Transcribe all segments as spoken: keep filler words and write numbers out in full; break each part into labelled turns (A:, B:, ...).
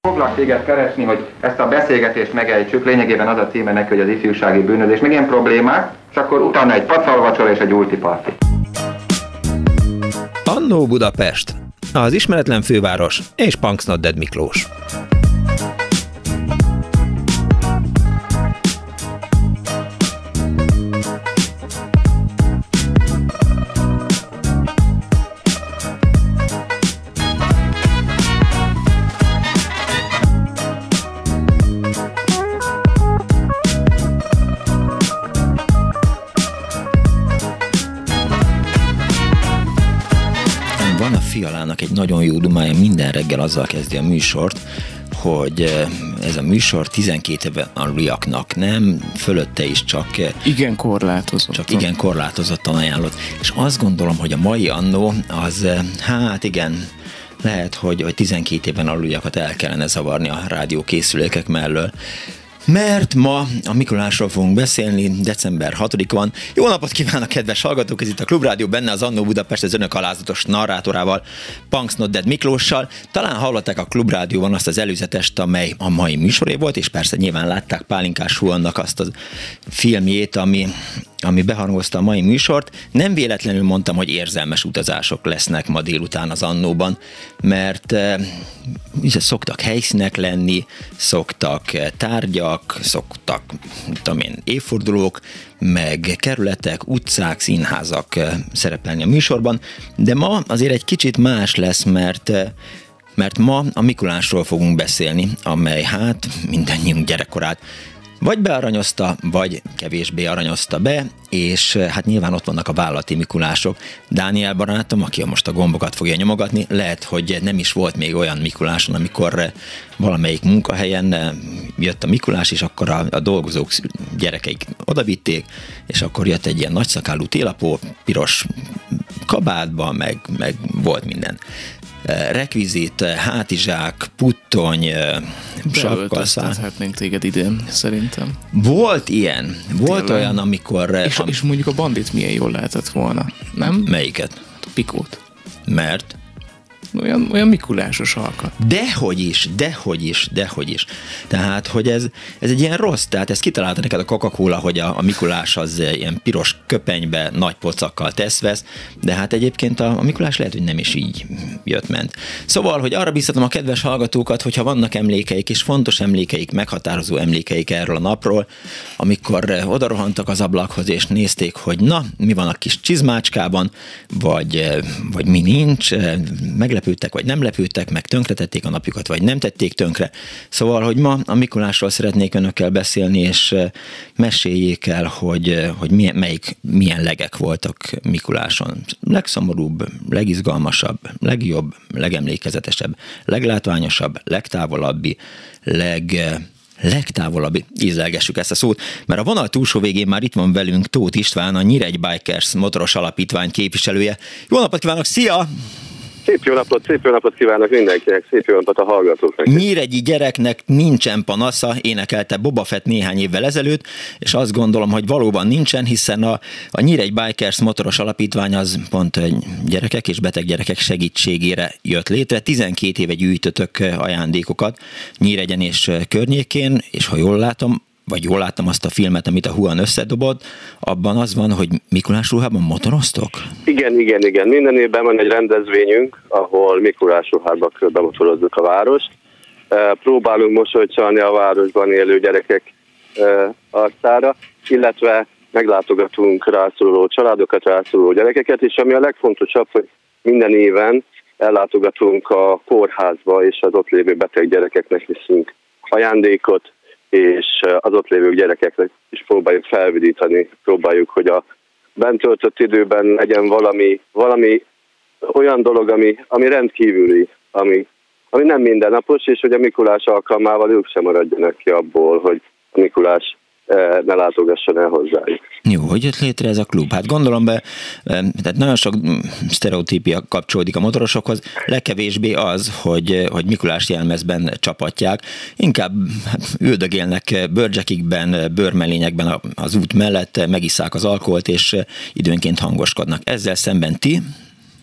A: Foglak téged keresni, hogy ezt a beszélgetést megejtsük, lényegében az a címe neki, hogy az ifjúsági bűnözés, meg ilyen problémák, és akkor utána egy pacalvacsora és egy ultiparti.
B: Annó Budapest, az ismeretlen főváros és Punksnodded Miklós. Fialának egy nagyon jó dumája, minden reggel azzal kezdi a műsort, hogy ez a műsor tizenkét éven aluliaknak nem, fölötte is csak
C: igen korlátozottan.
B: Csak igen korlátozottan ajánlott. És azt gondolom, hogy a mai Annó az, hát igen, lehet, hogy, hogy tizenkét éven aluliakat el kellene zavarni a rádiókészülékek mellől. Mert ma a Mikulásról fogunk beszélni, december hatodika van. Jó napot kívánok, kedves hallgatók! Ez itt a Klubrádió, benne az Annó Budapest, az önök alázatos narrátorával, Punksnodded Miklóssal. Talán hallották a Klubrádióban azt az előzetest, amely a mai műsoré volt, és persze nyilván látták Pálinkás Huannak azt a filmjét, ami, ami beharangozta a mai műsort. Nem véletlenül mondtam, hogy érzelmes utazások lesznek ma délután az Annóban, mert e, szoktak helyszínek lenni, szoktak tárgyak, szoktak, tudom én, évfordulók, meg kerületek, utcák, színházak szerepelni a műsorban, de ma azért egy kicsit más lesz, mert mert ma a Mikulásról fogunk beszélni, amely hát mindannyiunk gyerekkorát vagy bearanyozta, vagy kevésbé aranyozta be, és hát nyilván ott vannak a vállalati Mikulások. Dániel barátom, aki most a gombokat fogja nyomogatni, lehet, hogy nem is volt még olyan Mikuláson, amikor valamelyik munkahelyen jött a Mikulás, és akkor a, a dolgozók gyerekeik odavitték, és akkor jött egy ilyen nagyszakálú télapó, piros kabátban, meg, meg volt minden. Rekvizit, hátizsák, puttony, sapkaszál.
C: Beöltöztethetnénk téged idén, szerintem.
B: Volt ilyen. Volt
C: Tényleg.
B: Olyan, amikor...
C: És,
B: am...
C: és mondjuk a bandit milyen jól lehetett volna, nem?
B: Melyiket?
C: A Pikót.
B: Mert?
C: Olyan, olyan mikulásos alkat.
B: Dehogy is, dehogy is, dehogy is. Tehát, hogy ez, ez egy ilyen rossz, tehát ezt kitalálta neked a Coca-Cola, hogy a, a Mikulás az ilyen piros köpenybe, nagy pocakkal tesz-vesz, de hát egyébként a, a Mikulás lehet, hogy nem is így jött-ment. Szóval, hogy arra biztatom a kedves hallgatókat, hogyha vannak emlékeik, és fontos emlékeik, meghatározó emlékeik erről a napról, amikor odarohantak az ablakhoz, és nézték, hogy na, mi van a kis csizmácskában, vagy, vagy mi nincs, meglepődtek, vagy nem lepődtek, meg tönkretették a napjukat, vagy nem tették tönkre. Szóval, hogy ma a Mikulásról szeretnék önökkel beszélni, és meséljék el, hogy, hogy milyen, melyik, milyen legek voltak Mikuláson. Legszomorúbb, legizgalmasabb, legjobb, legemlékezetesebb, leglátványosabb, legtávolabbi, leg... legtávolabbi, ízelgessük ezt a szót, mert a vonal túlsó végén már itt van velünk Tóth István, a Nyíregy Bikers motoros alapítvány képviselője. Jó napot kívánok, szia!
D: Szép jó napot, szép jó napot kívánok mindenkinek, szép jó napot a hallgatóknak.
B: Nyíregyi gyereknek nincsen panasza, énekelte Boba Fett néhány évvel ezelőtt, és azt gondolom, hogy valóban nincsen, hiszen a, a Nyíregy Bikers motoros alapítvány az pont gyerekek és beteg gyerekek segítségére jött létre. tizenkét éve gyűjtötök ajándékokat Nyíregyen és környékén, és ha jól látom, vagy jól láttam azt a filmet, amit a Huan összedobott, abban az van, hogy Mikulás ruhában motoroztok?
D: Igen, igen, igen. Minden évben van egy rendezvényünk, ahol Mikulás ruhában bemotorozzuk a várost. Próbálunk mosolycsalni a városban élő gyerekek arcára, illetve meglátogatunk rászoruló családokat, rászoruló gyerekeket, és ami a legfontosabb, hogy minden éven ellátogatunk a kórházba, és az ott lévő beteg gyerekeknek viszünk ajándékot, és az ott lévő gyerekeknek is próbáljuk felvidítani, próbáljuk, hogy a bent töltött időben legyen valami, valami olyan dolog, ami, ami rendkívüli, ami, ami nem mindennapos, és hogy a Mikulás alkalmával ők sem maradjanak ki abból, hogy a Mikulás ne látogasson el hozzájuk.
B: Jó, hogy jött létre ez a klub? Hát gondolom be, tehát nagyon sok sztereotípia kapcsolódik a motorosokhoz, legkevésbé az, hogy, hogy Mikulás jelmezben csapatják, inkább üldögélnek bőrcsekikben, bőrmelényekben az út mellett, megisszák az alkoholt, és időnként hangoskodnak. Ezzel szemben ti?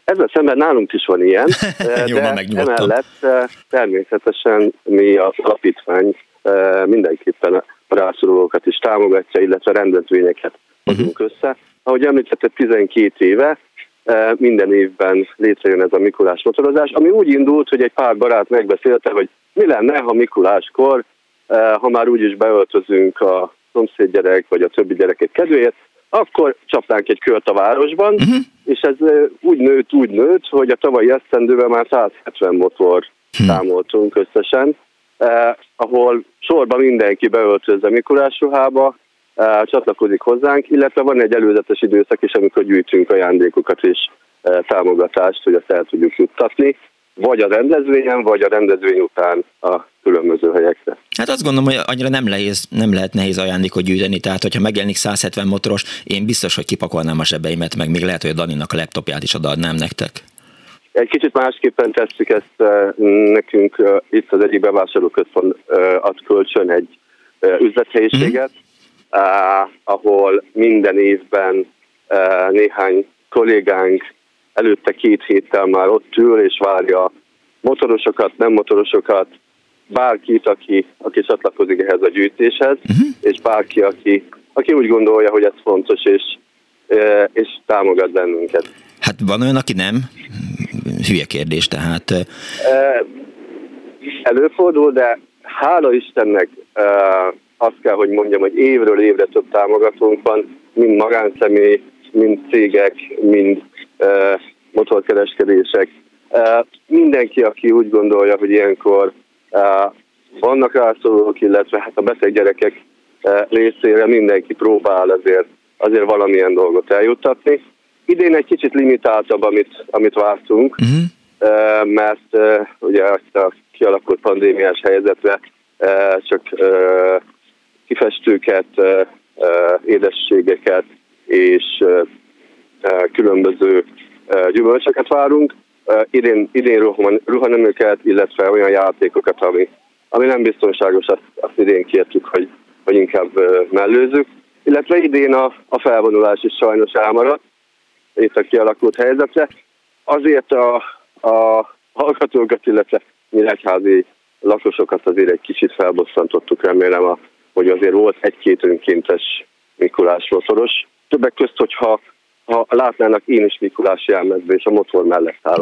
D: ezzel szemben nálunk is van ilyen,
B: Jó,
D: de emellett természetesen mi az alapítvány mindenképpen a rászorulókat is támogatja, illetve rendezvényeket hozunk uh-huh. össze. Ahogy említetted, tizenkét éve minden évben létrejön ez a Mikulás motorozás, ami úgy indult, hogy egy pár barát megbeszélte, hogy mi lenne, ha Mikuláskor, ha már úgyis beöltözünk a szomszédgyerek vagy a többi gyerekek kedvéért, akkor csapnánk egy kört a városban, uh-huh. és ez úgy nőtt, úgy nőtt, hogy a tavalyi esztendőben már száz hetven motor uh-huh. számoltunk összesen, eh, ahol sorban mindenki beöltözze Mikulás ruhába, eh, csatlakozik hozzánk, illetve van egy előzetes időszak is, amikor gyűjtünk ajándékokat és eh, támogatást, hogy azt el tudjuk juttatni, vagy a rendezvényen, vagy a rendezvény után a különböző helyekre.
B: Hát azt gondolom, hogy annyira nem, lehéz, nem lehet nehéz ajándékot gyűjteni, tehát hogyha megjelenik száz hetven motoros, én biztos, hogy kipakolnám a zsebeimet, meg még lehet, hogy a Daninak a laptopját is odaadnám nektek. Egy
D: kicsit másképpen tesszük ezt nekünk, itt az egyik bevásárlóközpont ad kölcsön egy üzlethelyiséget, mm. ahol minden évben néhány kollégánk előtte két héttel már ott ül és várja motorosokat, nem motorosokat, bárkit, aki, aki csatlakozik ehhez a gyűjtéshez, uh-huh. és bárki, aki, aki úgy gondolja, hogy ez fontos, és, és támogat bennünket.
B: Hát van olyan, aki nem? Hülye kérdés, tehát...
D: Előfordul, de hála Istennek azt kell, hogy mondjam, hogy évről évre több támogatónk van, mind magánszemély, mind cégek, mind motorkereskedések. Mindenki, aki úgy gondolja, hogy ilyenkor vannak rászorulók, illetve hát a beteg gyerekek részére mindenki próbál azért, azért valamilyen dolgot eljuttatni. Idén egy kicsit limitáltabb, amit, amit vártunk, uh-huh. mert ugye a kialakult pandémiás helyzetre csak kifestőket, édességeket és különböző gyümölcsöket várunk. Idén, idén ruhaneműket, illetve olyan játékokat, ami, ami nem biztonságos, azt, azt idén kértük, hogy, hogy inkább mellőzzük. Illetve idén a, a felvonulás is sajnos elmaradt itt a kialakult helyzetre. Azért a, a hallgatókat, illetve nyíregyházi lakosokat azért egy kicsit felbosszantottuk, remélem, a, hogy azért volt egy-két önkéntes Mikulás motoros. Többek közt, hogyha ha látnának én is Mikulás jelmezbe, és a motor mellett állok.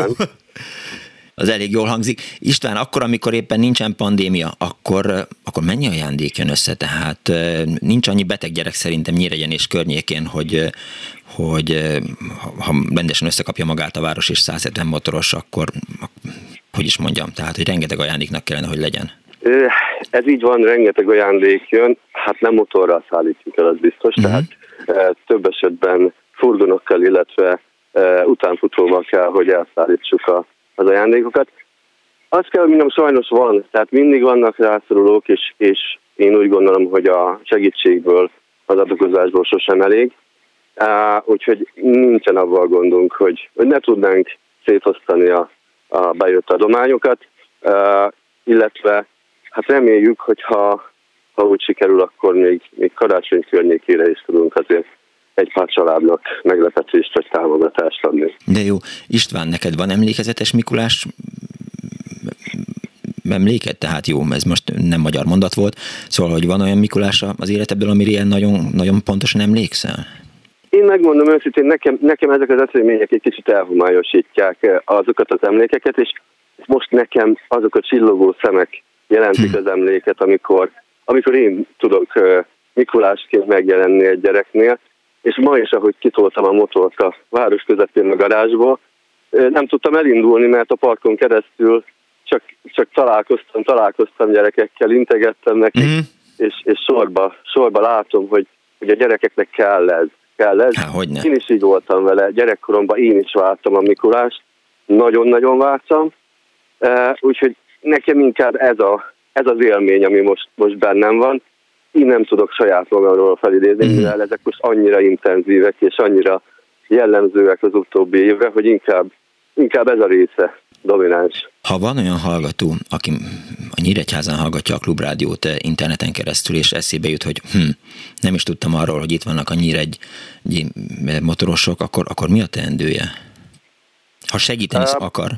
B: Az elég jól hangzik. István, akkor, amikor éppen nincsen pandémia, akkor, akkor mennyi ajándék jön össze? Tehát nincs annyi beteg gyerek szerintem Nyíregyen és környékén, hogy, hogy ha rendesen összekapja magát a város és száz hetven motoros, akkor hogy is mondjam, tehát hogy rengeteg ajándéknak kellene, hogy legyen.
D: Ez így van, rengeteg ajándék jön, hát nem motorral szállítjuk el, az biztos, uh-huh. tehát több esetben furgonokkal, illetve utánfutóval kell, hogy elszállítsuk a az ajándékokat. Azt kell, hogy mondjam, sajnos van, tehát mindig vannak rászorulók, és, és én úgy gondolom, hogy a segítségből, az adakozásból sosem elég. Uh, úgyhogy nincsen abban a gondunk, hogy, hogy ne tudnánk szétosztani a, a bejött adományokat, uh, illetve hát reméljük, hogy ha, ha úgy sikerül, akkor még, még karácsony környékére is tudunk azért egy pár családnak meglepetést vagy támogatást adni.
B: De jó. István, neked van emlékezetes Mikulás emléked? Tehát jó, ez most nem magyar mondat volt. Szóval, hogy van olyan Mikulás az életedből, amire ilyen nagyon, nagyon pontosan emlékszel?
D: Én megmondom őszintén, nekem, nekem ezek az események egy kicsit elhomályosítják azokat az emlékeket, és most nekem azok a csillogó szemek jelentik hm. az emléket, amikor, amikor én tudok Mikulásként megjelenni egy gyereknél, és ma is, ahogy kitoltam a motort a város közepén a garázsból, nem tudtam elindulni, mert a parkon keresztül csak, csak találkoztam, találkoztam gyerekekkel, integettem nekik, mm-hmm. és, és sorba, sorba látom, hogy, hogy a gyerekeknek kell ez. Kell ez.
B: Há,
D: én is így voltam vele, gyerekkoromban én is vártam a Mikulást, nagyon-nagyon vártam, úgyhogy nekem inkább ez, a, ez az élmény, ami most, most bennem van. Én nem tudok saját magamról felidézni, mm. mivel ezek most annyira intenzívek és annyira jellemzőek az utóbbi évre, hogy inkább, inkább ez a része domináns.
B: Ha van olyan hallgató, aki a Nyíregyházán hallgatja a Klubrádiót interneten keresztül, és eszébe jut, hogy hm, nem is tudtam arról, hogy itt vannak a nyíregyi motorosok, akkor, akkor mi a teendője? Ha segíteni uh, akar.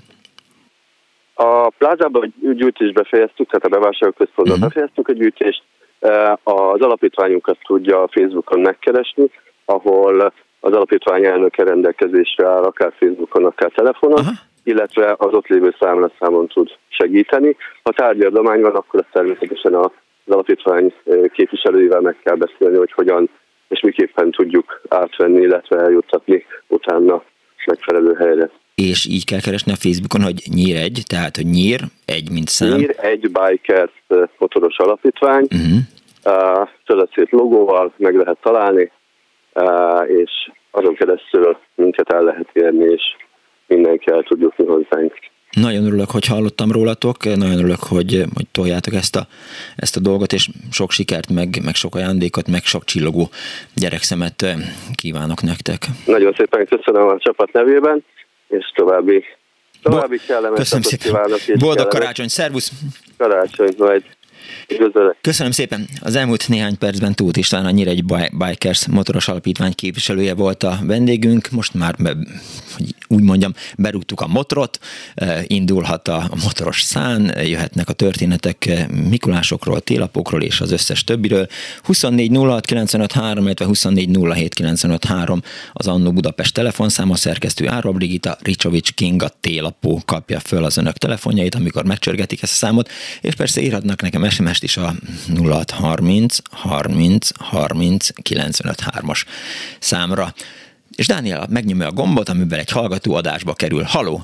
D: A plázában gyűjtésbe fejeztük, tehát a bevásárlóközpontban uh-huh. befejeztük a gyűjtést. Az alapítványunkat tudja a Facebookon megkeresni, ahol az alapítvány elnöke rendelkezésre áll, akár Facebookon, akár telefonon, uh-huh. illetve az ott lévő számlaszámon tud segíteni. Ha tárgyadomány van, akkor azt természetesen az alapítvány képviselőivel meg kell beszélni, hogy hogyan és miképpen tudjuk átvenni, illetve eljuttatni utána megfelelő helyre.
B: És így kell keresni a Facebookon, hogy nyír egy, tehát hogy nyír egy, mint szám.
D: Nyír egy Bikers motoros alapítvány, uh-huh. szövetszét logóval meg lehet találni, és azon keresztül minket el lehet érni, és mindenki el tud jutni hozzánk.
B: Nagyon örülök, hogy hallottam rólatok, nagyon örülök, hogy, hogy toljátok ezt a, ezt a dolgot, és sok sikert, meg, meg sok ajándékot, meg sok csillogó gyerekszemet kívánok nektek.
D: Nagyon szépen köszönöm a csapat nevében, és további, további kellemet kívánok.
B: Boldog karácsony, szervusz!
D: Karácsony, majd üdvözöllek.
B: Köszönöm szépen! Az elmúlt néhány percben Tóth István, a Nyíregy Bikers motoros alapítvány képviselője volt a vendégünk. Most már, hogy úgy mondjam, berúgtuk a motrot, indulhat a motoros szán, jöhetnek a történetek Mikulásokról, télapokról és az összes többiről. huszonnégy nulla hat kilencvenöt három, illetve huszonnégy nulla hét kilencvenöt három az Annó Budapest telefonszáma, szerkesztő Árva Brigitta, Ricsovics Kinga télapó kapja föl az önök telefonjait, amikor megcsörgetik ezt a számot, és persze írhatnak nekem es em est is a nulla hat harminc harminc harminc kilencvenöt hármas számra. És Dániel megnyomja a gombot, amiben egy hallgató adásba kerül. Haló!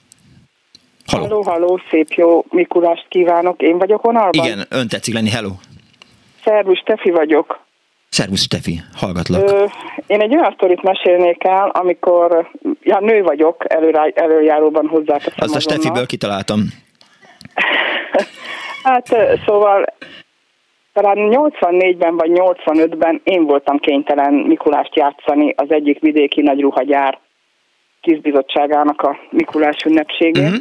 E: Haló, haló, haló, szép jó Mikulást kívánok. Én vagyok vonalban?
B: Igen, ön tetszik lenni, hello!
E: Szervusz, Stefi vagyok.
B: Szervusz, Stefi, hallgatlak.
E: Ö, én egy olyan sztorit mesélnék el, amikor, ja, nő vagyok, előrá, előjáróban hozzáteszem
B: Azt a Stefiből kitaláltam.
E: Hát szóval talán nyolcvannégyben vagy nyolcvanötben én voltam kénytelen Mikulást játszani az egyik vidéki nagy ruhagyár kizbizottságának a Mikulás ünnepségén. Uh-huh.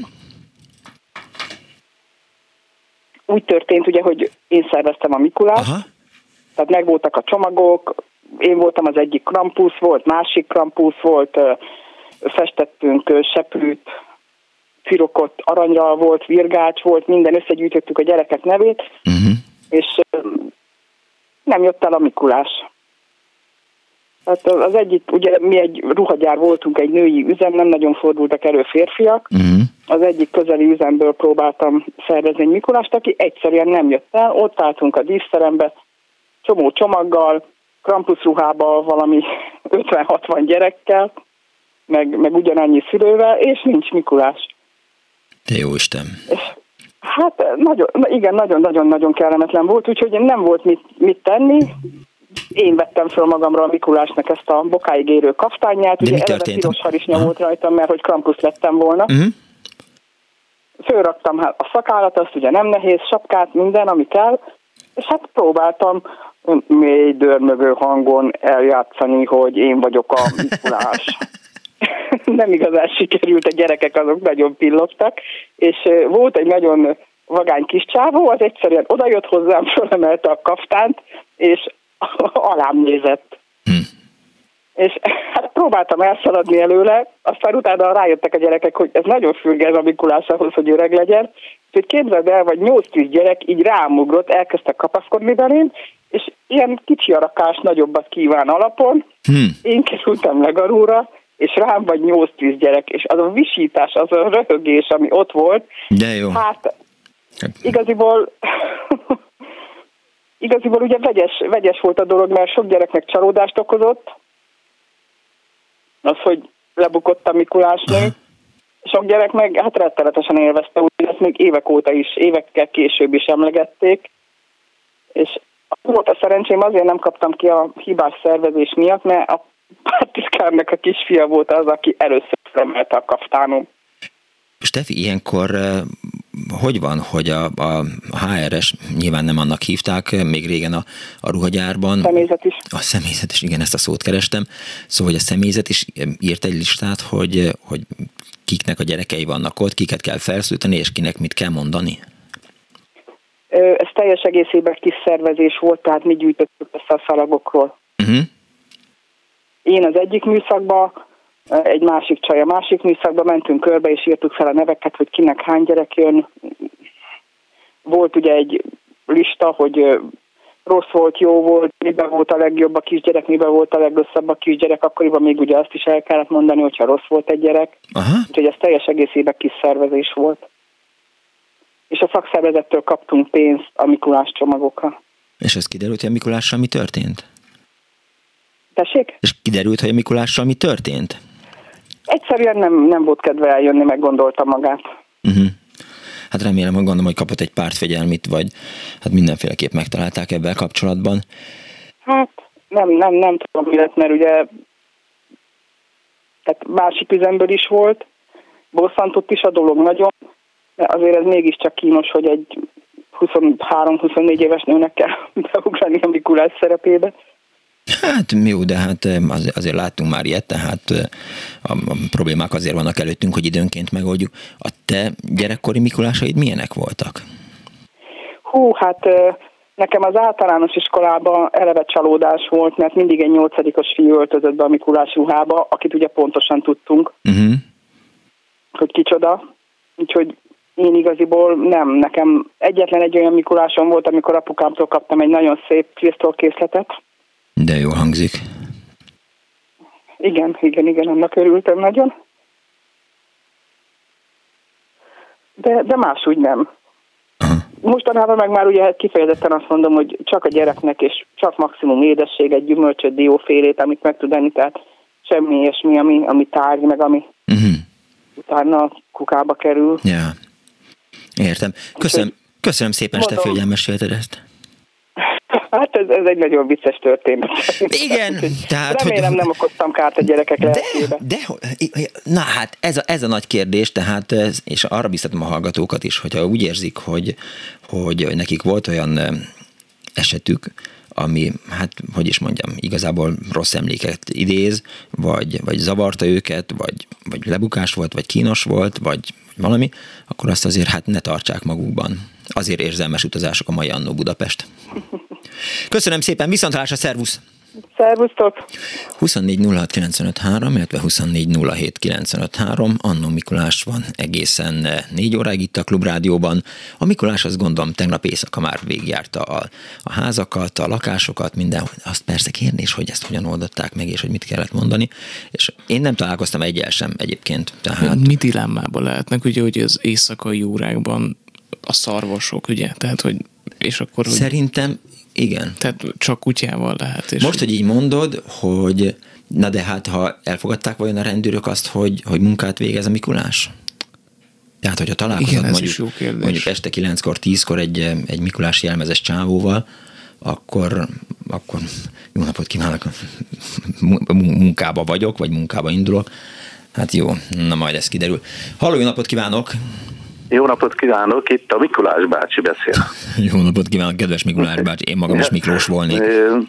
E: Úgy történt ugye, hogy én szerveztem a Mikulást, uh-huh. tehát megvoltak a csomagok, én voltam az egyik Krampus, volt másik Krampus, volt, festettünk seprűt, firokot, aranyra volt, virgács volt, minden, összegyűjtöttük a gyerekek nevét, uh-huh. és nem jött el a Mikulás. Tehát az egyik, ugye mi egy ruhagyár voltunk, egy női üzem, nem nagyon fordultak elő férfiak. Uh-huh. Az egyik közeli üzemből próbáltam szervezni egy Mikulást, aki egyszerűen nem jött el. Ott álltunk a díszterembe, csomó csomaggal, Krampus ruhába valami ötven-hatvan gyerekkel, meg, meg ugyanannyi szülővel, és nincs Mikulás.
B: Te jó Isten! És,
E: hát nagyon, igen, nagyon-nagyon-nagyon kellemetlen volt, úgyhogy nem volt mit, mit tenni. Én vettem föl magamra a Mikulásnak ezt a bokáig érő kaftányát, ugye eleve piros harisnya volt rajtam, mert hogy Krampus lettem volna. Uh-huh. Fölraktam a szakállat, azt ugye nem nehéz, sapkát, minden, ami kell, és hát próbáltam mély dörmögő hangon eljátszani, hogy én vagyok a Mikulás. Nem igazán sikerült, a gyerekek azok nagyon pillogtak, és volt egy nagyon vagány kis csávó, az egyszerűen odajött hozzám, fölemelte a kaftánt, és alám nézett. Hm. És hát próbáltam elszaladni előle, aztán utána rájöttek a gyerekek, hogy ez nagyon fürge ez a Mikulás ahhoz, hogy öreg legyen. Úgyhogy képzeld el, vagy nyolc-tíz gyerek így rámugrott, elkezdtek kapaszkodni belém, és ilyen kicsi arakás nagyobbat kíván alapon. Hm. Én kerültem legarúra, és rám vagy nyolc-tíz gyerek, és az a visítás, az a röhögés, ami ott volt,
B: de jó.
E: Hát igaziból igaziból ugye vegyes, vegyes volt a dolog, mert sok gyereknek csalódást okozott, az, hogy lebukott a Mikulásnő, sok gyerek meg hát rettenetesen élvezte, úgyhogy ezt még évek óta is, évekkel később is emlegették, és volt a szerencsém, azért nem kaptam ki a hibás szervezés miatt, mert a pártitkárnak a kisfia volt az, aki először emelte a kaftánom.
B: Stefi, ilyenkor hogy van, hogy a, a há er es, nyilván nem annak hívták, még régen a, a ruhagyárban.
E: A személyzet is.
B: A személyzet is, igen, ezt a szót kerestem. Szóval, hogy a személyzet is írt egy listát, hogy, hogy kiknek a gyerekei vannak ott, kiket kell felszólítani, és kinek mit kell mondani?
E: Ez teljes egészében kis szervezés volt, tehát mi gyűjtöttük össze a szalagokról. Uh-huh. Én az egyik műszakban egy másik csaj, a másik műszakba mentünk körbe, és írtuk fel a neveket, hogy kinek hány gyerek jön. Volt ugye egy lista, hogy rossz volt, jó volt, miben volt a legjobb a kisgyerek, miben volt a legrosszabb a kisgyerek, akkoriban még ugye azt is el kellett mondani, hogyha rossz volt egy gyerek.
B: Aha.
E: Úgyhogy ez teljes egészében kis szervezés volt. És a szakszervezettől kaptunk pénzt a Mikulás csomagokra.
B: És ez kiderült, hogy a Mikulással mi történt?
E: Tessék?
B: És kiderült, hogy a Mikulással mi történt?
E: Egyszerűen nem, nem volt kedve eljönni, meggondolta magát.
B: Uh-huh. Hát remélem, hogy gondolom, hogy kapott egy pártfegyelmit, vagy hát mindenféleképp megtalálták ebben kapcsolatban.
E: Hát nem, nem, nem tudom mi lett, mert ugye tehát másik üzemből is volt, bosszantott is a dolog nagyon, de azért ez mégiscsak kínos, hogy egy huszonhárom-huszonnégy éves nőnek kell beugrani a Mikulás szerepébe.
B: Hát jó, de hát azért, azért láttunk már ilyet, tehát a, a problémák azért vannak előttünk, hogy időnként megoldjuk. A te gyerekkori Mikulásaid milyenek voltak?
E: Hú, hát nekem az általános iskolában eleve csalódás volt, mert mindig egy nyolcadikos fiú öltözött be a Mikulás ruhába, akit ugye pontosan tudtunk,
B: uh-huh.
E: hogy kicsoda. Úgyhogy én igaziból nem. Nekem egyetlen egy olyan Mikulásom volt, amikor apukámtól kaptam egy nagyon szép krisztálkészletet.
B: De jól hangzik.
E: Igen, igen, igen, annak örültem nagyon. De, de más úgy nem.
B: Aha.
E: Mostanában meg már ugye kifejezetten azt mondom, hogy csak a gyereknek, és csak maximum édességet, gyümölcsöt, diófélét, amit meg tud enni, tehát semmi ilyesmi, ami, ami tárgy, meg ami
B: uh-huh.
E: utána kukába kerül.
B: Ja, értem. Köszönöm, köszönöm szépen, Steffi, hogy mesélted ezt.
E: Hát ez, ez egy nagyon vicces történet.
B: Igen, tehát...
E: Remélem
B: hogy...
E: nem okoztam kárt a gyerekek
B: de,
E: lelkébe.
B: de, na hát ez a, ez a nagy kérdés, tehát, és arra biztatom a hallgatókat is, hogyha úgy érzik, hogy, hogy nekik volt olyan esetük, ami, hát, hogy is mondjam, igazából rossz emléket idéz, vagy, vagy zavarta őket, vagy, vagy lebukás volt, vagy kínos volt, vagy valami, akkor azt azért hát ne tartsák magukban. Azért érzelmes utazások a mai Annó Budapest. Köszönöm szépen, viszontlátásra, szervusz!
E: Szervusztok!
B: huszonnégy nulla hat kilencvenöt három, illetve huszonnégy nulla hét kilencvenöt három. Annó Mikulás van egészen négy óráig itt a Klubrádióban. A Mikulás, azt gondolom, tegnap éjszaka már végigjárta a, a házakat, a lakásokat, minden. Azt persze kérdés, hogy ezt hogyan oldották meg, és hogy mit kellett mondani. És én nem találkoztam egyel sem egyébként. Tehát...
C: Mi dilemmában lehetnek, ugye, hogy az éjszakai órákban a szarvasok, ugye? Tehát, hogy és akkor... Hogy...
B: Szerintem igen.
C: Tehát csak kutyával lehet. És
B: most, hogy így mondod, hogy na de hát, ha elfogadták vajon a rendőrök azt, hogy, hogy munkát végez a Mikulás? Tehát, hogyha találkozott
C: igen,
B: mondjuk, mondjuk este kilenckor, tízkor egy, egy Mikulás jelmezes csávóval, akkor, akkor jó napot kívánok, munkába vagyok, vagy munkába indulok. Hát jó, na majd ez kiderül. Halló, jó napot kívánok!
F: Jó napot kívánok, itt a Mikulás bácsi beszél.
B: Jó napot kívánok, kedves Mikulás bácsi, én magam is Miklós volnék.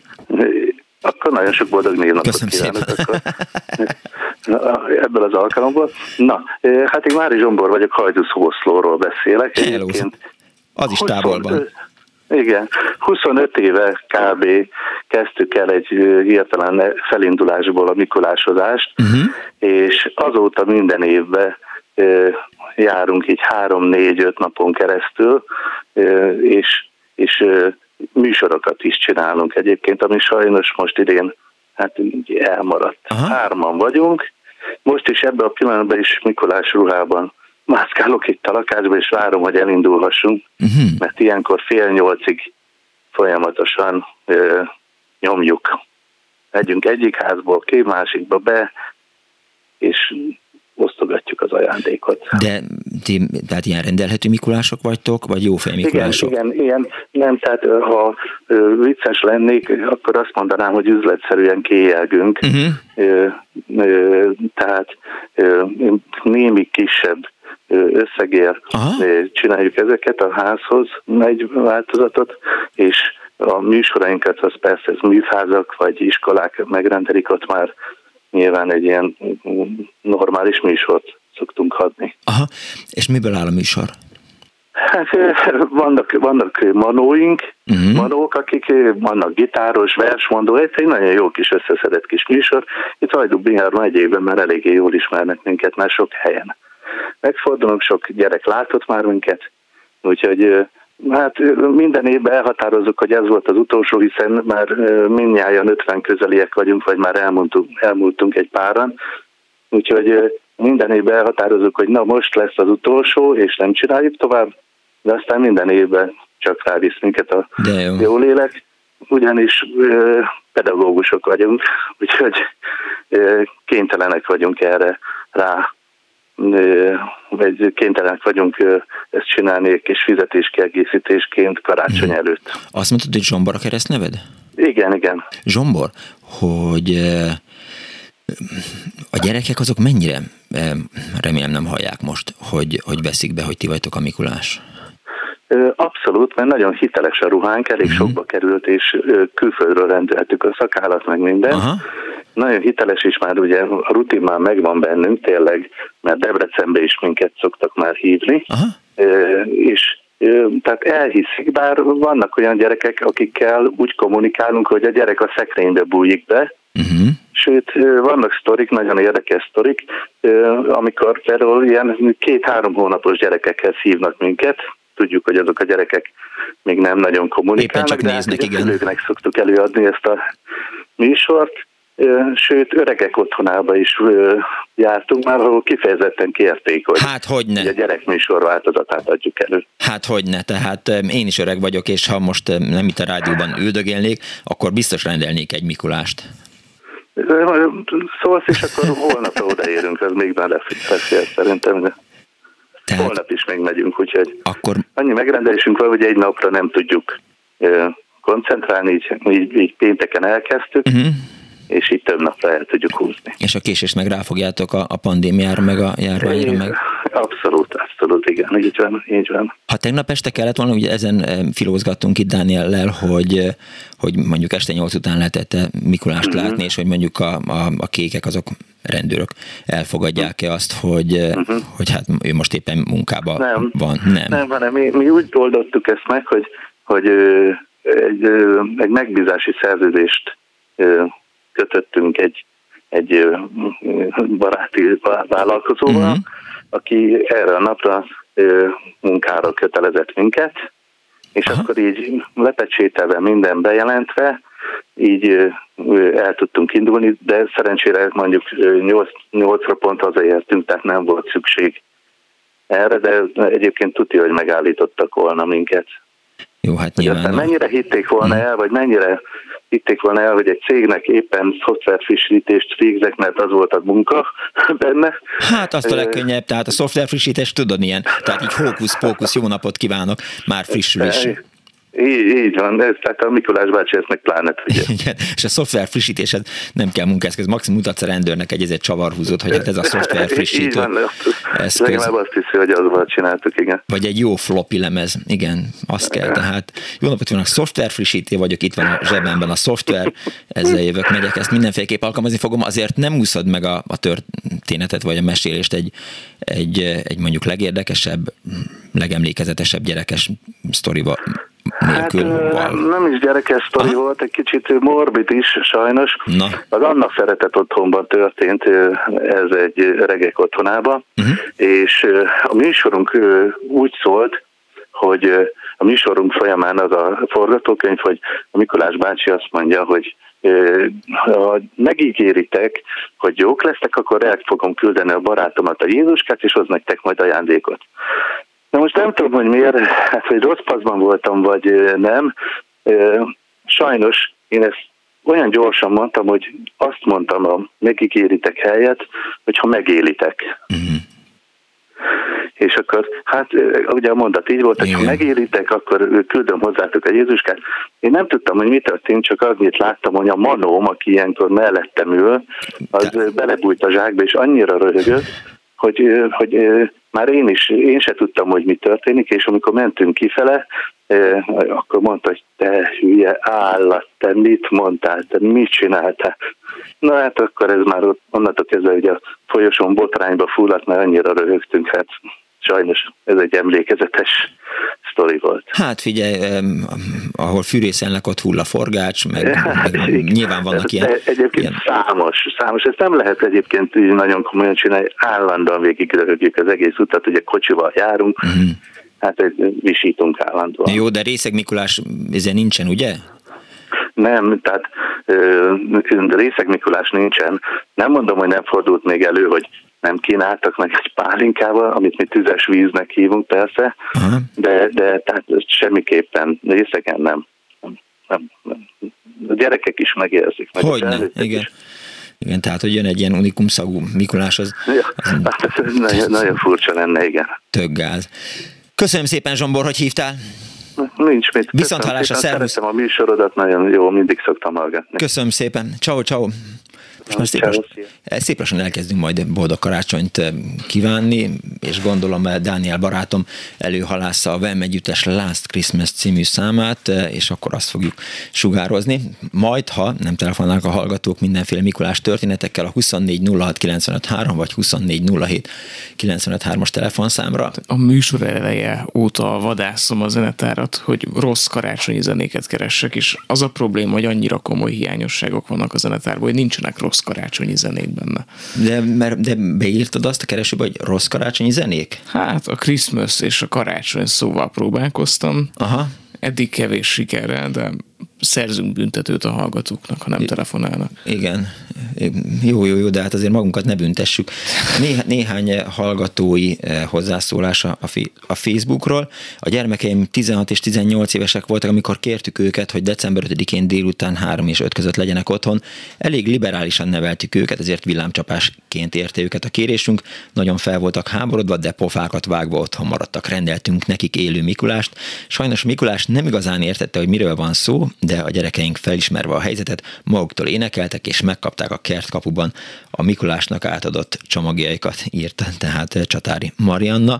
F: Akkor nagyon sok boldog névnapot
B: Köszönöm
F: kívánok.
B: Szépen.
F: Akkor, ebből az alkalomból. Na, hát én Mári Zsombor vagyok, Hajdúszoboszlóról beszélek.
B: Hello. Az is távolban.
F: Igen, huszonöt éve kb. Kezdtük el egy hirtelen felindulásból a mikulásozást, uh-huh. és azóta minden évben járunk így három-négy-öt napon keresztül, és, és műsorokat is csinálunk egyébként, ami sajnos most idén hát így elmaradt. Aha. Hárman vagyunk, most is ebben a pillanatban is Mikulás ruhában mászkálok itt a lakásban, és várom, hogy elindulhassunk, uh-huh. mert ilyenkor fél nyolcig folyamatosan ö, nyomjuk. Megyünk egyik házból ki, másikba be, és osztogatjuk az ajándékot.
B: De ti, tehát ilyen rendelhető Mikulások vagytok, vagy jófej Mikulások?
F: Igen, igen, ilyen, nem, tehát ha ö, vicces lennék, akkor azt mondanám, hogy üzletszerűen kéjelgünk, uh-huh. ö, ö, tehát ö, némi kisebb összegér Aha. csináljuk ezeket a házhoz egy változatot, és a műsorainkat az persze ez műfázak vagy iskolák megrendelik, ott már nyilván egy ilyen normális műsort szoktunk adni.
B: Aha, és miből áll a műsor?
F: Hát vannak, vannak manóink, uh-huh. manók, akik vannak gitáros, versmondó, ez egy nagyon jó kis összeszedett kis műsor. Itt Hajdú-Bihar megyében már eléggé jól ismernek minket, már sok helyen. Megfordulunk, sok gyerek látott már minket, úgyhogy hát minden évben elhatározzuk, hogy ez volt az utolsó, hiszen már mindnyájan ötven közeliek vagyunk, vagy már elmúltunk, elmúltunk egy páran, úgyhogy minden évben elhatározzuk, hogy na most lesz az utolsó, és nem csináljuk tovább, de aztán minden évben csak rávisz minket a jó. jó lélek, ugyanis ö, pedagógusok vagyunk, úgyhogy ö, kénytelenek vagyunk erre rá, ö, vagy kénytelenek vagyunk ö, ezt csinálni egy kis fizetéskiegészítésként karácsony hmm. előtt.
B: Azt mondtad, hogy Zsombor a keresztneved?
F: Igen, igen.
B: Zsombor, hogy a gyerekek azok mennyire, remélem nem hallják most, hogy, hogy veszik be, hogy ti vagytok a Mikulás?
F: Abszolút, mert nagyon hiteles a ruhánk, elég uh-huh. sokba került, és külföldről rendeltük a szakállat, meg minden. Uh-huh. Nagyon hiteles is már, ugye a rutin már megvan bennünk tényleg, mert Debrecenbe is minket szoktak már hívni, uh-huh. és tehát elhiszik, bár vannak olyan gyerekek, akikkel úgy kommunikálunk, hogy a gyerek a szekrénybe bújik be, uh-huh. Sőt, vannak sztorik, nagyon érdekes sztorik, amikor például ilyen két-három hónapos gyerekekhez hívnak minket, tudjuk, hogy azok a gyerekek még nem nagyon kommunikálnak, de néznek, hát, szülőknek szoktuk előadni ezt a műsort, sőt, öregek otthonába is jártunk már, ahol kifejezetten kérték, hogy,
B: hát, hogyne.
F: hogy a gyerekműsor változatát adjuk elő.
B: Hát hogyne, tehát én is öreg vagyok, és ha most nem itt a rádióban üldögélnék, akkor biztos rendelnék egy Mikulást.
F: Szólsz, és akkor holnapra odaérünk, az még már lesz szerintem, de tehát holnap is még megyünk, úgyhogy akkor annyi megrendelésünk van, hogy egy napra nem tudjuk koncentrálni, így, így, így pénteken elkezdtük, uh-huh. és így több napra el tudjuk húzni.
B: És a késést meg ráfogjátok a, a pandémiára, meg a járványra, meg...
F: Abszolút, abszolút, igen, így van, így van.
B: Ha tegnap este kellett volna, ugye ezen filózgattunk itt Dániellel, hogy, hogy mondjuk este nyolc után lehetett Mikulást uh-huh. látni, és hogy mondjuk a, a, a kékek, azok rendőrök elfogadják-e azt, hogy, uh-huh. hogy hát ő most éppen munkában nem. van? Nem,
F: nem, hanem mi, mi úgy oldottuk ezt meg, hogy, hogy egy, egy megbízási szerződést kötöttünk egy, egy baráti vállalkozóval, uh-huh. aki erre a napra munkára kötelezett minket, és Aha. akkor így lepecsételve, minden bejelentve, így el tudtunk indulni, de szerencsére mondjuk nyolcra pont hazaértünk, tehát nem volt szükség erre, de egyébként tudja, hogy megállítottak volna minket.
B: Jó, hát nyilván.
F: Mennyire hitték volna el, vagy mennyire hitték volna el, hogy egy cégnek éppen szoftverfrissítést végzek, mert az volt a munka benne.
B: Hát azt a legkönnyebb, tehát a szoftverfrissítést tudod ilyen, tehát így hókusz-pókusz, jó napot kívánok, már frissül is.
F: Így, így van, ez, tehát a Mikulás bácsi ezt meg pláne tudja.
B: Igen, és a szoftver frissítésed nem kell munkászköz, maximum mutatsz a rendőrnek egy, egy csavarhúzót, hogy hát ez a szoftver frissítő. Így van,
F: legalább azt hiszi, hogy azzal csináltuk, igen.
B: Vagy egy jó floppy lemez, igen, azt kell, tehát jó napot kívánok, szoftver frissítő vagyok, itt van a zsebemben a szoftver, ezzel jövök, megyek, ezt mindenféleképp alkalmazni fogom, azért nem úszod meg a, a történetet, vagy a mesélést egy, egy, egy mondjuk legérdekesebb, legemlékezetesebb gyerekes sztorival. Nélkül,
F: hát nem is gyerekes sztori Aha. volt, egy kicsit morbid is sajnos. Na. Az Anna Szeretett Otthonban történt, ez egy öregek otthonába, uh-huh. és a műsorunk úgy szólt, hogy a műsorunk folyamán az a forgatókönyv, hogy a Mikulás bácsi azt mondja, hogy ha megígéritek, hogy jók lesznek, akkor el fogom küldeni a barátomat, a Jézuskát, és hoz nektek majd ajándékot. Na most nem tudom, hogy miért, hát, hogy rossz paszban voltam, vagy nem. Sajnos én ezt olyan gyorsan mondtam, hogy azt mondtam a megígéritek helyett, hogyha megélitek. Uh-huh. És akkor, hát ugye a mondat így volt, hogy ha megélitek, akkor küldöm hozzátok a Jézuskát. Én nem tudtam, hogy mi történt, csak annyit láttam, hogy a manóm, aki ilyenkor mellettem ül, az De... belebújt a zsákba, és annyira röhögött, hogy, hogy már én is, én se tudtam, hogy mi történik, és amikor mentünk kifele, akkor mondta, hogy te hülye állat, te mit mondtál, te mit csináltál? Na hát akkor ez már onnantól kezdve, hogy a folyosón botrányba fulladt, mert annyira röhögtünk, hát sajnos ez egy emlékezetes sztori volt.
B: Hát figyelj, eh, ahol fűrészelnek, ott hull a forgács, meg, hát, meg nyilván vannak ilyen...
F: Egyébként ilyen... számos, számos. Ezt nem lehet egyébként így nagyon komolyan csinálni, állandóan végig röhögjük az egész utat, ugye kocsival járunk, uh-huh. hát visítunk állandóan.
B: Jó, de Részeg Mikulás ezzel nincsen, ugye?
F: Nem, tehát ö, Részeg Mikulás nincsen. Nem mondom, hogy nem fordult még elő, hogy nem kínáltak meg egy pálinkával, amit mi tüzes víznek hívunk persze, uh-huh. de, de tehát semmiképpen Részegen nem. nem, nem, nem. A gyerekek is megérzik. Meg
B: Hogyne, igen. Is. Igen, tehát, hogy jön egy ilyen unikum szagú Mikulás, az...
F: Ja,
B: az
F: hát ez nagyon, nagyon furcsa lenne, igen.
B: Tök gáz. Köszönöm szépen, Zsombor, hogy hívtál.
F: Nincs mit.
B: Viszonthallásra, szervusz.
F: Szeretem a műsorodat, nagyon jó, mindig szoktam hallgatni.
B: Köszönöm szépen. Ciao, ciao. Most már szép, lassan, szép lassan elkezdünk majd boldog karácsonyt kívánni, és gondolom Dániel barátom előhalásza a Wham együttes Last Christmas című számát, és akkor azt fogjuk sugározni. Majd, ha nem telefonálnak a hallgatók mindenféle Mikulás történetekkel a huszonnégy nulla hat kilencvenöt három vagy huszonnégy nulla hét kilencvenöt hármas telefonszámra.
C: A műsor eleje óta vadászom a zenetárat, hogy rossz karácsonyi zenéket keressek, és az a probléma, hogy annyira komoly hiányosságok vannak a zenetárban, hogy nincsenek rossz karácsonyi zenék benne.
B: De, mert, de beírtad azt a keresőbe, hogy rossz karácsonyi zenék?
C: Hát a Christmas és a karácsony szóval próbálkoztam.
B: Aha.
C: Eddig kevés sikerrel, de szerzünk büntetőt a hallgatóknak, ha nem telefonálnak.
B: Igen. Jó, jó, jó, de hát azért magunkat ne büntessük. Néha, néhány hallgatói hozzászólása a, fi, a Facebookról. A gyermekeim tizenhat és tizennyolc évesek voltak, amikor kértük őket, hogy december ötödikén délután három és öt között legyenek otthon. Elég liberálisan neveltük őket, ezért villámcsapásként érte őket a kérésünk. Nagyon fel voltak háborodva, de pofákat vágva otthon maradtak. Rendeltünk nekik élő Mikulást. Sajnos Mikulás nem igazán értette, hogy miről van szó, de a gyerekeink felismerve a helyzetet maguktól énekeltek, és megkapták a kertkapuban a Mikulásnak átadott csomagjaikat, írta tehát Csatári Marianna,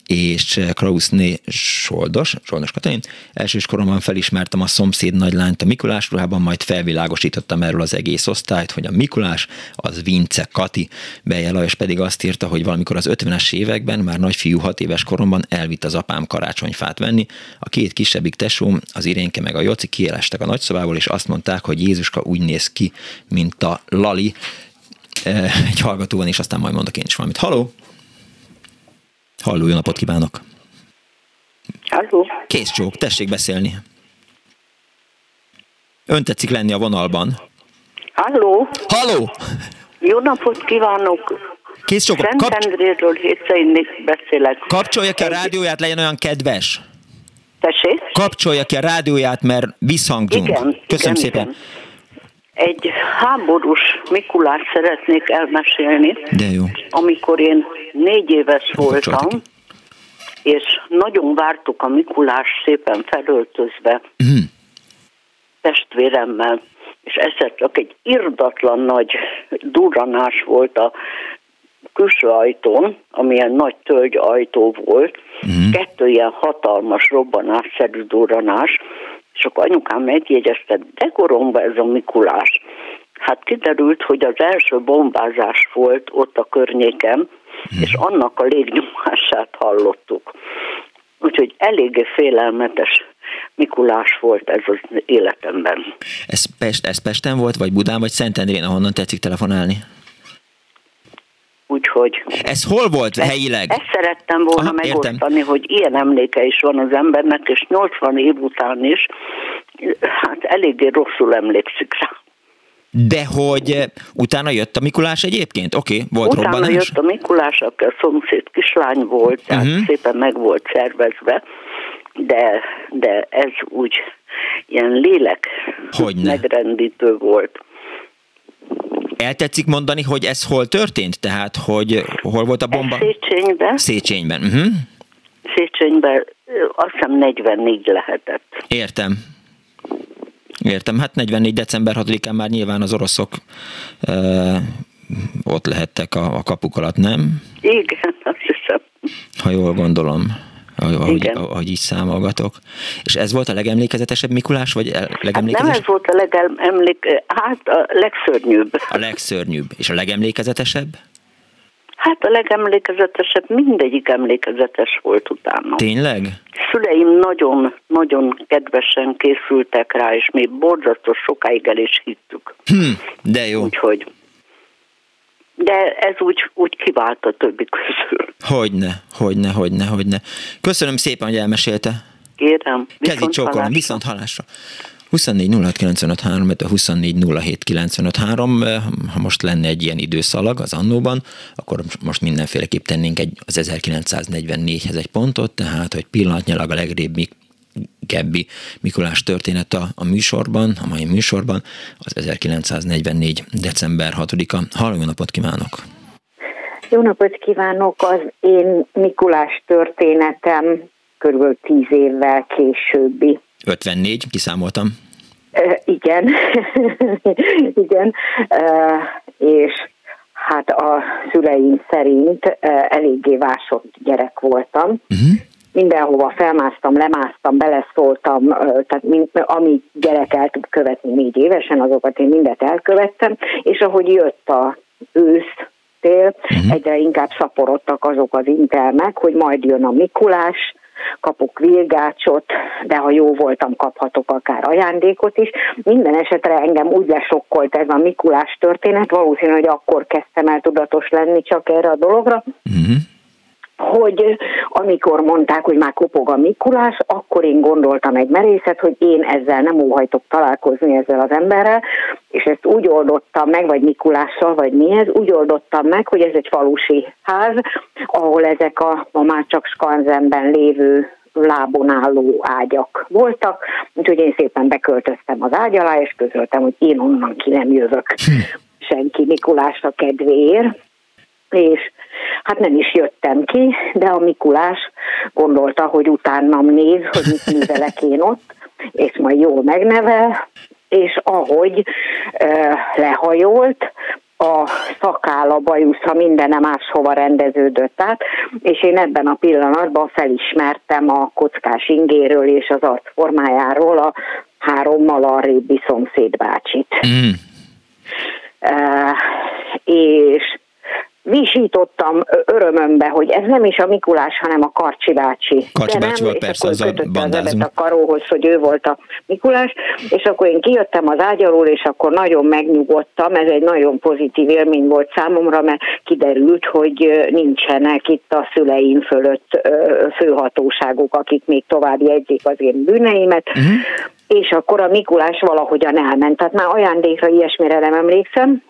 B: és Krausné Soldos, Soldos Katalin. Elsőskoromban felismertem a szomszéd nagylányt a Mikulás ruhában, majd felvilágosítottam erről az egész osztályt, hogy a Mikulás az Vince Kati. Beje Lajos pedig azt írta, hogy valamikor az ötvenes években, már nagyfiú hat éves koromban elvitt az apám karácsonyfát venni. A két kisebbik tesóm, az Irénke meg a Joci kielestek a nagyszobából, és azt mondták, hogy Jézuska úgy néz ki, mint a Lali. Egy hallgató van, és aztán majd mondok én is valamit. Halló! Halló, jó napot kívánok!
G: Halló!
B: Kész csók, tessék beszélni. Ön tetszik lenni a vonalban.
G: Halló!
B: Halló!
G: Jó napot kívánok!
B: Kész csók, kap...
G: Szentendréről Hétszainig beszélek.
B: Kapcsolja ki a rádióját, legyen olyan kedves.
G: Tessék?
B: Kapcsolja ki a rádióját, mert visszhangzunk.
G: Igen,
B: Köszönöm
G: igen,
B: szépen.
G: Igen. Egy háborús Mikulás szeretnék elmesélni.
B: De jó.
G: Amikor én négy éves voltam, és nagyon vártuk a Mikulás szépen felöltözve, uh-huh. testvéremmel, és egyszer csak egy irdatlan nagy durranás volt a külső ajtón, amilyen nagy tölgyajtó volt, uh-huh. kettő ilyen hatalmas robbanásszerű durranás, és akkor anyukám megjegyezte, de goromba ez a Mikulás. Hát kiderült, hogy az első bombázás volt ott a környéken, hmm. és annak a légnyomását hallottuk. Úgyhogy eléggé félelmetes Mikulás volt ez az életemben.
B: Ez, Pest, ez Pesten volt, vagy Budán, vagy Szentendrén, ahonnan tetszik telefonálni?
G: Úgyhogy...
B: Ez hol volt helyileg?
G: Ezt szerettem volna Aha, megosztani, értem. Hogy ilyen emléke is van az embernek, és nyolcvan év után is, hát eléggé rosszul emlékszik rá.
B: De hogy utána jött a Mikulás egyébként? Oké, okay, volt
G: utána
B: robbanás?
G: Utána jött a Mikulás, aki a szomszéd kislány volt, tehát uh-huh. szépen meg volt szervezve, de, de ez úgy ilyen lélek Hogyne. megrendítő volt.
B: El tetszik mondani, hogy ez hol történt? Tehát, hogy hol volt a bomba?
G: Ez Széchenyben.
B: Széchenyben. Uh-huh.
G: Széchenyben azt hiszem negyvennégy lehetett.
B: Értem. Értem. Hát negyvennégy december hatodikán már nyilván az oroszok uh, ott lehettek a, a kapuk alatt, nem?
G: Igen, azt hiszem.
B: Ha jól gondolom. Ahogy, ahogy így számolgatok. És ez volt a legemlékezetesebb Mikulás, vagy legemlékezetesebb?
G: Hát nem ez volt a legemlék, hát a legszörnyűbb.
B: A legszörnyűbb. És a legemlékezetesebb?
G: Hát a legemlékezetesebb, mindegyik emlékezetes volt utána.
B: Tényleg?
G: Szüleim nagyon-nagyon kedvesen készültek rá, és mi borzasztos sokáig el is hittük.
B: Hm, de jó.
G: Úgyhogy, de ez úgy, úgy kivált a többi közül.
B: Hogyne, hogyne, hogyne, hogyne. Köszönöm szépen, hogy elmesélte.
G: Kérem.
B: Kezi csókolom, viszont hallásra. huszonnégy nulla hat kilencvenöt három, huszonnégy nulla hét kilencvenöt három, ha most lenne egy ilyen időszalag az annóban, akkor most mindenféleképp tennénk egy, az ezerkilencszáznegyvennégyhez egy pontot, tehát, hogy pillanatnyilag a legrégebbi Mikulás történet a, a műsorban, a mai műsorban, az ezerkilencszáznegyvennégy. december hatodika. Halló, jó napot kívánok!
H: Jó napot kívánok! Az én Mikulás történetem körülbelül tíz évvel későbbi.
B: ötvennégy, kiszámoltam.
H: Uh, igen, igen, uh, és hát a szüleim szerint uh, eléggé vásott gyerek voltam. Uh-huh. Mindenhova felmásztam, lemásztam, beleszóltam, uh, tehát mind, ami gyerek el tud követni négy évesen, azokat én mindet elkövettem, és ahogy jött a ősz, tél, uh-huh. egyre inkább szaporodtak azok az intelmek, hogy majd jön a Mikulás, kapok virgácsot, de ha jó voltam, kaphatok akár ajándékot is. Minden esetre engem úgy lesokkolt ez a Mikulás történet, valószínű, hogy akkor kezdtem el tudatos lenni csak erre a dologra, uh-huh. hogy amikor mondták, hogy már kopog a Mikulás, akkor én gondoltam egy merészet, hogy én ezzel nem óhajtok találkozni ezzel az emberrel, és ezt úgy oldottam meg, vagy Mikulással, vagy mi ez, úgy oldottam meg, hogy ez egy falusi ház, ahol ezek a, a már csak skanzenben lévő lábon álló ágyak voltak, úgyhogy én szépen beköltöztem az ágy alá, és közöltem, hogy én onnan ki nem jövök senki Mikulásra kedvéért, és hát nem is jöttem ki, de a Mikulás gondolta, hogy utánam néz, hogy mit művelek én ott, és majd jól megnevel, és ahogy uh, lehajolt, a szakál, a bajusza, mindene máshova rendeződött át, és én ebben a pillanatban felismertem a kockás ingéről és az arcformájáról a hárommal arrébbi szomszédbácsit. Mm. Uh, és visítottam örömömbe, hogy ez nem is a Mikulás, hanem a Karcsi bácsi.
B: Karcsi bácsi volt persze, az a bandázom.
H: A karóhoz, hogy ő volt a Mikulás, és akkor én kijöttem az ágy alól, és akkor nagyon megnyugodtam, ez egy nagyon pozitív élmény volt számomra, mert kiderült, hogy nincsenek itt a szüleim fölött főhatóságok, akik még tovább jegyzik az én bűneimet, uh-huh. és akkor a Mikulás valahogyan elment. Tehát már ajándékra ilyesmire nem emlékszem,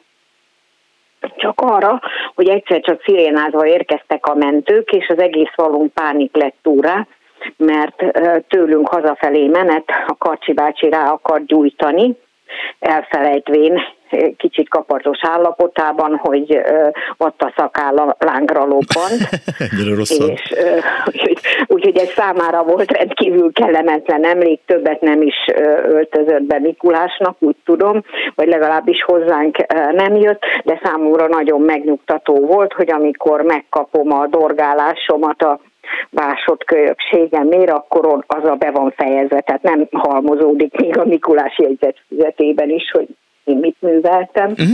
H: csak arra, hogy egyszer csak szirénázva érkeztek a mentők, és az egész falunk pánik lett úrá, mert tőlünk hazafelé menet a Karcsi bácsi rá akart gyújtani, elfelejtvén kicsit kapartos állapotában, hogy vatta szakálla lángra lobbant. és úgyhogy ez számára volt rendkívül kellemetlen emlék, többet nem is öltözött be Mikulásnak, úgy tudom, vagy legalábbis hozzánk nem jött, de számomra nagyon megnyugtató volt, hogy amikor megkapom a dorgálásomat a vásott kölyökségemért, akkor az a be van fejezve, tehát nem halmozódik még a Mikulás jegyzetfüzetében is, hogy én mit műveltem. Uh-huh.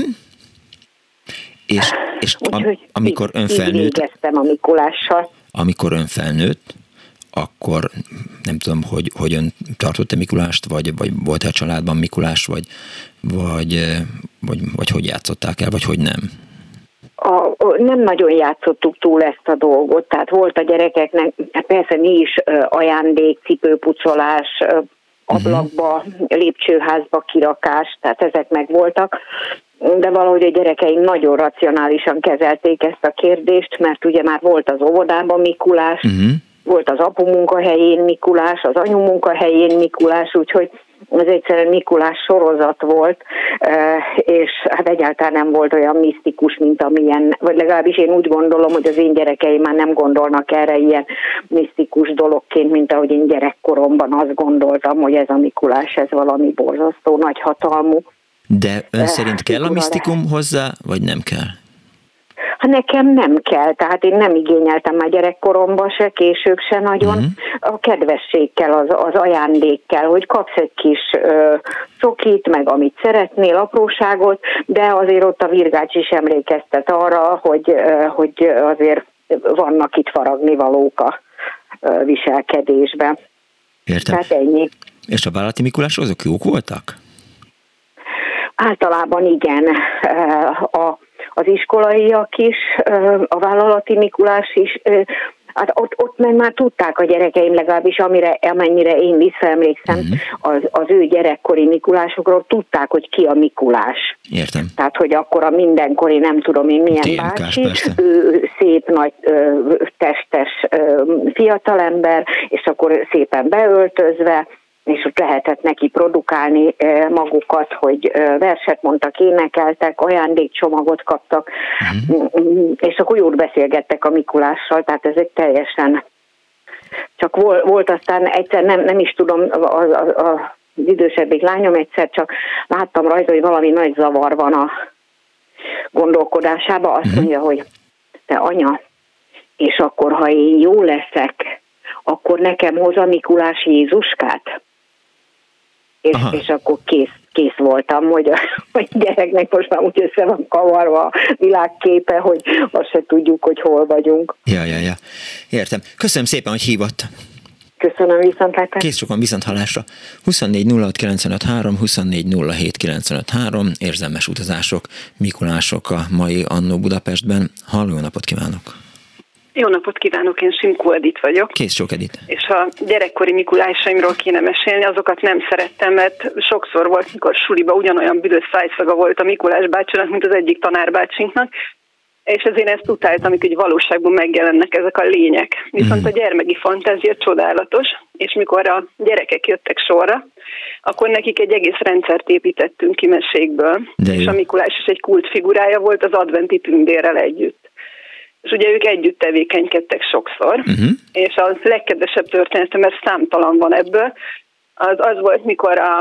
B: És, és am, amikor ön felnőtt,
H: végeztem a Mikulással.
B: Amikor ön felnőtt, akkor nem tudom, hogy, hogy ön tartott-e Mikulást, vagy, vagy volt-e a családban Mikulás, vagy, vagy, vagy, vagy hogy játszották el, vagy hogy nem?
H: A, nem nagyon játszottuk túl ezt a dolgot, tehát volt a gyerekeknek, persze mi is ajándék, cipőpucolás, ablakba, lépcsőházba kirakás, tehát ezek meg voltak, de valahogy a gyerekeink nagyon racionálisan kezelték ezt a kérdést, mert ugye már volt az óvodában Mikulás, uh-huh. volt az apu munkahelyén Mikulás, az anyu munkahelyén Mikulás, úgyhogy ez egyszerűen Mikulás sorozat volt, és hát egyáltalán nem volt olyan misztikus, mint amilyen, vagy legalábbis én úgy gondolom, hogy az én gyerekeim már nem gondolnak erre ilyen misztikus dologként, mint ahogy én gyerekkoromban azt gondoltam, hogy ez a Mikulás, ez valami borzasztó nagyhatalmú.
B: De ön szerint kell a misztikum hozzá, vagy nem kell?
H: Ha nekem nem kell, tehát én nem igényeltem már gyerekkoromban se, később se nagyon, uh-huh. a kedvességkel, az, az ajándékkel, hogy kapsz egy kis ö, cokit, meg amit szeretnél, apróságot, de azért ott a virgács is emlékeztet arra, hogy, ö, hogy azért vannak itt faragnivalók a ö, viselkedésben.
B: Értem.
H: Tehát ennyi.
B: És a vállalati Mikulás azok jók voltak?
H: Általában igen. A az iskolaiak is, a vállalati Mikulás is, hát ott, ott meg már tudták a gyerekeim legalábbis, amire, amennyire én visszaemlékszem, uh-huh. az, az ő gyerekkori Mikulásokról tudták, hogy ki a Mikulás.
B: Értem.
H: Tehát, hogy akkor a mindenkori, nem tudom én milyen
B: Ténykás,
H: bácsi, ő szép, nagy, testes fiatalember, és akkor szépen beöltözve, és ott lehetett neki produkálni magukat, hogy verset mondtak, énekeltek, ajándékcsomagot kaptak, uh-huh. és akkor jót beszélgettek a Mikulással, tehát ez egy teljesen... Csak volt, volt aztán egyszer, nem, nem is tudom, az, az, az idősebbik lányom egyszer csak láttam rajta, hogy valami nagy zavar van a gondolkodásában, azt uh-huh. mondja, hogy te anya, és akkor ha én jó leszek, akkor nekem hoz a Mikulás Jézuskát? És, és akkor kész, kész voltam, hogy a, hogy a gyereknek most már úgy össze van kavarva a világképe, hogy azt se tudjuk, hogy hol vagyunk.
B: Ja, ja, ja. Értem. Köszönöm szépen, hogy hívott.
H: Köszönöm, viszontlátásra.
B: Kész sokan, viszont hallásra. huszonnégy nulla hat kilencvenöt három, huszonnégy nulla hét kilencvenöt három, érzelmes utazások, Mikulások a mai Annó Budapestben. Halló, napot kívánok!
I: Jó napot kívánok, én Simko Edit vagyok.
B: Kész sok Edit.
I: És a gyerekkori Mikulásaimról kéne mesélni, azokat nem szerettem, mert sokszor volt, mikor suliba ugyanolyan büdös szájszaga volt a Mikulás bácsinak, mint az egyik tanárbácsinknak, és ezért ezt utáltam, amikor így valóságban megjelennek ezek a lények. Viszont a gyermeki fantázia csodálatos, és mikor a gyerekek jöttek sorra, akkor nekik egy egész rendszert építettünk ki mesékből, és a Mikulás is egy kultfigurája volt az adventi tündérrel együtt. És ugye ők együtt tevékenykedtek sokszor, uh-huh. és a legkedvesebb történetem, mert számtalan van ebből, az az volt, mikor a,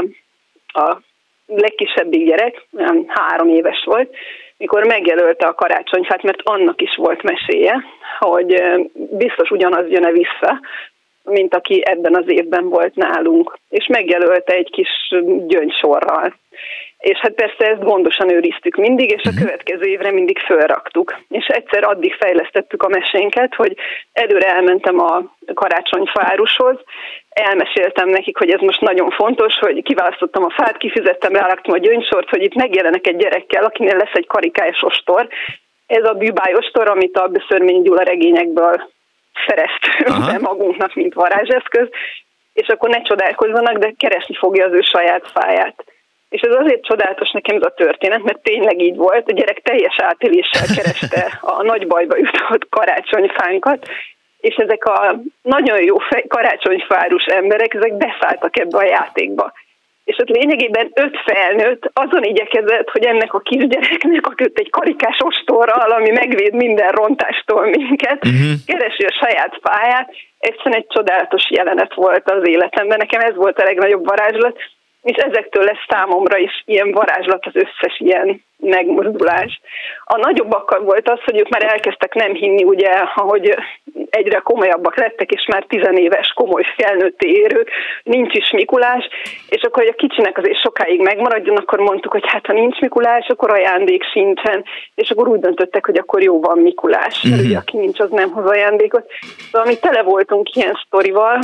I: a legkisebbik gyerek, olyan három éves volt, mikor megjelölte a karácsonyfát, mert annak is volt meséje, hogy biztos ugyanaz jön-e vissza, mint aki ebben az évben volt nálunk. És megjelölte egy kis gyöngysorral. És hát persze ezt gondosan őriztük mindig, és a következő évre mindig fölraktuk. És egyszer addig fejlesztettük a mesénket, hogy előre elmentem a karácsonyfárushoz, elmeséltem nekik, hogy ez most nagyon fontos, hogy kiválasztottam a fát, kifizettem, ráraktam a gyöngysort, hogy itt megjelenek egy gyerekkel, akinél lesz egy karikályos ostor. Ez a bűbályostor, amit a Szörményi Gyula regényekből szereztünk be magunknak, mint varázseszköz, és akkor ne csodálkozzanak, de keresni fogja az ő saját fáját. És ez azért csodálatos nekem ez a történet, mert tényleg így volt. A gyerek teljes átéléssel kereste a nagy bajba jutott karácsonyfánkat, és ezek a nagyon jó karácsonyfárus emberek, ezek beszálltak ebbe a játékba. És ott lényegében öt felnőtt azon igyekezett, hogy ennek a kisgyereknek, aki egy karikás ostorral, ami megvéd minden rontástól minket, uh-huh. keresi a saját pályát. Egyszerűen egy csodálatos jelenet volt az életemben. Nekem ez volt a legnagyobb varázslat, és ezektől lesz számomra is ilyen varázslat az összes ilyen megmozdulás. A nagyobbakkal volt az, hogy ők már elkezdtek nem hinni, ugye, ahogy egyre komolyabbak lettek, és már tizenéves komoly felnőtté érők, nincs is Mikulás, és akkor, hogy a kicsinek azért sokáig megmaradjon, akkor mondtuk, hogy hát ha nincs Mikulás, akkor ajándék sincsen, és akkor úgy döntöttek, hogy akkor jó van Mikulás, mert ugye aki nincs, az nem hoz ajándékot. Szóval mi tele voltunk ilyen sztorival,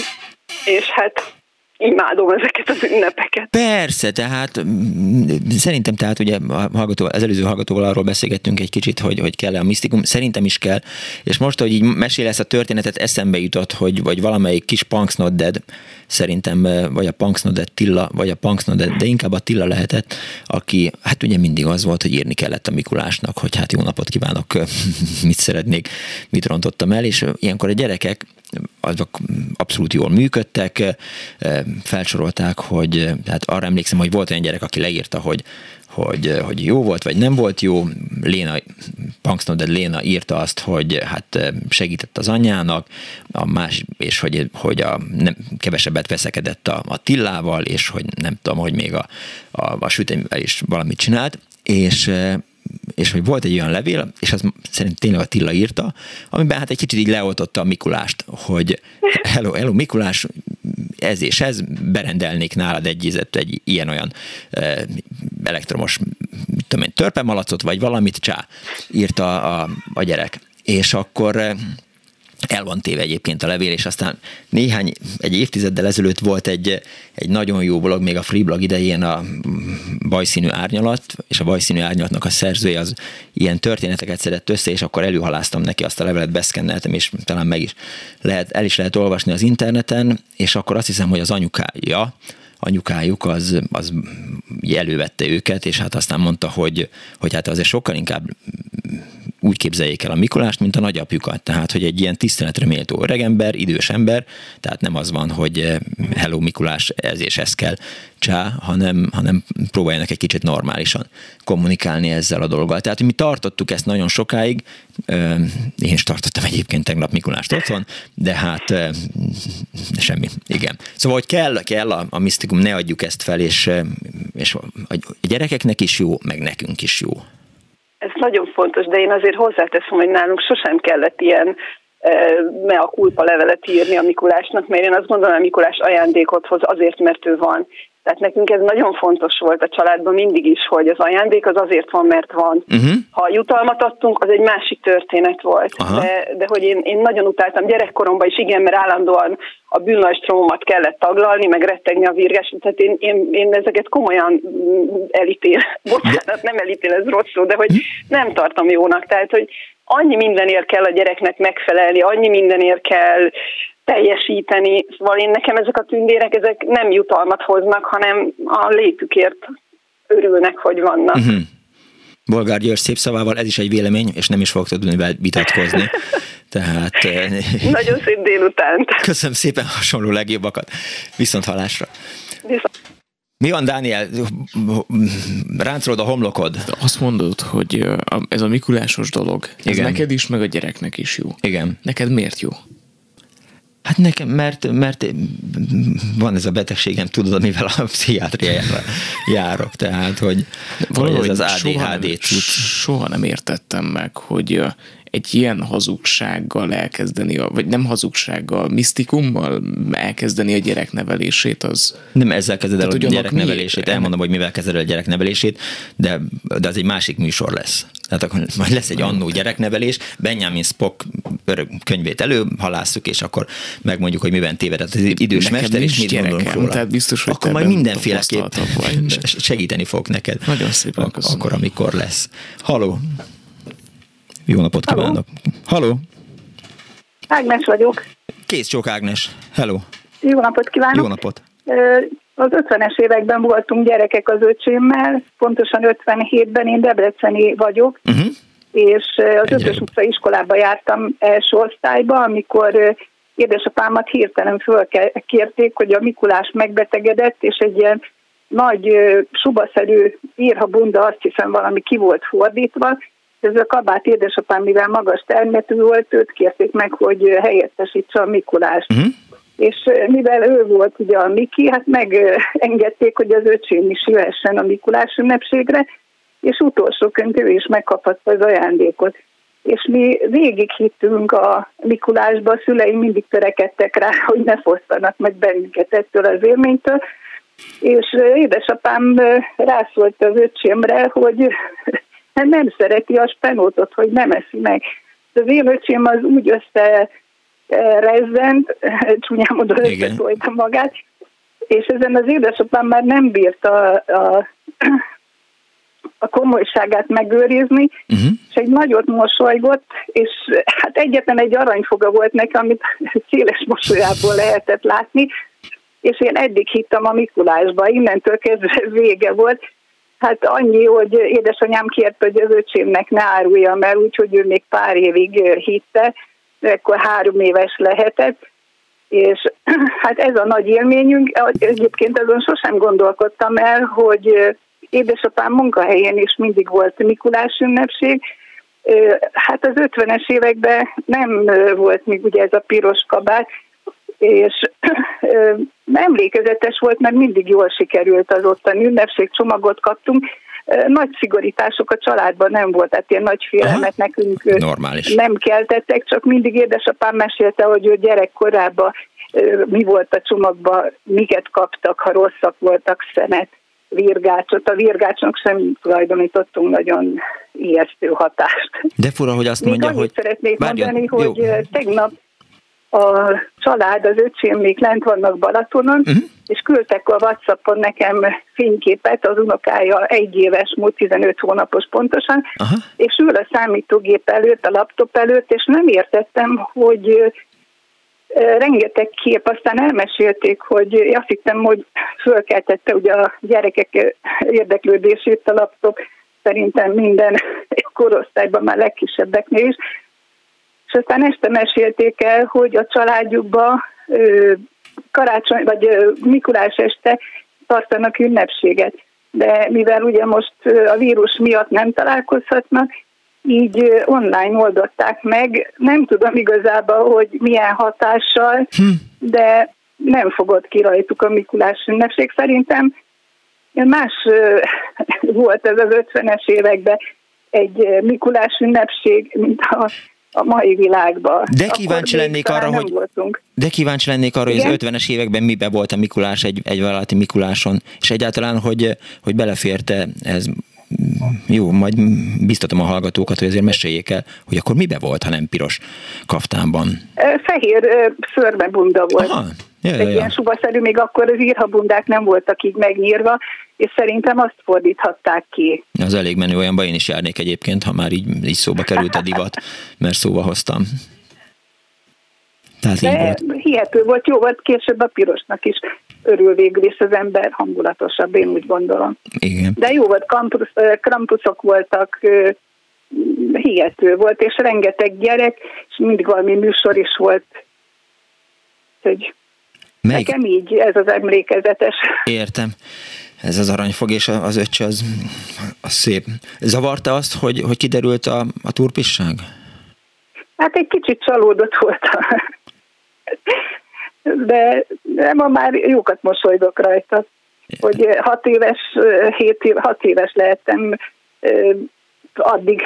I: és hát imádom ezeket az ünnepeket.
B: Persze, tehát szerintem, tehát ugye a hallgató, az előző hallgatóval arról beszélgettünk egy kicsit, hogy, hogy kell-e a misztikum, szerintem is kell, és most, hogy így mesél ezt a történetet, eszembe jutott, hogy vagy valamelyik kis Punks Not Dead, szerintem vagy a Punks Not Dead Tilla, vagy a Punks Not Dead, de inkább a Tilla lehetett, aki, hát ugye mindig az volt, hogy írni kellett a Mikulásnak, hogy hát jó napot kívánok, mit szeretnék, mit rontottam el, és ilyenkor a gyerekek azok abszolút jól működtek, felsorolták, hogy hát arra emlékszem, hogy volt olyan gyerek, aki leírta, hogy, hogy, hogy jó volt, vagy nem volt jó. Léna, Punks Not Dead Léna írta azt, hogy hát segített az anyjának, a más, és hogy, hogy a, nem, kevesebbet veszekedett a, a Tillával, és hogy nem tudom, hogy még a, a, a süteményvel is valamit csinált, és és hogy volt egy olyan levél, és az szerint tényleg a Tilla írta, amiben hát egy kicsit így leoltotta a Mikulást, hogy hello, hello Mikulás, ez és ez, berendelnék nálad egy, egy ilyen-olyan elektromos tudom én, törpemalacot, vagy valamit, csá, írta a, a gyerek. És akkor el van téve egyébként a levél, és aztán néhány, egy évtizeddel ezelőtt volt egy, egy nagyon jó blog, még a Freeblog idején, a Bajszínű árnyalat, és a Bajszínű árnyalatnak a szerzője az ilyen történeteket szedett össze, és akkor előhaláztam neki azt a levelet, beszkenneltem, és talán meg is lehet, el is lehet olvasni az interneten, és akkor azt hiszem, hogy az anyukája, anyukájuk az, az elővette őket, és hát aztán mondta, hogy, hogy hát azért sokkal inkább úgy képzeljék el a Mikulást, mint a nagyapjukat. Tehát, hogy egy ilyen tiszteletre méltó öregember, idős ember, tehát nem az van, hogy hello Mikulás, ez és ez kell, csá, hanem, hanem próbáljanak egy kicsit normálisan kommunikálni ezzel a dolggal. Tehát, hogy mi tartottuk ezt nagyon sokáig, én is tartottam egyébként tegnap Mikulást otthon, de hát semmi, igen. Szóval, hogy kell, kell a, a misztikum, ne adjuk ezt fel, és, és a gyerekeknek is jó, meg nekünk is jó.
I: Ez nagyon fontos, de én azért hozzáteszem, hogy nálunk sosem kellett ilyen e, mea culpa levelet írni a Mikulásnak, mert én azt gondolom, hogy a Mikulás ajándékot hoz azért, mert ő van. Tehát nekünk ez nagyon fontos volt a családban mindig is, hogy az ajándék az azért van, mert van. Uh-huh. Ha jutalmat adtunk, az egy másik történet volt. De, de hogy én, én nagyon utáltam gyerekkoromban is, igen, mert állandóan a bűnlajstromomat kellett taglalni, meg rettegni a virgás. Tehát én, én, én ezeket komolyan elítél. Bocsánat, nem elítél, ez rossz szó, de hogy nem tartom jónak. Tehát, hogy annyi mindenért kell a gyereknek megfelelni, annyi mindenért kell teljesíteni. Szóval én nekem ezek a tündérek, ezek nem jutalmat hoznak, hanem a létükért örülnek, hogy vannak. Uh-huh.
B: Bolgár György szép szavával, ez is egy vélemény, és nem is fogok tudni vele vitatkozni. Tehát...
I: Nagyon szép délutánt.
B: Köszönöm szépen, hasonló legjobbakat. Viszont hallásra. Viszont. Mi van, Dániel? Ráncolod a homlokod?
C: Azt mondod, hogy ez a mikulásos dolog, ez igen. Neked is, meg a gyereknek is jó.
B: Igen.
C: Neked miért jó?
B: Hát nekem, mert, mert van ez a betegségem, tudod, amivel a pszichiátriára járok, tehát, hogy, hogy ez az á dé há dé
C: soha, soha nem értettem meg, hogy egy ilyen hazugsággal elkezdeni, a, vagy nem hazugsággal, misztikummal elkezdeni a gyereknevelését, az...
B: Nem ezzel kezded el a gyereknevelését, mi? Elmondom, hogy mivel kezded el a gyereknevelését, de, de az egy másik műsor lesz. Tehát akkor majd lesz egy annó gyereknevelés, Benjamin Spock könyvét előhalásszuk, és akkor megmondjuk, hogy miben tévedett az idős nekem mester, és mit gondolunk róla.
C: Tehát biztos, hogy
B: akkor majd mindenféleképp segíteni fog neked.
C: Nagyon szépen köszönöm.
B: Akkor, amikor lesz. Halló! Jó napot kívánok! Halló!
J: Ágnes vagyok.
B: Kész csók, Ágnes. Hello!
J: Jó napot kívánok!
B: Jó napot!
J: Az ötvenes években voltunk gyerekek az öcsémmel, pontosan ötvenhétben, én debreceni vagyok, uh-huh. és az Ötös utca iskolába jártam első osztályba, amikor édesapámat hirtelen fölkérték, hogy a Mikulás megbetegedett, és egy ilyen nagy subaszerű írhabunda, azt hiszem valami ki volt fordítva. Ez a kabát édesapám, mivel magas termetű volt, őt kérték meg, hogy helyettesítse a Mikulást. Uh-huh. És mivel ő volt ugye a Miki, hát megengedték, hogy az öcsém is jöhessen a Mikulás ünnepségre, és utolsóként ő is megkaphatta az ajándékot. És mi végig hittünk a Mikulásba, a szüleim mindig törekedtek rá, hogy ne fosztanak meg bennünket ettől az élménytől, és édesapám rászólt az öcsémre, hogy nem szereti a spenótot, hogy nem eszi meg. Az én öcsém az úgy összerezzent, csúnyán mondom, összetolta magát, és ezen az édesapám már nem bírta a, a, a komolyságát megőrizni, uh-huh. és egy nagyot mosolygott, és hát egyetlen egy aranyfoga volt neki, amit széles mosolyából lehetett látni, és én eddig hittem a Mikulásba, innentől kezdve vége volt. Hát annyi, hogy édesanyám kérte, hogy az öcsémnek ne áruljam el, úgyhogy ő még pár évig hitte, akkor három éves lehetett, és hát ez a nagy élményünk. Egyébként azon sosem gondolkodtam el, hogy édesapám munkahelyén is mindig volt Mikulás ünnepség. Hát az ötvenes években nem volt még ugye ez a piros kabát, és emlékezetes volt, mert mindig jól sikerült az ottani ünnepség, csomagot kaptunk, nagy szigorítások a családban nem volt, tehát ilyen nagy félelmet
B: Aha.
J: nekünk
B: Normális.
J: nem keltettek, csak mindig édesapám mesélte, hogy ő gyerekkorában mi volt a csomagban, miket kaptak, ha rosszak voltak, szemet, virgácsot. A virgácsnak sem tulajdonítottunk nagyon ijesztő hatást.
B: De fura, hogy azt
J: Még
B: mondja,
J: annyit
B: hogy...
J: szeretnék
B: Várjon,
J: mondani,
B: jó.
J: hogy tegnap a család, az öcsémék lent vannak Balatonon, uh-huh. és küldtek a WhatsAppon nekem fényképet, az unokája egy éves, múlt tizenöt hónapos pontosan,
B: Aha.
J: és ül a számítógép előtt, a laptop előtt, és nem értettem, hogy rengeteg kép, aztán elmesélték, hogy azt hittem, hogy fölkeltette ugye a gyerekek érdeklődését a laptop, szerintem minden korosztályban, már legkisebbeknél is, és aztán este mesélték el, hogy a családjukban karácsony, vagy Mikulás este tartanak ünnepséget. De mivel ugye most a vírus miatt nem találkozhatnak, így online oldották meg. Nem tudom igazából, hogy milyen hatással, hm. de nem fogott ki rajtuk a Mikulás ünnepség. Szerintem más volt ez az ötvenes években egy Mikulás ünnepség, mint a a mai világban.
B: De kíváncsi lennék arra, hogy voltunk. De kíváncsi lennék arra, hogy az ötvenes években mibe volt a Mikulás egy, egy vállalati Mikuláson, és egyáltalán, hogy, hogy beleférte ez. Jó, majd biztatom a hallgatókat, hogy azért meséljék el, hogy akkor mibe volt, ha nem piros kaftánban?
J: Fehér szörmebunda volt.
B: Aha. Ja, ja,
J: egy
B: ja.
J: ilyen subaszerű, még akkor az írhabundák nem voltak így megnyírva, és szerintem azt fordíthatták ki.
B: Az elég menő, olyanban én is járnék egyébként, ha már így, így szóba került a divat, mert szóba hoztam. Tehát így volt.
J: Hihető volt, jó volt, később a pirosnak is örül végül is az ember, hangulatosabb, én úgy gondolom.
B: Igen.
J: De jó volt, kampusz, krampuszok voltak, hihető volt, és rengeteg gyerek, és mindig valami műsor is volt. Hogy
B: Melyik?
J: Nekem így ez az emlékezetes.
B: Értem. Ez az aranyfog és az öccse, az, az szép. Zavarta azt, hogy, hogy kiderült a, a turpisság?
J: Hát egy kicsit csalódott voltam. De, de ma már jókat mosolygok rajta. Értem. Hogy hat éves, hét év, hat éves lehettem, addig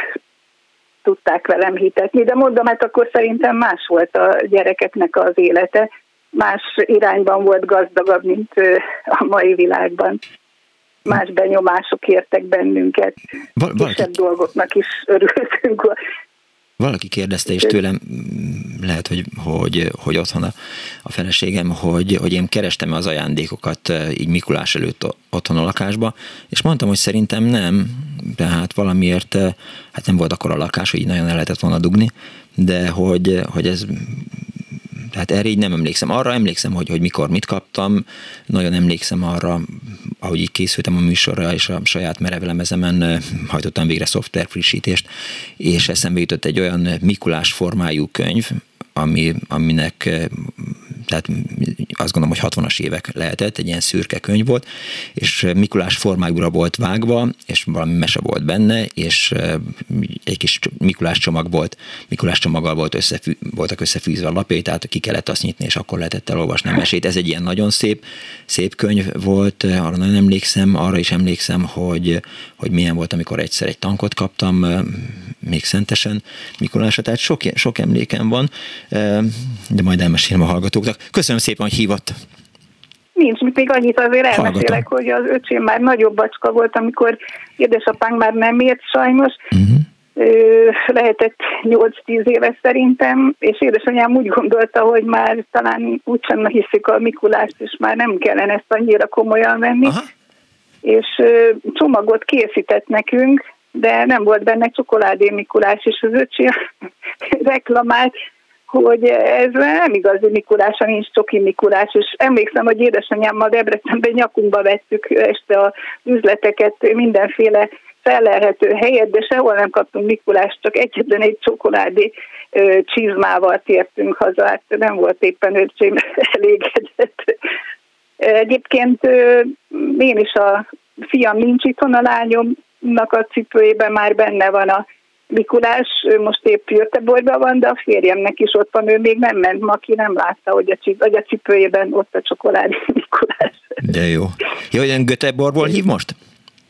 J: tudták velem hitetni. De mondom, hát akkor szerintem más volt a gyerekeknek az élete. Más irányban volt gazdagabb, mint a mai világban. Más benyomások értek bennünket. Val- valaki... Kisebb dolgoknak is örültünk.
B: Valaki kérdezte is tőlem, lehet, hogy, hogy, hogy otthon a, a feleségem, hogy, hogy én kerestem az ajándékokat így Mikulás előtt otthon a lakásba, és mondtam, hogy szerintem nem, tehát valamiért, hát nem volt akkor a lakás, hogy így nagyon el lehetett volna dugni, de hogy, hogy ez... Tehát erre így nem emlékszem. Arra emlékszem, hogy, hogy mikor mit kaptam, nagyon emlékszem arra, ahogy így készültem a műsorra, és a saját merevelemezemen hajtottam végre szoftver frissítést, és eszembe jutott egy olyan Mikulás formájú könyv, ami, aminek, tehát azt gondolom, hogy hatvanas évek lehetett, egy ilyen szürke könyv volt, és Mikulás formájúra volt vágva, és valami mese volt benne, és egy kis Mikulás csomag volt, Mikulás csomaggal volt összefű, voltak összefűzve a lapjai, tehát ki kellett azt nyitni, és akkor lehetett elolvasni a mesét. Ez egy ilyen nagyon szép, szép könyv volt, arra nagyon emlékszem, arra is emlékszem, hogy, hogy milyen volt, amikor egyszer egy tankot kaptam, még szentesen Mikulásra, tehát sok, sok emlékem van, de majd elmesélem a hallgatóknak. Köszönöm szépen, hogy hívott.
J: Nincs, mit még annyit azért elmesélek, hogy az öcsém már nagyobb bacska volt, amikor édesapánk már nem ért sajnos. Uh-huh. Lehetett nyolc-tíz éves szerintem, és édesanyám úgy gondolta, hogy már talán úgysem hiszik a Mikulást, és már nem kellene ezt annyira komolyan venni. Aha. És csomagot készített nekünk, de nem volt benne csokoládé Mikulás, és az öcsém reklamált, hogy ez nem igazi Mikulás, ha nincs csoki Mikulás, és emlékszem, hogy édesanyámmal Debrecenben nyakunkba vettük este az üzleteket mindenféle fellelhető helyet, de sehol nem kaptunk Mikulást, csak egyetlen egy csokoládé csizmával tértünk haza, hát nem volt éppen öcsém elégedett. Egyébként én is, a fiam nincs itthon, a lányomnak a cipőjében már benne van a Mikulás, ő most épp Göteborgban van, de a férjemnek is ott van, ő még nem ment ma, aki nem látta, hogy a, cip- hogy a cipőjében ott a csokoládé Mikulás.
B: De jó. Jó, hogy Göteborgból hív most?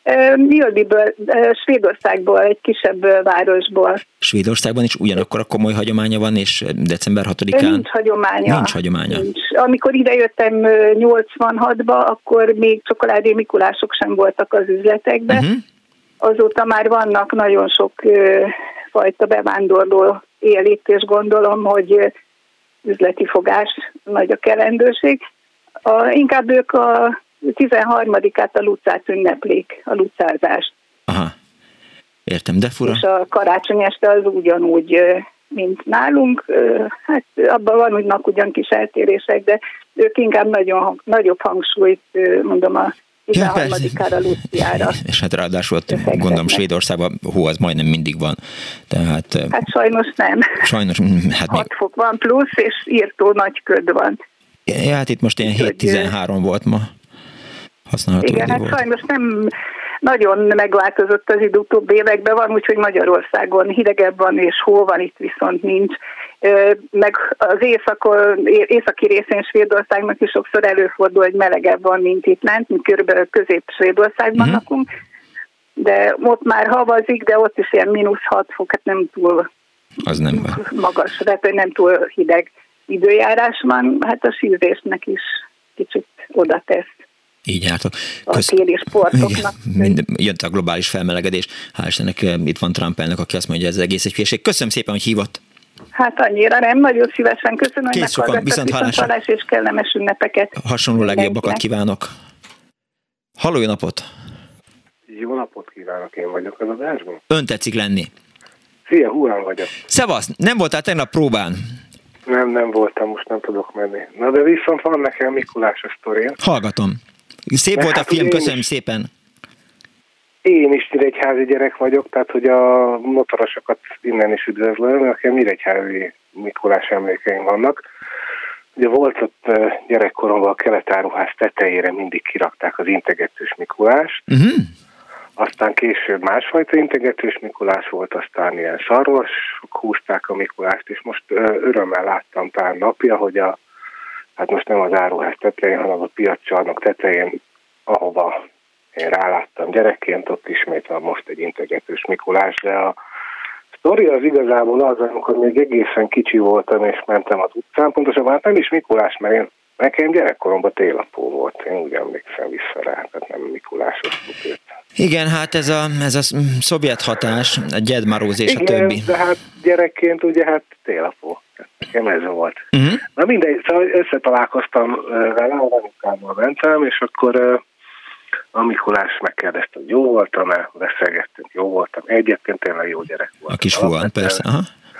J: Mjölbyből, Svédországból, egy kisebb városból.
B: Svédországban is ugyanakkor a komoly hagyománya van, és december hatodikán...
J: Nincs hagyománya.
B: Nincs hagyománya.
J: Nincs. Amikor idejöttem nyolcvanhatba, akkor még csokoládé Mikulások sem voltak az üzletekben. Uh-huh. Azóta már vannak nagyon sok ö, fajta bevándorló él itt, és gondolom, hogy ö, üzleti fogás nagy a kelendőség. A, inkább ők a tizenharmadikát a Lucát ünneplik, a lucázást.
B: Aha, értem, de fura.
J: És a karácsony este az ugyanúgy, mint nálunk. Hát abban vannak ugyan kis eltérések, de ők inkább nagyon, nagyobb hangsúlyt, mondom, a tizenharmadikára, Luciára.
B: És hát ráadásul ott gondolom Svédországban hó az majdnem mindig van. Tehát,
J: hát sajnos nem.
B: Sajnos, hát
J: hat még... fok van plusz, és írtó nagy köd van.
B: Ja, hát itt most ilyen hét tizenhárom volt ma. Használható
J: igen, hát
B: volt.
J: sajnos nem nagyon megváltozott az idő utóbbi években, van úgyhogy Magyarországon hidegebb van és hó van, itt viszont nincs. Meg az északon, északi részén Svédországnak is sokszor előfordul, hogy melegebb van, mint itt lent, mint körülbelül Közép-Svédországban uh-huh. lakunk, de ott már havazik, de ott is ilyen mínusz hat fok, hát nem túl
B: az nem van.
J: Magas, tehát nem túl hideg időjárás van, hát a sízésnek is kicsit oda tesz.
B: Így jártok.
J: Kösz... A téli sportoknak.
B: Mind, jött a globális felmelegedés. Hál' Istennek itt van Trump elnök, aki azt mondja, hogy ez egész egy hülyeség. Köszönöm szépen, hogy hívott.
J: Hát annyira nem, nagyon szívesen köszönöm, hogy
B: meghallgattak,
J: viszont hallás és kellemes ünnepeket.
B: Hasonló legjobbakat kívánok. Halló, jó napot!
K: Jó napot kívánok, én vagyok az adásban.
B: Ön tetszik lenni.
K: Szia, Húrán vagyok.
B: Szevasz, nem voltál tegnap próbán?
K: Nem, nem voltam, most nem tudok menni. Na de viszont van nekem Mikulásos sztoria.
B: Hallgatom. Szép volt hát a film, köszönöm is, szépen.
K: Én is nyíregyházi gyerek vagyok, tehát hogy a motorosokat innen is üdvözlöm, nekem nyíregyházi Mikulás emlékeim vannak. Ugye volt ott gyerekkoromban a Keletáruház tetejére mindig kirakták az integetős Mikulást, uh-huh. Aztán később másfajta integetős Mikulás volt, aztán ilyen szarvas húzták a Mikulást, és most örömmel láttam pár napja, hogy a, hát most nem az áruház tetején, hanem a piaccsarnok tetején, ahova én ráláttam gyerekként, ott ismét van most egy integetős Mikulás, de a sztori az igazából az, amikor még egészen kicsi voltam, és mentem az utcán, pontosabban hát nem is Mikulás, mert én, nekem gyerekkoromban télapó volt, én úgy emlékszem vissza rá, tehát nem Mikulásos őt.
B: Igen, hát ez a, ez a szovjet hatás, a Gyed Maróz és
K: igen,
B: a többi.
K: De hát gyerekként ugye hát télapó. Nekem ez volt. Uh-huh. Na mindegy, szóval összetalálkoztam vele, a anyukámmal mentem, és akkor a Mikulás megkérdezte, hogy jó voltam-e, beszélgettünk, jó voltam. Egyébként tényleg jó gyerek voltam.
B: A kis Huan, persze. Aha.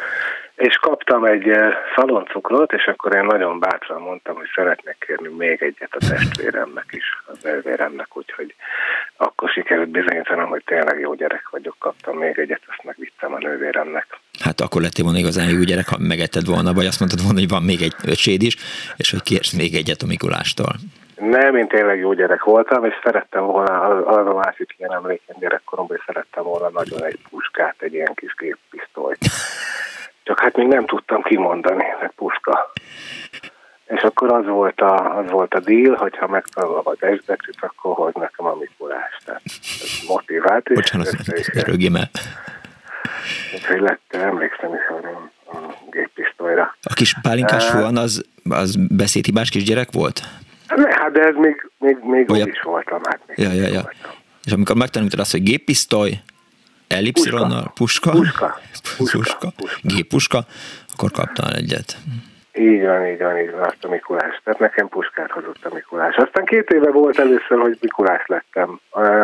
K: És kaptam egy szaloncukrot, és akkor én nagyon bátran mondtam, hogy szeretnék kérni még egyet a testvéremnek is, az nővéremnek, úgyhogy akkor sikerült bizonyítanom, hogy tényleg jó gyerek vagyok, kaptam még egyet, azt megvittem a nővéremnek.
B: Hát akkor lettél volna igazán jó gyerek, ha megetted volna, vagy azt mondtad volna, hogy van még egy öcséd is, és hogy kérsz még egyet a Mikulástól.
K: Nem, én tényleg jó gyerek voltam, és szerettem volna, az a másik ilyen emléken gyerekkoromban, hogy szerettem volna nagyon egy puskát, egy ilyen kis géppisztolyt. Csak hát még nem tudtam kimondani, hogy puska. És akkor az volt a, az volt a deal, hogyha megtanulom az esbetűt, akkor hoz nekem a Mikulás. Tehát ez motivált.
B: Bocsánat, rögjém el.
K: Úgyhogy lett, emlékszem is arra a géppisztolyra.
B: A kis pálinkás Huan, az, az beszédhibás kisgyerek volt?
K: Ne, hát de ez még, még, még úgy is voltam. Hát még
B: ja, ja, ja. Voltam. És amikor megtanultad azt, hogy géppisztoly, ellipszironnal, puska,
K: puska, puska,
B: puska, puska, géppuska, akkor kaptál egyet.
K: Így van, így van, így van, azt a Mikulás. Tehát nekem puskát hozott a Mikulás. Aztán két éve volt először, hogy Mikulás lettem.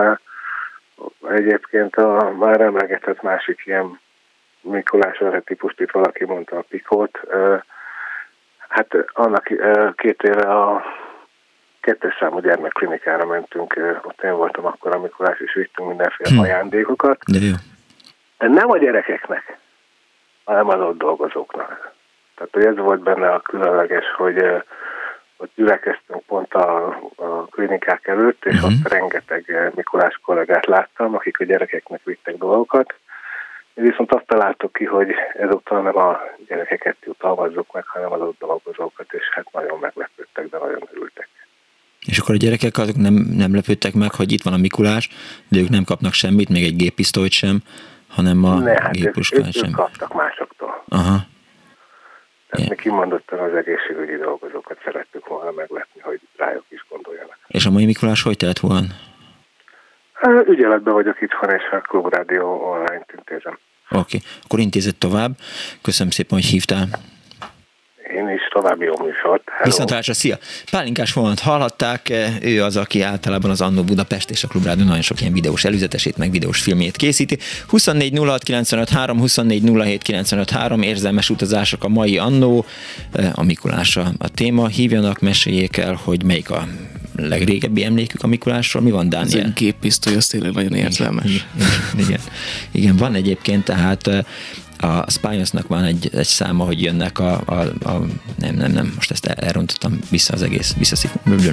K: Egyébként a már emlegetett másik ilyen Mikulás típust, itt valaki mondta a Pikót. Hát annak két éve a kettes számú gyermekklinikára mentünk, ott én voltam akkor a Mikulás, és vittünk mindenféle hm. ajándékokat.
B: De jó.
K: De nem a gyerekeknek, hanem az ott dolgozóknak. Tehát hogy ez volt benne a különleges, hogy uh, ott gyülekeztünk pont a, a klinikák előtt, és uh-huh. ott rengeteg Mikulás kollégát láttam, akik a gyerekeknek vittek dolgokat. Viszont azt találtuk ki, hogy ezúttal nem a gyerekeket jutalmazzuk meg, hanem az ott dolgozókat, és hát nagyon meglepődtek, de nagyon örültek.
B: És akkor a gyerekek azok nem, nem lepődtek meg, hogy itt van a Mikulás, de ők nem kapnak semmit, még egy géppisztolyt sem, hanem a
K: ne, hát
B: géppuskát
K: ők,
B: sem.
K: Ők kaptak másoktól.
B: Aha.
K: Tehát mi kimondottan az egészségügyi dolgozókat szerettük volna meglepni, hogy rájuk is gondoljanak.
B: És a mai Mikulás hogy telt volna?
K: Ügyeletben vagyok itthon, és a Klubrádió online-t intézem.
B: Oké, okay. Akkor intézed tovább. Köszönöm szépen, hogy hívtál.
K: Én is, további jó műsort. Hello.
B: Viszontlátásra, szia! Pálinkás Volant hallhatták, ő az, aki általában az Annó Budapest és a Klubrádió nagyon sok ilyen videós előzetesét, meg videós filmjét készíti. huszonnégy nulla hat kilencvenöt három, huszonnégy nulla hét kilencvenöt három, érzelmes utazások a mai Annó, a Mikulás a téma. Hívjanak, meséljék el, hogy melyik a legrégebbi emlékük a Mikulásról. Mi van, Dániel?
C: Ez egy géppisztoly, az tényleg nagyon érzelmes.
B: Igen, igen, igen, van egyébként, tehát a Spionsnak van egy, egy száma, hogy jönnek a, a, a nem, nem, nem, most ezt elrontottam vissza az egész, visszaszik.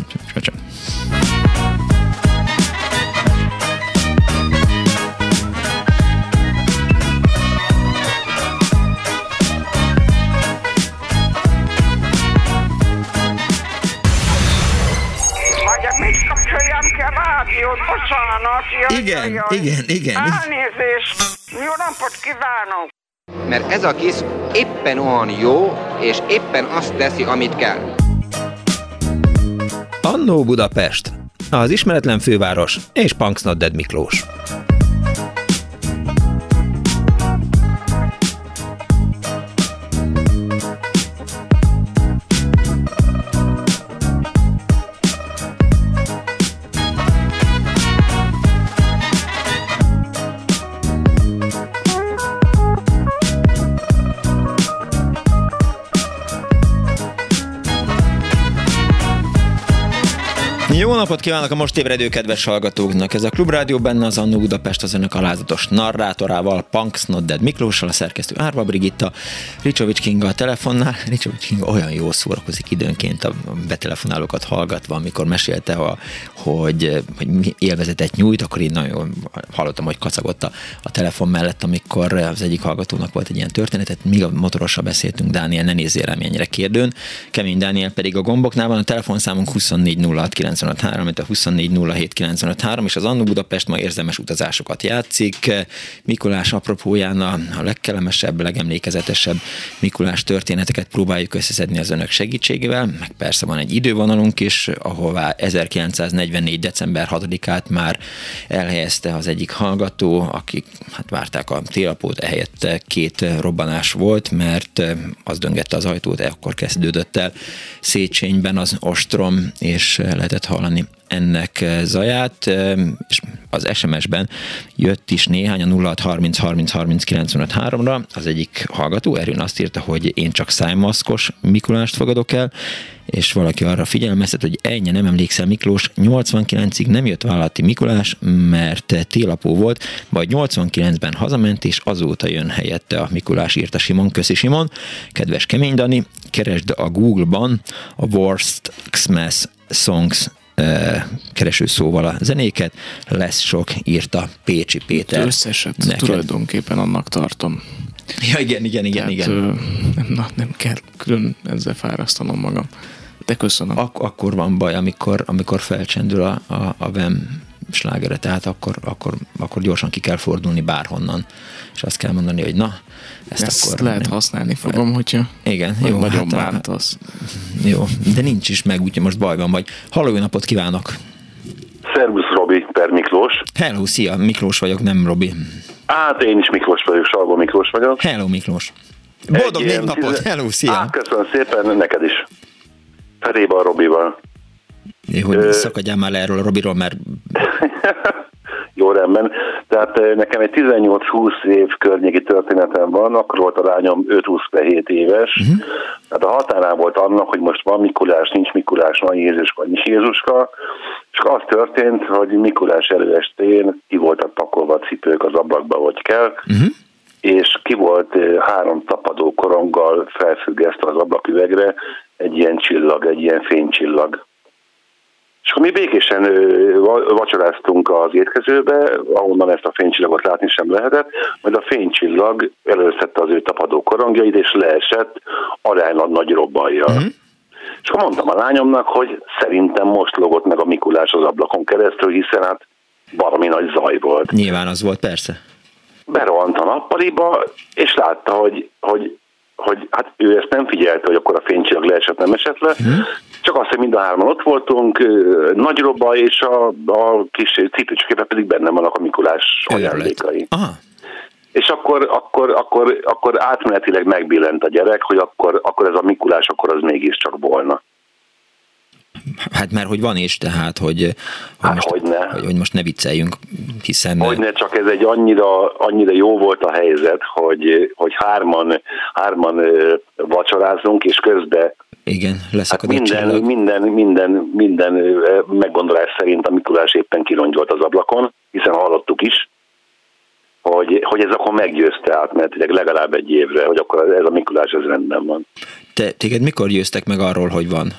B: Igen, jaj, igen, igen.
L: Elnézést! Jó napot kívánok!
A: Mert ez a kis éppen olyan jó, és éppen azt teszi, amit kell.
B: Annó Budapest, az ismeretlen főváros és Punks Not Dead Miklós. Jó napot kívánok a most ébredő kedves hallgatóknak! Ez a Klubrádió, benne az Annó Budapest, az önök alázatos narrátorával, Punks Not Dead Miklóssal, a szerkesztő Árva Brigitta, Ricsovics Kinga a telefonnál. Ricsovics Kinga olyan jól szórakozik időnként a betelefonálókat hallgatva, amikor mesélte, hogy, hogy élvezetet nyújt, akkor én nagyon hallottam, hogy kacagott a, a telefon mellett, amikor az egyik hallgatónak volt egy ilyen történetet, míg a motorossal beszéltünk, Dániel, ne nézzél rám ennyire kérdőn, Kemény Dániel pedig a gomboknál van, a telefonszámunk huszonnégy nulla hat kilencvenöt három, mint a huszonnégy nulla hét kilencvenöt három, és az Annó Budapest ma érzelmes utazásokat játszik. Mikulás apropóján a, a legkellemesebb, legemlékezetesebb Mikulás történeteket próbáljuk összeszedni az önök segítségével, meg persze van egy idővonalunk is, ahová ezerkilencszáznegyvennégy december hatodikát már elhelyezte az egyik hallgató, akik hát várták a télapót, ehelyett két robbanás volt, mert az döngette az ajtót, ekkor kezdődött el Széchenyben az ostrom, és lehetett hallani ennek zaját, és az es em es-ben jött is néhány a nulla hat harminc harminc harminc kilencvenöt háromra. Az egyik hallgató, Erőn azt írta, hogy én csak szájmaszkos Mikulást fogadok el, és valaki arra figyelmeztet, hogy ennyi nem emlékszel, Miklós, nyolcvankilencig nem jött vállalati Mikulás, mert télapó volt, vagy nyolcvankilencben hazament, és azóta jön helyette a Mikulás, írta Simon. Köszi, Simon. Kedves Kemény Dani, keresd a Google-ban a Worst Xmas Songs keresőszóval a zenéket, lesz sok, írta Pécsi Péter.
C: Összeset neked. Tulajdonképpen annak tartom.
B: Ja, igen, igen, igen, hát, igen.
C: Nem, na, nem kell külön ezzel fárasztanom magam. De köszönöm.
B: Ak- akkor van baj, amikor, amikor felcsendül a, a, a Vem slágere, tehát akkor, akkor, akkor gyorsan ki kell fordulni bárhonnan, és azt kell mondani, hogy na, ezt,
C: ezt
B: akkor
C: lehet
B: nem.
C: használni fogom, hogyha
B: igen, jó,
C: nagyon
B: hát,
C: bántasz.
B: Jó, de nincs is meg, úgyhogy most baj van, vagy halló, jó napot kívánok!
M: Szervusz, Robi, per Miklós.
B: Hello, szia, Miklós vagyok, nem Robi.
M: Hát én is Miklós vagyok, Salgó Miklós vagyok.
B: Hello, Miklós. Boldog névnapot, tize... hello, szia!
M: Á, köszönöm szépen, neked is. Feléval, Robival.
B: Jó, hogy Ö... szakadjál már le erről a Robiról, mert...
M: Jó, rendben. Tehát nekem egy tizennyolc-húsz év környéki történetem van, akkor volt a lányom öt-húsz-hét éves. Uh-huh. Tehát a határán volt annak, hogy most van Mikulás, nincs Mikulás, van Jézus, vagy nincs Jézuska. És az történt, hogy Mikulás előestén ki voltak pakolva a cipők az ablakba, hogy kell, uh-huh. és ki volt három tapadó koronggal felfüggesztve az ablaküvegre egy ilyen csillag, egy ilyen fénycsillag. És akkor mi békésen vacsoráztunk az étkezőbe, ahonnan ezt a fénycsillagot látni sem lehetett, majd a fénycsillag előszette az ő tapadó korongjait, és leesett aránylag nagy robbanjal. Uh-huh. És akkor mondtam a lányomnak, hogy szerintem most logott meg a Mikulás az ablakon keresztül, hiszen hát valami nagy zaj volt.
B: Nyilván az volt, persze.
M: Berohant a nappaliba, és látta, hogy, hogy, hogy hát ő ezt nem figyelte, hogy akkor a fénycsillag leesett, nem esett le, hmm. csak azt, hogy mind a hárman ott voltunk, nagy roba, és a, a kis cipőcskébe pedig benne vannak a Mikulás ajándékai.
B: Aha.
M: És akkor, akkor, akkor, akkor átmenetileg megbillent a gyerek, hogy akkor, akkor ez a Mikulás, akkor az mégiscsak volna.
B: Hát mert hogy van is, tehát, hogy, hogy,
M: hát
B: most,
M: hogy, ne.
B: Hogy, hogy most ne vicceljünk, hiszen...
M: Hogyne, csak ez egy annyira, annyira jó volt a helyzet, hogy, hogy hárman, hárman vacsorázunk, és közben
B: igen, leszakad
M: hát minden, minden, minden, minden meggondolás szerint a Mikulás éppen kirongyolt az ablakon, hiszen hallottuk is, hogy, hogy ez akkor meggyőzte átmenetileg legalább egy évre, hogy akkor ez a Mikulás ez rendben van.
B: Te, téged mikor győztek meg arról, hogy van?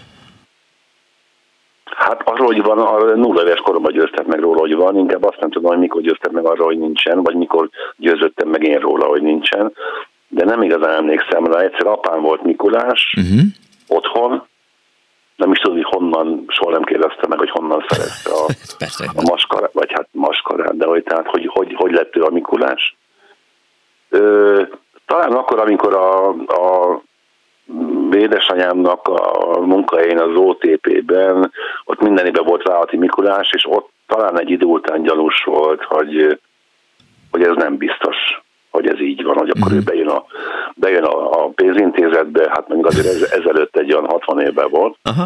M: Hát arról, hogy van, arról nulla éves koromban győztek meg róla, hogy van, inkább azt nem tudom, hogy mikor győztek meg arról, hogy nincsen, vagy mikor győzöttem meg én róla, hogy nincsen, de nem igazán emlékszem rá. Egyszer apám volt Mikulás, uh-huh. otthon, nem is tudom, hogy honnan, soha nem kérdezte meg, hogy honnan szerezte a, a maskarát, vagy hát maskarát, de hogy, tehát, hogy, hogy, hogy lett ő a Mikulás. Ö, talán akkor, amikor a, a édesanyámnak a munkahelyén az o té pében, ott minden évben volt vállalati Mikulás, és ott talán egy idő után gyanús volt, hogy, hogy ez nem biztos, hogy ez így van, hogy akkor mm. ő bejön a, bejön a, a pénzintézetbe, hát mondjuk azért ez, ezelőtt egy olyan hatvan évben volt. Aha.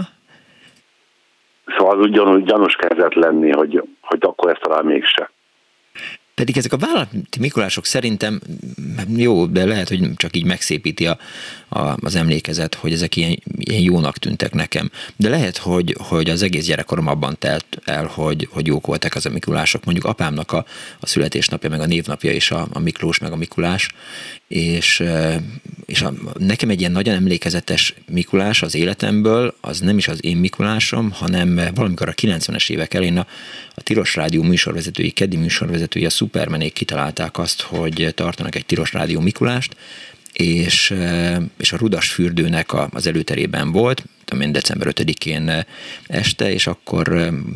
M: Szóval az úgy gyanús, gyanús kezdett lenni, hogy, hogy akkor ezt talán mégse.
B: Pedig ezek a vállalati Mikulások szerintem jó, de lehet, hogy csak így megszépíti a, a, az emlékezet, hogy ezek ilyen, ilyen jónak tűntek nekem. De lehet, hogy, hogy az egész gyerekkorom abban telt el, hogy, hogy jók voltak az a Mikulások. Mondjuk apámnak a, a születésnapja, meg a névnapja is a, a Miklós, meg a Mikulás. És, és a, nekem egy ilyen nagyon emlékezetes Mikulás az életemből, az nem is az én Mikulásom, hanem valamikor a kilencvenes évek elején a, a Tilos Rádió műsorvezetői, keddi műsorvezetői, a Supermanék kitalálták azt, hogy tartanak egy Tilos Rádió Mikulást, és, és a Rudasfürdőnek az előterében volt, tudom én, december ötödikén este, és akkor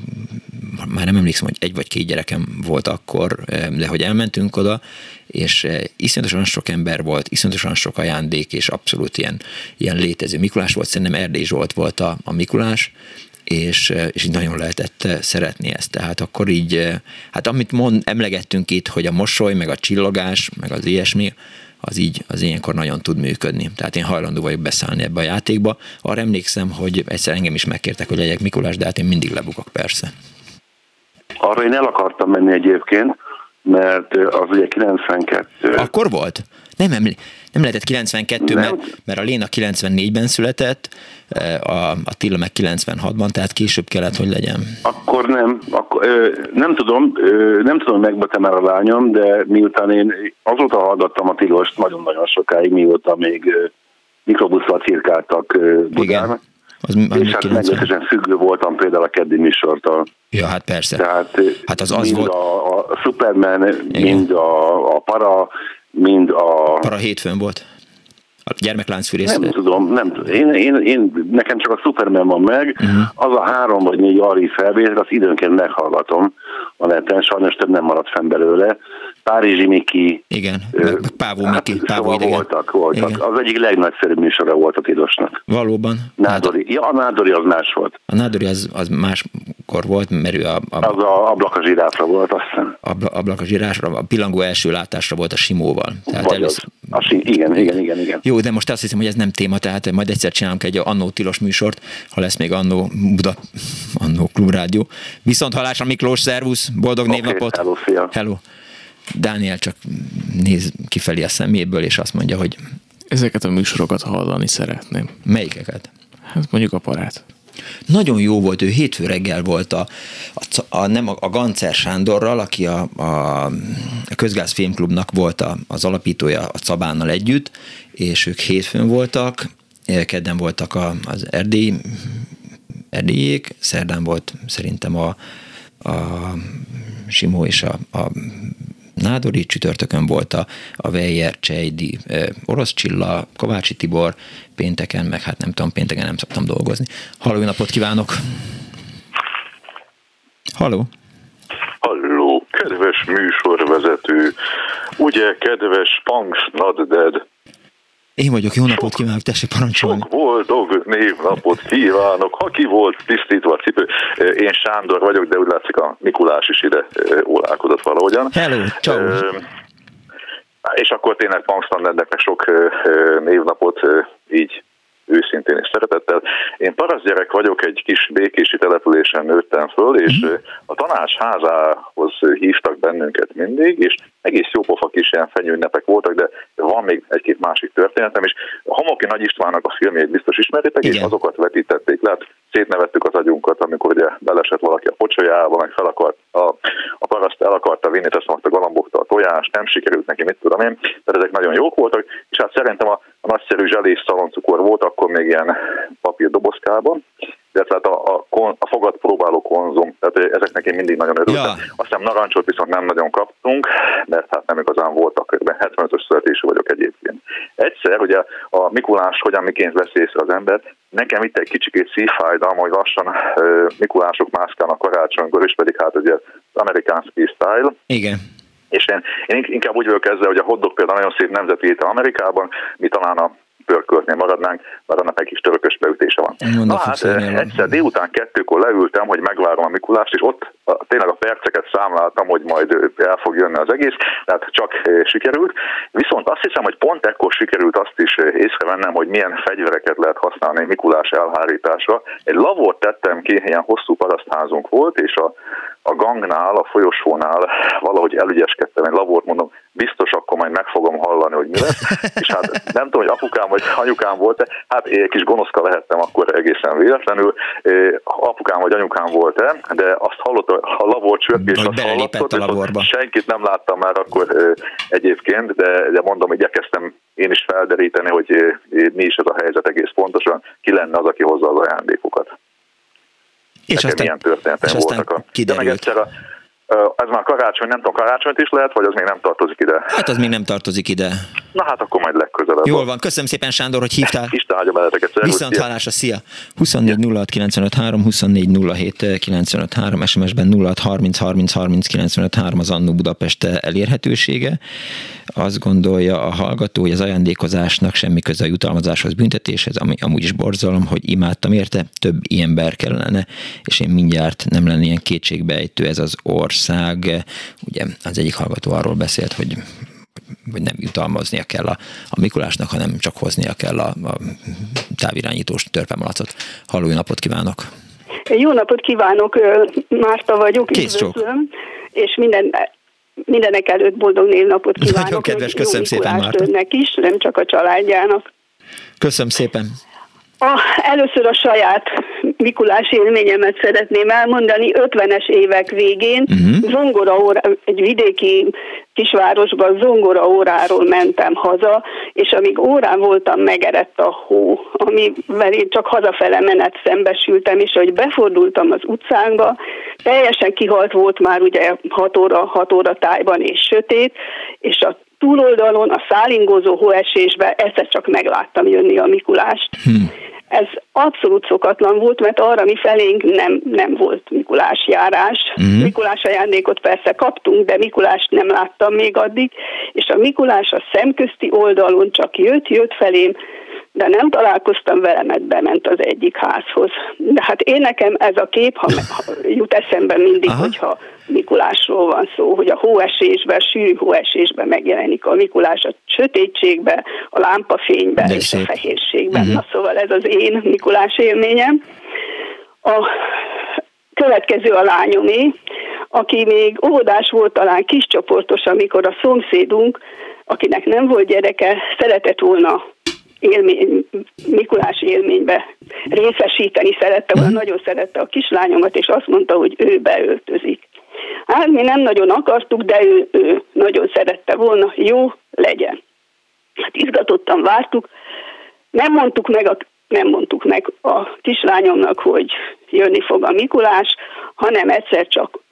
B: már nem emlékszem, hogy egy vagy két gyerekem volt akkor, de hogy elmentünk oda, és iszonyatosan sok ember volt, iszonyatosan sok ajándék, és abszolút ilyen, ilyen létező Mikulás volt, szerintem Erdély Zsolt volt a, a Mikulás, és, és így nagyon lehetett szeretni ezt. Tehát akkor így, hát amit mond, emlegettünk itt, hogy a mosoly, meg a csillogás, meg az ilyesmi, az így, az ilyenkor nagyon tud működni. Tehát én hajlandó vagyok beszállni ebbe a játékba. Arra emlékszem, hogy egyszer engem is megkértek, hogy legyek Mikulás, de hát én mindig lebukok, persze.
M: Arra én el akartam menni egyébként, mert az ugye kilencvenkettő.
B: Akkor volt? Nem, emlé- nem lehetett kilencvenkettő, nem. Mert, mert a Léna kilencvennégyben született, a, a Tilla meg kilencvenhatban, tehát később kellett, hogy legyen.
M: Akkor nem, akkor, ö, nem tudom, ö, nem tudom, megbetem el a lányom, de miután én azóta hallgattam a Tilost nagyon-nagyon sokáig, mióta még ö, mikrobusszal cirkáltak ö, Budán. Az, az és hát meglehetősen függő voltam például a keddi műsortól.
B: Ja, hát persze.
M: Tehát
B: hát az az
M: mind
B: volt...
M: a, a Superman, igen. mind a, a Para, mind a...
B: Para hétfőn volt. A gyermekláncfűrész.
M: Nem tudom, nem tudom. Én, én, én, nekem csak a Superman van meg, uh-huh. az a három vagy négy Ari felvétel, azt időnként meghallgatom a neten, sajnos több nem maradt fenn belőle. Párizsi Miki.
B: Igen, meg Pávó hát, Miki. Pávó
M: szóval voltak, voltak. Igen. Az egyik legnagyszerűbb műsora volt a Tilosnak.
B: Valóban.
M: Nádori. Hát, ja, a Nádori az más volt.
B: A Nádori az, az máskor volt, mert ő a... a
M: az a Ablak a zsiráfra volt, azt hiszem.
B: Abla, ablak a zsiráfra, a pillangó első látásra volt a Simóval. Tehát
M: először... az. A, igen, igen, igen, igen.
B: Jó, de most azt hiszem, hogy ez nem téma, tehát majd egyszer csinálunk egy Annó Tilos műsort, ha lesz még Annó Buda, Annó Klubrádió. Viszont hallásra, Miklós, szervusz, boldog okay, névnapot.
M: Hello, szia.
B: Hello. Dániel csak néz kifelé a szeméből, és azt mondja, hogy...
C: Ezeket a műsorokat hallani szeretném.
B: Melyikeket?
C: Hát mondjuk a Parát.
B: Nagyon jó volt, ő hétfő reggel volt a, a, a, nem a, a Gancer Sándorral, aki a, a, a Közgáz Filmklubnak volt a, az alapítója a Cabánnal együtt, és ők hétfőn voltak, kedden voltak a, az Erdély, Erdélyék, szerdán volt szerintem a, a Simó és a, a Nádori, csütörtökön volt a, a Weyer, Csejdi, Orosz Csilla, Kovácsi Tibor, pénteken, meg hát nem tudom, pénteken nem szoktam dolgozni. Halló, napot kívánok! Halló!
N: Halló, kedves műsorvezető, ugye kedves Punks Not Dead?
B: Én vagyok, jó napot kívánok, tessék parancsolni.
N: Sok boldog névnapot kívánok, ha ki volt tisztítva a cipő. Én Sándor vagyok, de úgy látszik a Mikulás is ide ólálkodott valahogyan.
B: Hello, ciao.
N: És akkor tényleg Punks Not Deadnek sok névnapot így őszintén és szeretettel. Én parasztgyerek vagyok, egy kis békési településen nőttem föl, és a tanács házához hívtak bennünket mindig, és egész jópofa kis ilyen fenyőünnepek voltak, de van még egy-két másik történetem, és a Homoki Nagy Istvánnak a filmjét biztos ismeritek, igen. És azokat vetítették le, hát szétnevettük az agyunkat, amikor ugye belesett valaki a pocsolyába, meg fel akart, a, a paraszt el akarta vinni, teszem a galambokta a tojást, nem sikerült neki, mit tudom én, de ezek nagyon jók voltak, és hát szerintem a, a nagyszerű zselés szaloncukor volt, akkor még ilyen papírdobozkában, de tehát a, a, a fogadpróbáló konzum, tehát ezeknek én mindig nagyon örültem. Ja. Aztán narancsot viszont nem nagyon kaptunk, mert hát nem igazán voltak, kb. hetvenötös születésű vagyok egyébként. Egyszer ugye a Mikulás hogyan miként vesz észre az ember, nekem itt egy kicsikét szívfájdalom, hogy lassan uh, Mikulások mászkálnak karácsonykor, és pedig hát ugye az amerikánszki style.
B: Igen.
N: És én, én inkább úgy vagyok ezzel, hogy a hotdog például nagyon szép nemzeti étel Amerikában, mi talán a pörköltnél maradnánk, mert annak egy kis törökös beütése van.
B: Mondom,
N: Na hát egyszer délután kettőkor leültem, hogy megvárom a Mikulást, és ott a, tényleg a perceket számláltam, hogy majd el fog jönni az egész, tehát csak e, sikerült. Viszont azt hiszem, hogy pont ekkor sikerült azt is észrevennem, hogy milyen fegyvereket lehet használni Mikulás elhárításra. Egy lavort tettem ki, ilyen hosszú parasztházunk volt, és a a gangnál, a folyosónál valahogy elügyeskedtem, egy lavort mondom, biztos akkor majd meg fogom hallani, hogy mi lesz. És hát nem tudom, hogy apukám vagy anyukám volt-e, hát egy kis gonoszka lehettem akkor egészen véletlenül. Apukám vagy anyukám volt-e, de azt hallott, a lavort csörgés, azt hallatott, senkit nem láttam már akkor egyébként, de, de mondom, igyekeztem én is felderíteni, hogy mi is ez a helyzet egész pontosan, ki lenne az, aki hozza az ajándékokat.
B: És aztán,
N: milyen történetek voltak. A,
B: kiderült.
N: De meg egyszer a, ez már karácsony, nem tudom, karácsonyt is lehet, vagy az még nem tartozik ide?
B: Hát az még nem tartozik ide.
N: Na hát akkor majd legközelebb.
B: Jól van, köszönöm szépen Sándor, hogy hívtál.
N: Isten áldja beleteket.
B: Viszont hálásra, szia! huszonnégy nulla hat kilencvenöt három, huszonnégy nulla hét kilencvenöt három, es em es-ben nulla hat harminc harminc harminc kilencvenöt három az Annó Budapest elérhetősége. Azt gondolja a hallgató, hogy az ajándékozásnak semmi köze a jutalmazáshoz, büntetéshez, ami amúgy is borzalom, hogy imádtam érte, több ilyen ember kellene, és én mindjárt nem lenne ilyen kétségbeejtő ez az ország. Ugye az egyik hallgató arról beszélt, hogy hogy nem jutalmaznia kell a, a Mikulásnak, hanem csak hoznia kell a, a távirányítós törpemalacot. Halló, jó napot kívánok!
O: Jó napot kívánok, Márta vagyok, üdvözlöm, és minden, mindenek előtt boldog névnapot kívánok.
B: Nagyon kedves, köszönöm szépen, Márta.
O: Önnek is, nem csak a családjának.
B: Köszönöm szépen.
O: A, először a saját Mikulás élményemet szeretném elmondani. ötvenes évek végén uh-huh. zongoraórá, egy vidéki kisvárosban zongoraóráról mentem haza, és amíg órán voltam, megerett a hó, amivel én csak hazafele menet szembesültem, és ahogy befordultam az utcánkba, teljesen kihalt volt már ugye hat óra, hat óra tájban és sötét, és a túloldalon, a szálingózó hóesésben egyszer csak megláttam jönni a Mikulást. Hmm. Ez abszolút szokatlan volt, mert arra mi felénk nem, nem volt Mikulás járás. Hmm. Mikulás ajándékot persze kaptunk, de Mikulást nem láttam még addig, és a Mikulás a szemközti oldalon csak jött, jött felém, de nem találkoztam vele, mert bement az egyik házhoz. De hát én nekem ez a kép, ha, ha jut eszembe mindig, aha, hogyha Mikulásról van szó, hogy a hóesésben, sűrű hóesésben megjelenik a Mikulás a sötétségben, a lámpafényben és a fehérségben. Uh-huh. Na szóval ez az én Mikulás élményem. A következő a lányomé, aki még óvodás volt, talán kiscsoportos, amikor a szomszédunk, akinek nem volt gyereke, szeretett volna élmény, Mikulás élménybe részesíteni, szerette volna, nagyon szerette a kislányomat, és azt mondta, hogy ő beöltözik. Hát mi nem nagyon akartuk, de ő, ő nagyon szerette volna, jó, legyen. Hát izgatottan vártuk, nem mondtuk meg a, nem mondtuk meg a kislányomnak, hogy jönni fog a Mikulás, hanem egyszer csak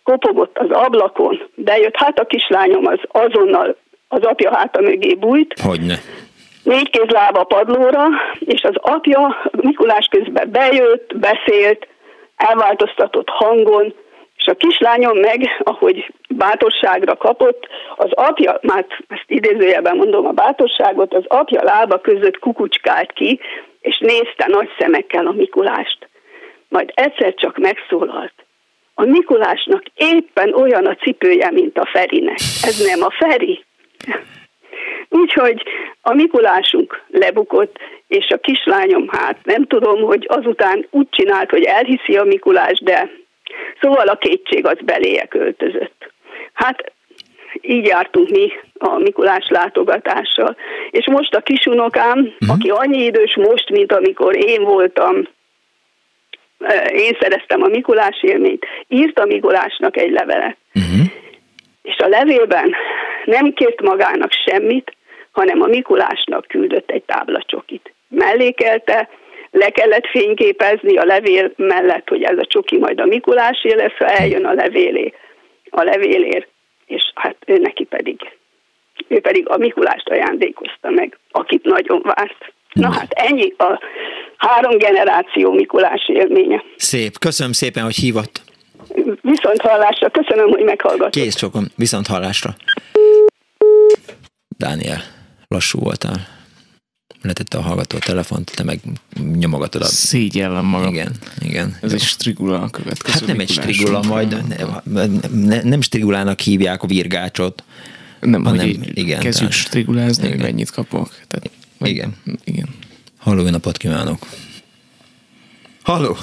O: kopogott az ablakon, bejött, hát a kislányom az azonnal az apja háta mögé bújt.
B: Hogyne.
O: Négy kéz lába padlóra, és az apja Mikulás közben bejött, beszélt, elváltoztatott hangon, és a kislányom meg, ahogy bátorságra kapott, az apja, már ezt idézőjelben mondom a bátorságot, az apja lába között kukucskált ki, és nézte nagy szemekkel a Mikulást. Majd egyszer csak megszólalt. A Mikulásnak éppen olyan a cipője, mint a Ferinek. Ez nem a Feri? Úgyhogy a Mikulásunk lebukott, és a kislányom, hát nem tudom, hogy azután úgy csinált, hogy elhiszi a Mikulás, de szóval a kétség az beléje költözött. Hát így jártunk mi a Mikulás látogatással. És most a kisunokám, uh-huh. aki annyi idős most, mint amikor én voltam, én szereztem a Mikulás élményt, írt a Mikulásnak egy levelet. Uh-huh. És a levélben nem kért magának semmit, hanem a Mikulásnak küldött egy táblacsokit. Mellékelte, le kellett fényképezni a levél mellett, hogy ez a csoki majd a Mikulásé lesz, ha eljön a levélé, a levélért, és hát ő neki pedig, ő pedig a Mikulást ajándékozta meg, akit nagyon várt. Na hát ennyi a három generáció Mikulás élménye.
B: Szép, köszönöm szépen, hogy hívott.
O: Viszont hallásra, köszönöm, hogy meghallgatott.
B: Kész csokom, viszont hallásra. Dániel, lassú voltál. Letette a hallgató a telefont, te meg nyomogatod a...
C: Szégyellem magam.
B: Igen, igen.
C: Ez egy strigula a következő.
B: Hát nem egy strigula, majd ne, ne, nem strigulának hívják a virgácsot.
C: Nem,
B: hanem,
C: hogy igen, kezdjük tehát, strigulázni, hogy mennyit kapok. Tehát,
B: vagy, igen.
C: igen.
B: Halló, jó napot kívánok. Halló.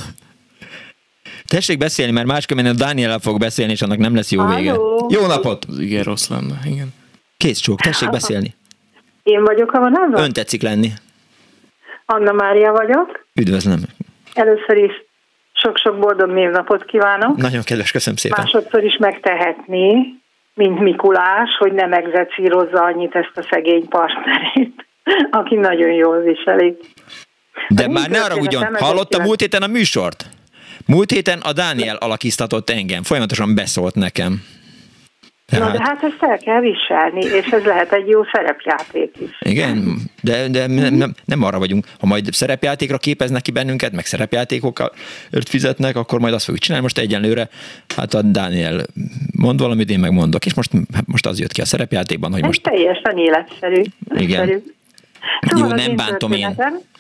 B: Tessék beszélni, mert máskülönben a Dániellel fog beszélni, és annak nem lesz jó vége.
H: Halló.
B: Jó napot!
C: Az igen rossz lenne, igen.
B: Kész csók, tessék beszélni.
H: Én vagyok a vonalban?
B: Ön tetszik lenni.
H: Anna Mária vagyok.
B: Üdvözlöm.
H: Először is sok-sok boldog névnapot kívánok.
B: Nagyon kedves, köszönöm szépen.
H: Másodszor is megtehetné, mint Mikulás, hogy nem egzecírozza annyit ezt a szegény partnerét, aki nagyon jól viseli.
B: De már ne arra ugyan, hallottam múlt héten a műsort? Múlt héten a Dániel alakíztatott engem, folyamatosan beszólt nekem.
H: Tehát... Na de hát ezt el kell viselni, és ez lehet egy jó szerepjáték is.
B: Igen, de, de nem, nem, nem arra vagyunk. Ha majd szerepjátékra képeznek ki bennünket, meg szerepjátékokkal fizetnek, akkor majd azt fogjuk csinálni. Most egyenlőre, hát a Dániel mond valamit, én meg mondok, és most, most az jött ki a szerepjátékban, hogy
H: ez
B: most...
H: teljesen életszerű.
B: Igen.
H: Szóval
B: jó, nem bántom én.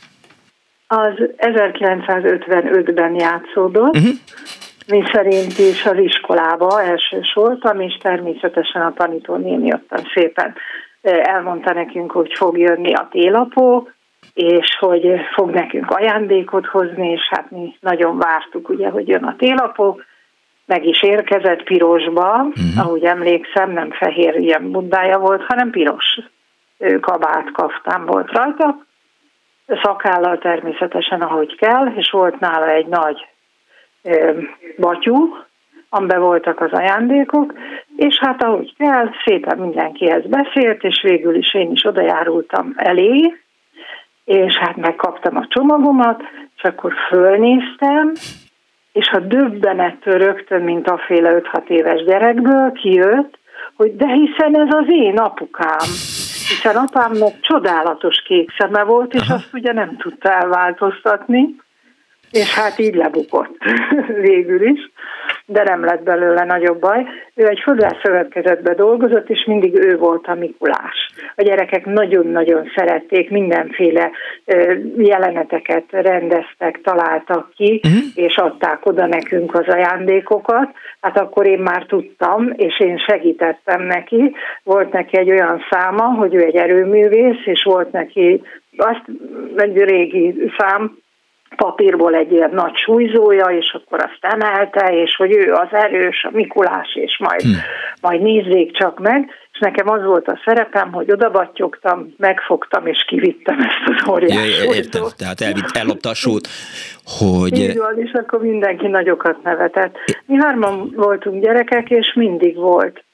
H: Az ezerkilencszázötvenötben játszódott, uh-huh. mi szerint is az iskolába elsős voltam, és természetesen a tanítónéni ottan szépen elmondta nekünk, hogy fog jönni a télapó, és hogy fog nekünk ajándékot hozni, és hát mi nagyon vártuk, ugye, hogy jön a télapó, meg is érkezett pirosba, uh-huh. ahogy emlékszem, nem fehér ilyen bundája volt, hanem piros kabát, kaftán volt rajta, szakállal természetesen, ahogy kell, és volt nála egy nagy ö, batyú, amiben voltak az ajándékok, és hát ahogy kell, szépen mindenkihez beszélt, és végül is én is odajárultam elé, és hát megkaptam a csomagomat, és akkor fölnéztem, és a döbbenettől rögtön, mint a féle öt-hat éves gyerekből kijött, hogy de hiszen ez az én apukám. Hiszen apámnak csodálatos kék szeme volt, és aha. azt ugye nem tudta elváltoztatni, és hát így lebukott végül is, de nem lett belőle nagyobb baj. Ő egy fodrászszövetkezetben dolgozott, és mindig ő volt a Mikulás. A gyerekek nagyon-nagyon szerették, mindenféle jeleneteket rendeztek, találtak ki, uh-huh. és adták oda nekünk az ajándékokat. Hát akkor én már tudtam, és én segítettem neki. Volt neki egy olyan száma, hogy ő egy erőművész, és volt neki azt egy régi szám, papírból egy ilyen nagy súlyzója, és akkor azt emelte, és hogy ő az erős, a Mikulás, és majd, hmm. majd nézzék csak meg, és nekem az volt a szerepem, hogy odabattyogtam, megfogtam, és kivittem ezt az óriás
B: ja, értem, tehát elvitt, ellopta a sót, hogy...
H: Így van, és akkor mindenki nagyokat nevetett. Mi hárman voltunk gyerekek, és mindig volt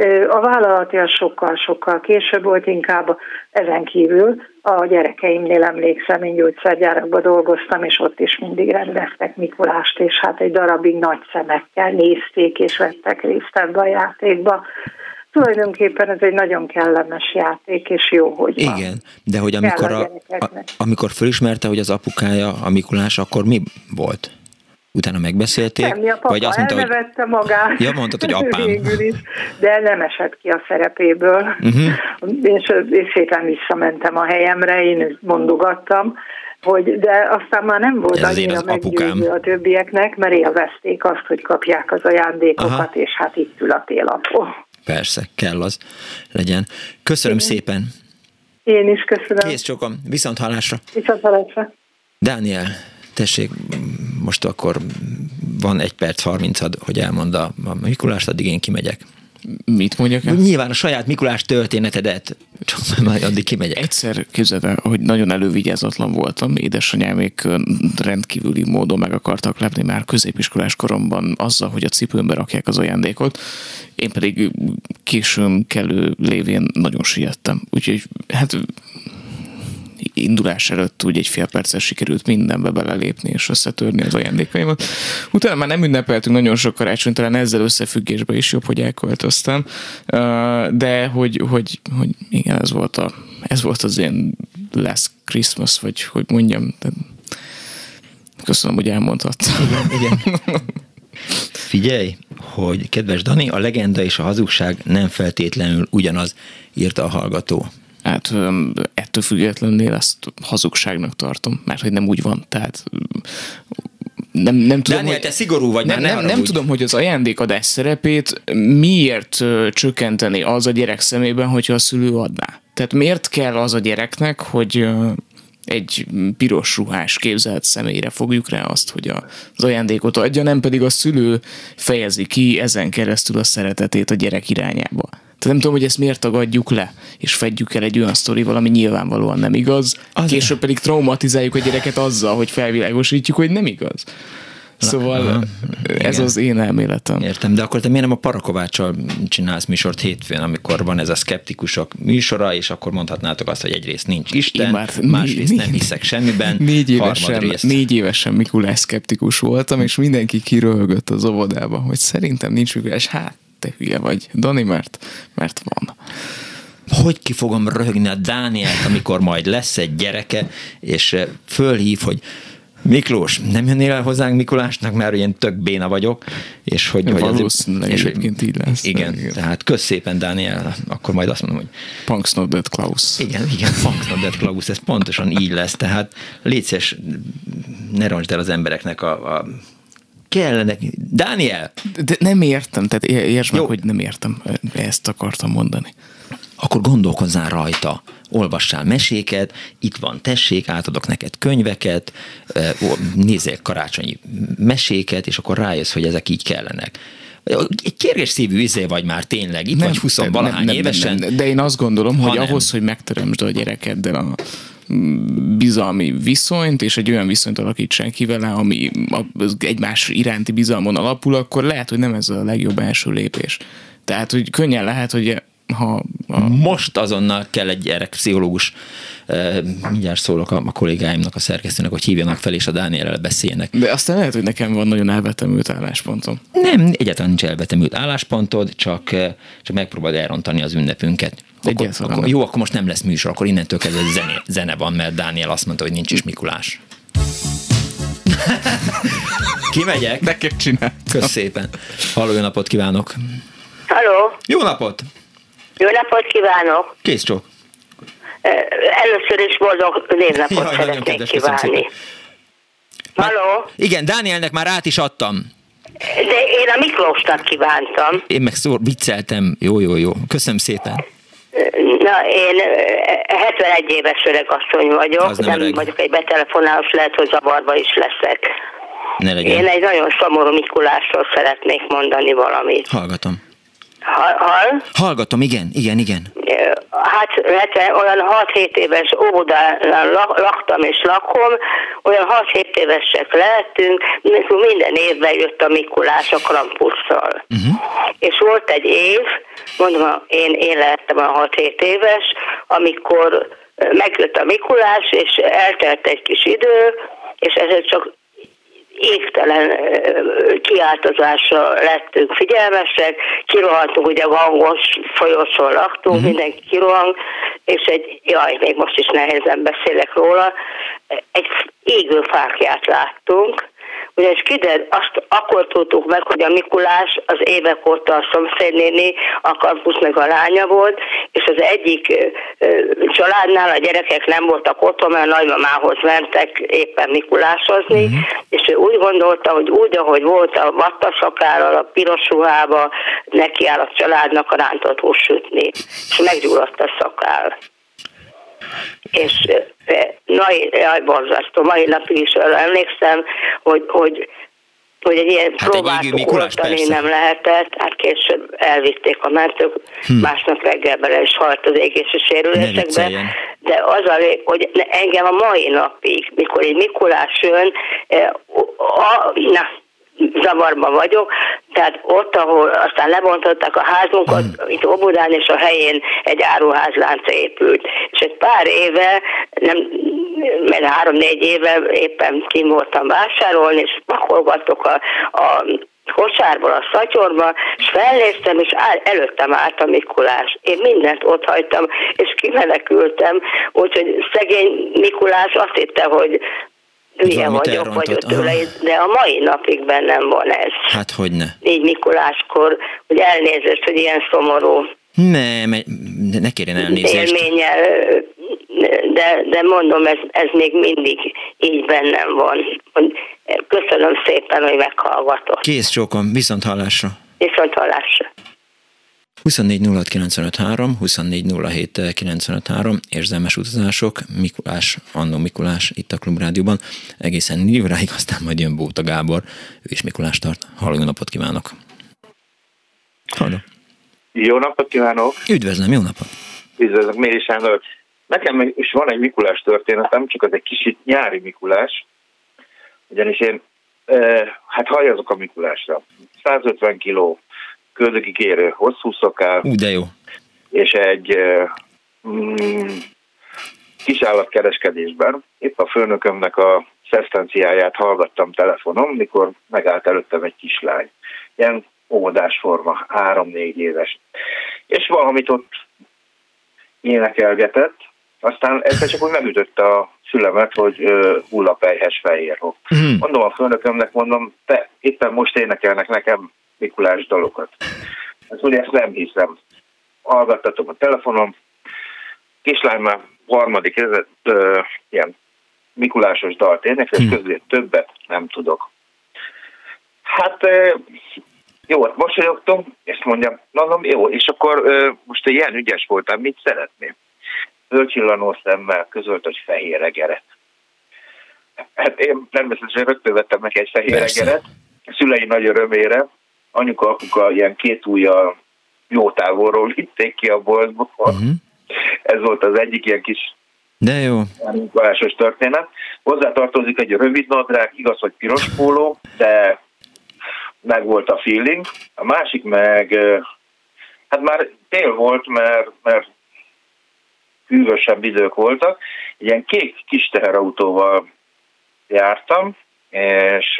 P: A vállalati az sokkal-sokkal később volt, inkább ezen kívül a gyerekeimnél emlékszem, én gyógyszergyárakban dolgoztam, és ott is mindig rendeztek Mikulást, és hát egy darabig nagy szemekkel nézték, és vettek részt ebbe a játékba. Tulajdonképpen ez egy nagyon kellemes játék, és jó, hogy van.
B: Igen, de hogy amikor, a, a, amikor fölismerte, hogy az apukája a Mikulás, akkor mi volt? Utána megbeszélték?
P: Nem, a papa
B: vagy azt mondta,
P: elnevette hogy... magát.
B: Ja, mondtad, hogy apám.
P: Végül is, de nem esett ki a szerepéből. Uh-huh. És, és szépen visszamentem a helyemre, én mondogattam, hogy, de aztán már nem volt annyira meggyőző a többieknek, mert élvezték azt, hogy kapják az ajándékokat, aha, és hát itt ül a télapó.
B: Persze, kell az legyen. Köszönöm igen. szépen.
P: Én is köszönöm.
B: Kész csokom, viszont hallásra.
P: Viszont hallásra.
B: Dániel, tessék, most akkor van egy perc harmincad, hogy elmondd a Mikulást, addig én kimegyek.
C: Mit mondjak el?
B: Nyilván a saját Mikulás történetedet, csak majd addig kimegyek.
C: Egyszer képzeld el, hogy nagyon elővigyázatlan voltam, édesanyámék rendkívüli módon meg akartak lepni már középiskolás koromban azzal, hogy a cipőmbe rakják az ajándékot, én pedig későn kellő lévén nagyon siettem. Úgyhogy hát indulás előtt úgy egy fél perccel sikerült mindenbe belelépni és összetörni az ajándékaimat. Utána már nem ünnepeltünk nagyon sok karácsony, talán ezzel összefüggésben is jobb, hogy elköltöztem, de hogy, hogy, hogy igen, ez volt, a, ez volt az én last Christmas, vagy hogy mondjam. Köszönöm, hogy elmondhattam.
B: Igen, igen. Figyelj, hogy kedves Dani, a legenda és a hazugság nem feltétlenül ugyanaz, írta a hallgató.
C: Hát ettől függetlenül ezt hazugságnak tartom, mert hogy nem úgy van, tehát nem, nem tudom,
B: Dániel,
C: hogy,
B: te szigorú vagy,
C: nem,
B: már
C: nem, nem tudom, hogy az ajándékadás szerepét miért csökkenteni az a gyerek szemében, hogyha a szülő adná. Tehát miért kell az a gyereknek, hogy egy piros ruhás képzelt személyre fogjuk rá azt, hogy az ajándékot adja, nem pedig a szülő fejezi ki ezen keresztül a szeretetét a gyerek irányába. Tehát nem tudom, hogy ezt miért tagadjuk le, és fedjük el egy olyan sztorival, ami nyilvánvalóan nem igaz, az később pedig traumatizáljuk a gyereket azzal, hogy felvilágosítjuk, hogy nem igaz. Szóval aha, ez igen. Az én elméletem.
B: Értem, de akkor te miért nem a Parakováccsal csinálsz műsort hétfőn, amikor van ez a szkeptikusok műsora, és akkor mondhatnátok azt, hogy egyrészt nincs Isten, már másrészt nem hiszek semmiben,
C: négy évesen, négy évesen Mikulás szkeptikus voltam, és mindenki kirölgött az óvodába, hogy szerintem nincs Mikulás. Hát, te hülye vagy, Dani, mert, mert van.
B: Hogy ki fogom röhögni a Dánielt, amikor majd lesz egy gyereke, és fölhív, hogy Miklós, nem jönnél el hozzánk Mikulásnak, mert én tök béna vagyok, és hogy...
C: Valószínűleg
B: és
C: egyébként így lesz.
B: Igen, igen, tehát kösz szépen, Dániel, akkor majd azt mondom, hogy...
C: Punks not dead Klaus.
B: Igen, igen, Punks not dead Klaus, ez pontosan így lesz, tehát légy szíves, ne roncsd el az embereknek a... a kellene... Dániel!
C: De nem értem, tehát értsd meg, hogy nem értem, ezt akartam mondani.
B: Akkor gondolkozzál rajta, olvassál meséket, itt van, tessék, átadok neked könyveket, nézzél karácsonyi meséket, és akkor rájössz, hogy ezek így kellenek. Egy kérges szívű izé vagy már tényleg, itt nem, vagy huszonvalahány évesen.
C: Nem, nem, de én azt gondolom, hogy nem. Ahhoz, hogy megteremtsd a gyerekeddel a bizalmi viszonyt, és egy olyan viszonyt alakítsák ki vele, ami egymás iránti bizalmon alapul, akkor lehet, hogy nem ez a legjobb első lépés. Tehát, hogy könnyen lehet, hogy ha a...
B: Most azonnal kell egy gyerekpszichológus, mindjárt szólok a, a kollégáimnak, a szerkesztőnek, hogy hívjanak fel, és a Dániellel beszéljenek.
C: De aztán lehet, hogy nekem van nagyon elvetemült álláspontom.
B: Nem, egyáltalán nincs elvetemült álláspontod, csak, csak megpróbáld elrontani az ünnepünket. Akkor, akkor, jó, akkor most nem lesz műsor, akkor innentől kezdve zene, zene van, mert Dániel azt mondta, hogy nincs is Mikulás. Kimegyek?
C: Neked csináltam.
B: Kösz szépen. Halló, jó napot kívánok.
Q: Halló.
B: Jó napot.
Q: Jó napot kívánok!
B: Kész csók!
Q: Először is boldog névnapot Jaj, szeretnék kedves, kívánni. Halló?
B: Igen, Dánielnek már át is adtam.
Q: De én a Miklósnak kívántam.
B: Én meg szó, vicceltem. Jó, jó, jó. Köszönöm szépen.
Q: Na, én hetvenegy éves öregasszony vagyok, nem, nem vagyok egy betelefonálós, lehet, hogy zavarba is leszek.
B: Ne legyen.
Q: Én egy nagyon szomorú Mikulásról szeretnék mondani valamit.
B: Hallgatom.
Q: Hall? Hall?
B: Hallgatom, igen, igen, igen.
Q: Hát olyan hat-hét éves óvodán laktam és lakom, olyan hat-hét évesek lehetünk, minden évben jött a Mikulás a Krampusszal. Uh-huh. És volt egy év, mondom, én, én lettem a hat-hét éves, amikor megjött a Mikulás, és eltelt egy kis idő, és ezért csak égtelen kiáltozásra lettünk figyelmesek, kirohantunk, ugye hangos folyosón laktunk, uh-huh. mindenki kirohang, és egy, jaj, még most is nehézen beszélek róla, egy égő fáklyát láttunk, ugyanis kiderült, azt akkor tudtuk meg, hogy a Mikulás az évek óta a szomszédnéni, a kampusznak a lánya volt, és az egyik családnál a gyerekek nem voltak otthon, mert a nagymamához mentek éppen Mikulásozni, uh-huh. és ő úgy gondolta, hogy úgy, ahogy volt a vattasakállal, a piros ruhába, neki áll a családnak a rántott húst sütni, és meggyulladt a szakáll. És mai, jaj, borzasztó, mai napig is arra emlékszem, hogy, hogy, hogy egy ilyen hát próbáltuk oltani, nem lehetett, hát később elvitték a mentők, hm. másnap reggel bele is halt az égési sérülésekbe, de az a, hogy engem a mai napig, mikor egy Mikulás jön, a, na, zavarban vagyok, tehát ott, ahol aztán lebontották a házunkat, mm. itt Óbudán és a helyén egy áruházlánc épült. És egy pár éve, nem, mert három-négy éve éppen kim voltam vásárolni, és pakolgattok a, a kosárból a szatyorba, és felnéztem, és áll, előttem állt a Mikulás. Én mindent ott hagytam, és kimenekültem, úgyhogy szegény Mikulás azt hitte, hogy hülye vagyok, vagyok tőle, de a mai napig bennem van ez.
B: Hát hogyne.
Q: Így Mikuláskor, hogy elnézést, hogy ilyen szomorú
B: ne, ne kérjen elnézést.
Q: Élménnyel, de, de mondom, ez, ez még mindig így bennem van. Köszönöm szépen, hogy meghallgatott.
B: Kész csókom, viszont hallásra.
Q: Viszont hallásra.
B: huszonnégy nulla hat kilencvenöt három, huszonnégy nulla hét kilencvenöt három, érzelmes utazások, Mikulás, Annó Mikulás itt a Klubrádióban, egészen négy óráig, aztán majd jön Bóta Gábor, ő is Mikulást tart. Halló, jó napot kívánok! Halló!
R: Jó napot kívánok!
B: Üdvözlöm, jó napot!
R: Üdvözlök, Méri Sándor! Nekem is van egy Mikulás történetem, csak az egy kicsit nyári Mikulás, ugyanis én eh, hát hajazok a Mikulásra. százötven kiló köldögi kérő, hosszú szakál,
B: Ú, de jó.
R: és egy mm, kisállatkereskedésben épp a főnökömnek a szesztenciáját hallgattam telefonon, mikor megállt előttem egy kislány. Ilyen óvodás forma, három-négy éves. És valamit ott énekelgetett, aztán egyszer csak úgy megütötte a fülemet, hogy uh, hullapelyhes fehér hok. Mm. Mondom a főnökömnek, mondom, te éppen most énekelnek nekem Mikulás dalokat. Ezt ugye ezt nem hiszem. Hallgattatom a telefonon, kislány már harmadik ezet, uh, ilyen Mikulásos dalt énekel, és közül többet nem tudok. Hát uh, jó, mosolyogtunk, és mondjam, mondom, jó, és akkor uh, most ilyen ügyes voltam, mit szeretném? Fölcsillanó szemmel közölt, hogy fehér egeret. Hát én természetesen rögtön vettem neki egy fehér Persze. egeret, a szülei nagy örömére, anyuka, apuka ilyen két ujjal jó távolról vitték ki a boltból. Uh-huh. Ez volt az egyik ilyen kis
B: De jó.
R: Mikulásos történet. Hozzá tartozik egy rövid nadrág, igaz, hogy piros póló, de meg volt a feeling. A másik meg, hát már tél volt, mert, mert hűvösebb idők voltak. Egy ilyen kék kis teherautóval jártam, és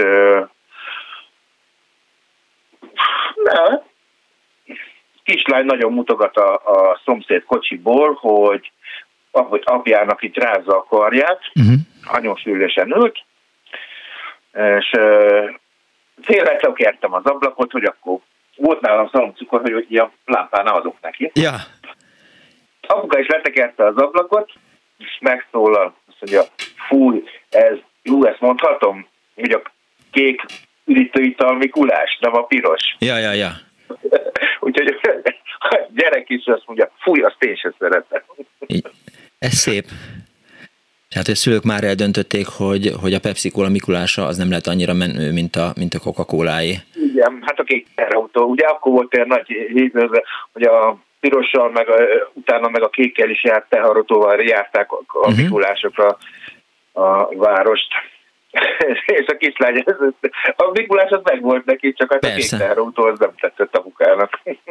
R: ne, kislány nagyon mutogat a, a szomszéd kocsiból, hogy ahogy apjának itt rázza a karját, uh-huh. anyós ülésen ült, és félre tekertem az ablakot, hogy akkor volt nálam szalomcukor, hogy a lámpánál adok neki.
B: Ja.
R: Apuka is letekerte az ablakot, és megszólal, azt mondja, fúj, ez, jó, ezt mondhatom, hogy a kék üdítőital Mikulás, nem a piros.
B: Ja, ja, ja.
R: Úgyhogy a gyerek is azt mondja, fúj, azt én sem szeretem.
B: Ez szép. Tehát a szülők már eldöntötték, hogy, hogy a Pepsi Cola Mikulása az nem lehet annyira menő, mint a, mint a Coca-Coláé.
R: Igen, hát a kék teherautó. Ugye akkor volt olyan nagy hívőzve, hogy a pirossal, meg a, utána meg a kékkel is járt teherautóval járták a, a uh-huh. Mikulásokra a várost. És a kislány, a Mikulás az meg volt neki, csak hát Persze. a kék teherautó az nem tetszett a mukának.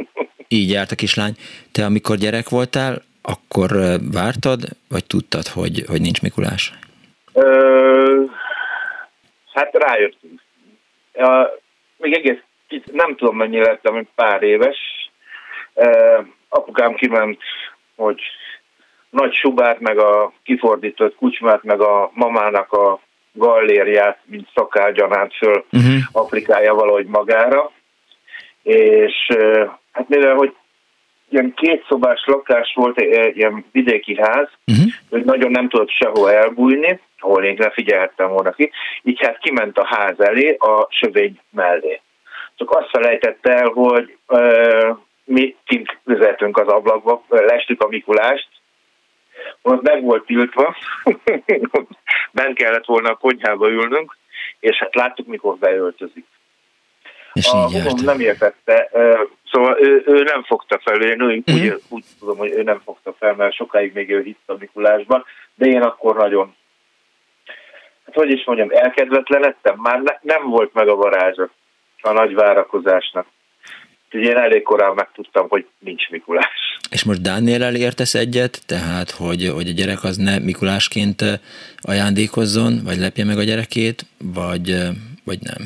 B: Így járt a kislány. Te amikor gyerek voltál, akkor vártad, vagy tudtad, hogy, hogy nincs Mikulás?
R: Ö, hát rájöttünk. A, még egész nem tudom mennyi lettem, pár éves. Ö, apukám kiment, hogy nagy subát, meg a kifordított kucsmát, meg a mamának a gallériát, mint szakállgyanánt föl uh-huh. applikálja valahogy magára. És hát mivel, hogy ilyen kétszobás lakás volt, ilyen vidéki ház, uh-huh. hogy nagyon nem tudott sehol elbújni, ahol én lefigyeltem volna ki, így hát kiment a ház elé, a sövény mellé. Csak azt felejtette el, hogy uh, mi kint üzeltünk az ablakba, lestük a Mikulást, ott meg volt tiltva, bent kellett volna a konyhába ülnünk, és hát láttuk, mikor beöltözik.
B: És
R: a húgom nem értette, szóval ő, ő nem fogta fel, én úgy, mm-hmm. úgy, úgy tudom, hogy ő nem fogta fel, mert sokáig még ő hitt a Mikulásban, de én akkor nagyon, hát hogy is mondjam, elkedvetlenedtem, már ne, nem volt meg a varázsa a nagy várakozásnak. Úgyhogy én elég korán megtudtam, hogy nincs Mikulás.
B: És most Dániellel értesz egyet, tehát, hogy, hogy a gyerek az ne Mikulásként ajándékozzon, vagy lepje meg a gyerekét, vagy, vagy nem?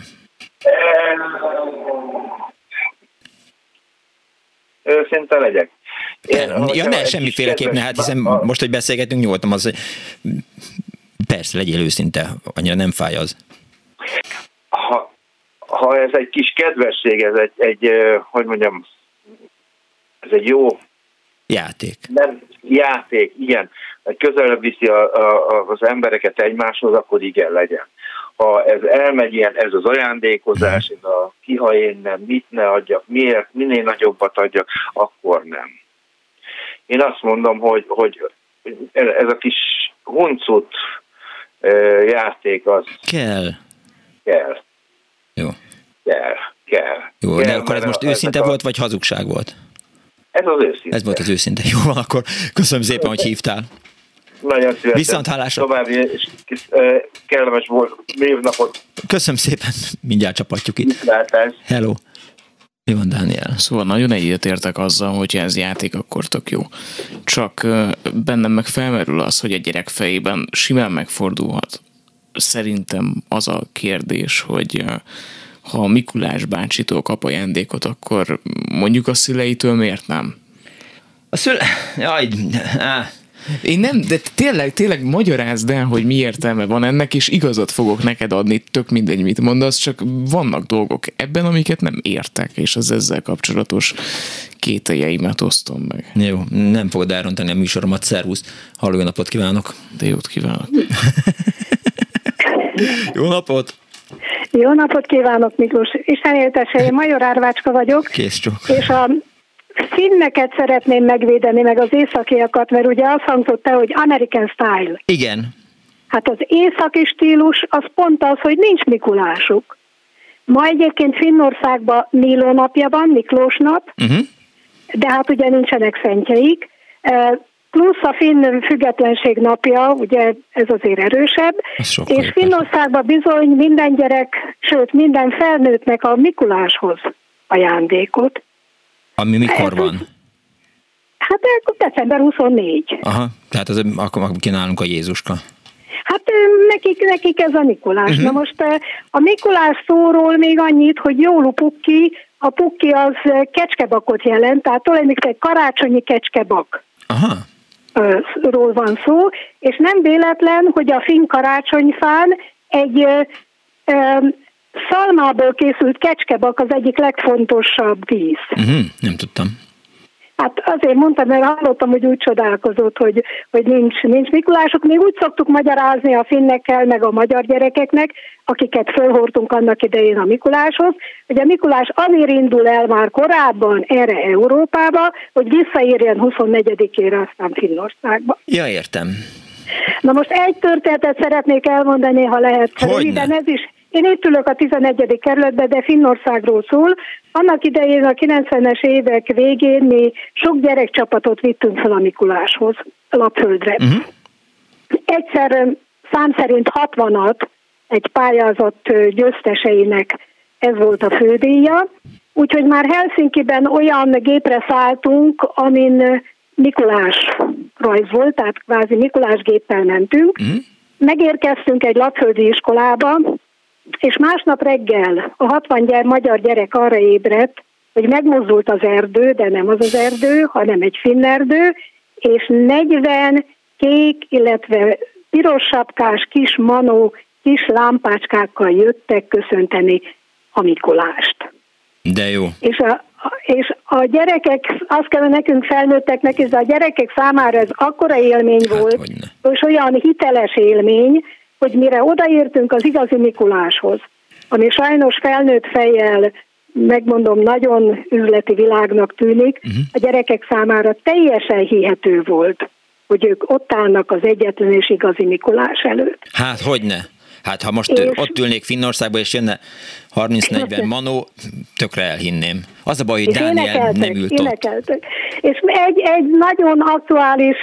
R: Őszinte legyek.
B: Én, ja, ne, semmiféleképpen, hát hiszen a... most, hogy beszélgetünk, nyugodtan az, hogy persze, legyél őszinte, annyira nem fáj az.
R: Ha, ha ez egy kis kedvesség, ez egy, egy hogy mondjam, ez egy jó
B: játék.
R: Nem, játék, igen. Közelebb viszi a, a, az embereket egymáshoz, akkor igen, legyen. Ha ez elmegy ilyen, ez az ajándékozás, ez a kiha én nem, mit ne adjak, miért, minél nagyobbat adjak, akkor nem. Én azt mondom, hogy, hogy ez a kis huncut játék az...
B: Kell.
R: Kell.
B: Jó.
R: Kell, kell.
B: Jó,
R: kell,
B: de akkor ez most őszinte a... volt, vagy hazugság volt?
R: Ez az őszinte.
B: Ez volt az őszinte. Jó, akkor köszönöm szépen, hogy hívtál.
R: Nagyon szívesen.
B: Viszonthallásra.
R: További és kellemes volt névnapot.
B: Köszönöm szépen, mindjárt csapatjuk itt.
R: Viszlátás.
B: Hello. Mi van, Dániel?
C: Szóval nagyon egyetértek azzal, hogyha ez játék, akkor tök jó. Csak bennem meg felmerül az, hogy egy gyerek fejében simán megfordulhat. Szerintem az a kérdés, hogy ha a Mikulás bácsitól kap ajándékot, akkor mondjuk a szüleitől miért nem?
B: A szüle... Jaj, áh.
C: Én nem, de tényleg, tényleg magyarázd el, hogy mi értelme van ennek, és igazat fogok neked adni, tök mindegy, mit mondasz, csak vannak dolgok ebben, amiket nem értek, és az ezzel kapcsolatos kételjeimet osztom meg.
B: Jó, nem fogod elrontani a műsoromat, szervusz, halló, jó napot kívánok.
C: De jót kívánok.
B: Jó napot!
S: Jó napot kívánok, Miklós! Isten éltesse, én Major Árvácska vagyok.
B: Kész csók.
S: És a finneket szeretném megvédeni, meg az északiakat, mert ugye azt hangzott el, hogy American style.
B: Igen.
S: Hát az északi stílus az pont az, hogy nincs Mikulásuk. Ma egyébként Finnországban Níló napja van, Miklós nap, uh-huh. de hát ugye nincsenek szentjeik. Plusz a finn függetlenség napja, ugye ez azért erősebb, és Finnországban bizony minden gyerek, sőt minden felnőttnek a Mikuláshoz ajándékot.
B: Ami mikor van?
S: Hát december huszonnégy.
B: Aha, tehát az, akkor kínálunk a Jézuska.
S: Hát nekik, nekik ez a Mikulás. Uh-huh. Na most a Mikulás szóról még annyit, hogy Jólu Pukki, a Pukki az kecskebakot jelent, tehát tulajdonképpen egy karácsonyi kecskebak.
B: Aha.
S: Ról van szó, és nem véletlen, hogy a finn karácsonyfán egy ö, ö, szalmából készült kecskebak az egyik legfontosabb dísz.
B: Uh-huh, nem tudtam.
S: Hát azért mondtam, mert hallottam, hogy úgy csodálkozott, hogy, hogy nincs, nincs Mikulások. Még úgy szoktuk magyarázni a finnekkel, meg a magyar gyerekeknek, akiket fölhordtunk annak idején a Mikuláshoz, hogy a Mikulás azért indul el már korábban erre Európába, hogy visszaérjen huszonnegyedikére aztán Finnországba.
B: Ja, értem.
S: Na most egy történetet szeretnék elmondani, ha lehet. Röviden ez is. Én itt ülök a tizenegyedik kerületben, de Finnországról szól. Annak idején a kilencvenes évek végén mi sok gyerekcsapatot vittünk fel a Mikuláshoz, Lapföldre. Uh-huh. Egyszer szám szerint hatvanat egy pályázat győzteseinek ez volt a fődíja, Úgyhogy már Helsinkiben olyan gépre szálltunk, amin Mikulás rajz volt, tehát kvázi Mikulás géppel mentünk. Uh-huh. Megérkeztünk egy lapföldi iskolába, és másnap reggel a hatvan gyere, magyar gyerek arra ébredt, hogy megmozdult az erdő, de nem az az erdő, hanem egy finn erdő, és negyven kék, illetve piros sapkás kis manó, kis lámpácskákkal jöttek köszönteni a Mikulást.
B: De jó.
S: És a, és a gyerekek, azt kell nekünk felnőtteknek, és a gyerekek számára ez akkora élmény hát, volt, és olyan hiteles élmény, hogy mire odaértünk az igazi Mikuláshoz, ami sajnos felnőtt fejjel, megmondom, nagyon üzleti világnak tűnik, uh-huh. a gyerekek számára teljesen hihető volt, hogy ők ott állnak az egyetlen és igazi Mikulás előtt.
B: Hát hogyne? Hát ha most és... ott ülnék Finnországba, és jönne harminc-negyven manó, tökre elhinném. Az a baj, hogy Dániel nem ült ott.
S: Énekeltek. És egy, egy nagyon aktuális,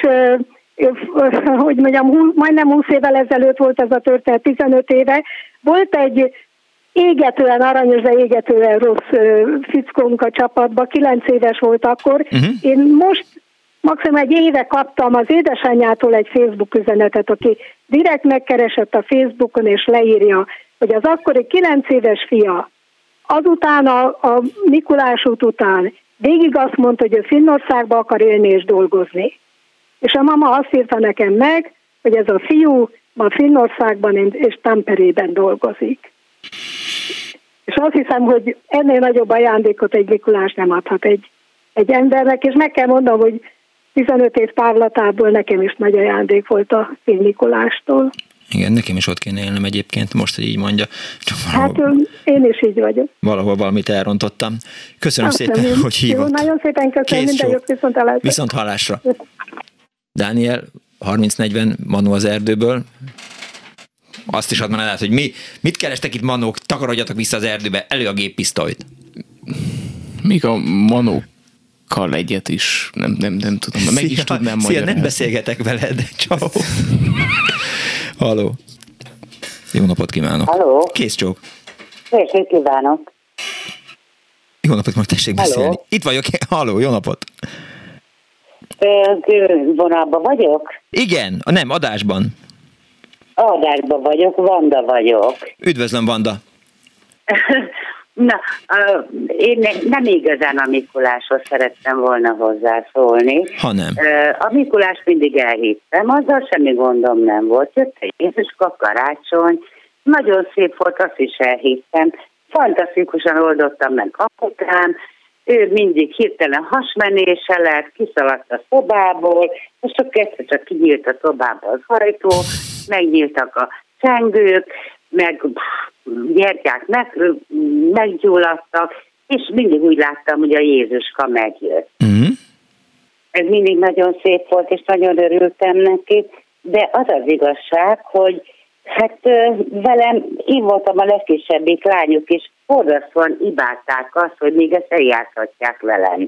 S: hogy mondjam, majdnem húsz évvel ezelőtt volt ez a történet, tizenöt éve, volt egy égetően aranyos, de égetően rossz fickónk a csapatban, kilenc éves volt akkor. Uh-huh. Én most maximum egy éve kaptam az édesanyjától egy Facebook üzenetet, aki direkt megkeresett a Facebookon, és leírja, hogy az akkori kilenc éves fia azután a, a Mikulás út után végig azt mondta, hogy ő Finnországba akar élni és dolgozni. És a mama azt írta nekem meg, hogy ez a fiú ma Finnországban és Tamperében dolgozik. És azt hiszem, hogy ennél nagyobb ajándékot egy Mikulás nem adhat egy, egy embernek, és meg kell mondanom, hogy tizenöt év távlatából nekem is nagy ajándék volt a Finn Mikulástól.
B: Igen, nekem is ott kéne élnem egyébként, most, hogy így mondja. Csak
S: hát én is így vagyok.
B: Valahol valamit elrontottam. Köszönöm
S: azt
B: szépen,
S: nem,
B: hogy hívott.
S: Jó, nagyon szépen köszönöm, minden jót, viszont hallásra.
B: Viszont hallásra. Dániel, harminc-negyven manó az erdőből. Azt is ad mondanád, hogy mi, mit kerestek itt manók, takarodjatok vissza az erdőbe, elő a géppisztolyt.
C: Még a manókkal egyet is, nem, nem, nem tudom, meg szia, is tudnám
B: szia, magyarázni. Nem beszélgetek veled, ciao. Halló. Jó napot kívánok.
T: Halló.
B: Kész csók.
T: Készség kívánok.
B: Jó napot, majd tessék
T: Halló.
B: beszélni. Itt vagyok. Halló, jó napot.
T: Vonalban vagyok?
B: Igen, nem, adásban.
T: Adásban vagyok, Vanda vagyok.
B: Üdvözlöm, Vanda.
T: Na, uh, én nem igazán a Mikuláshoz szerettem volna hozzászólni.
B: Ha nem.
T: Uh, a Mikulást mindig elhittem, azzal semmi gondom nem volt. Jött egy Jézuska, karácsony, nagyon szép volt, azt is elhittem. Fantasztikusan oldottam meg apukám, ő mindig hirtelen hasmenése lett, kiszaladt a szobából, és csak egyszer csak kinyílt a szobába az ajtó, megnyíltak a csengők, meg gyertyák meg, meggyulladtak, és mindig úgy láttam, hogy a Jézuska megjött. Uh-huh. Ez mindig nagyon szép volt, és nagyon örültem neki, de az az igazság, hogy hát velem én voltam a legkisebbik lányok, és borzasztóan ibálták azt, hogy még ezt eljátszhatják velem.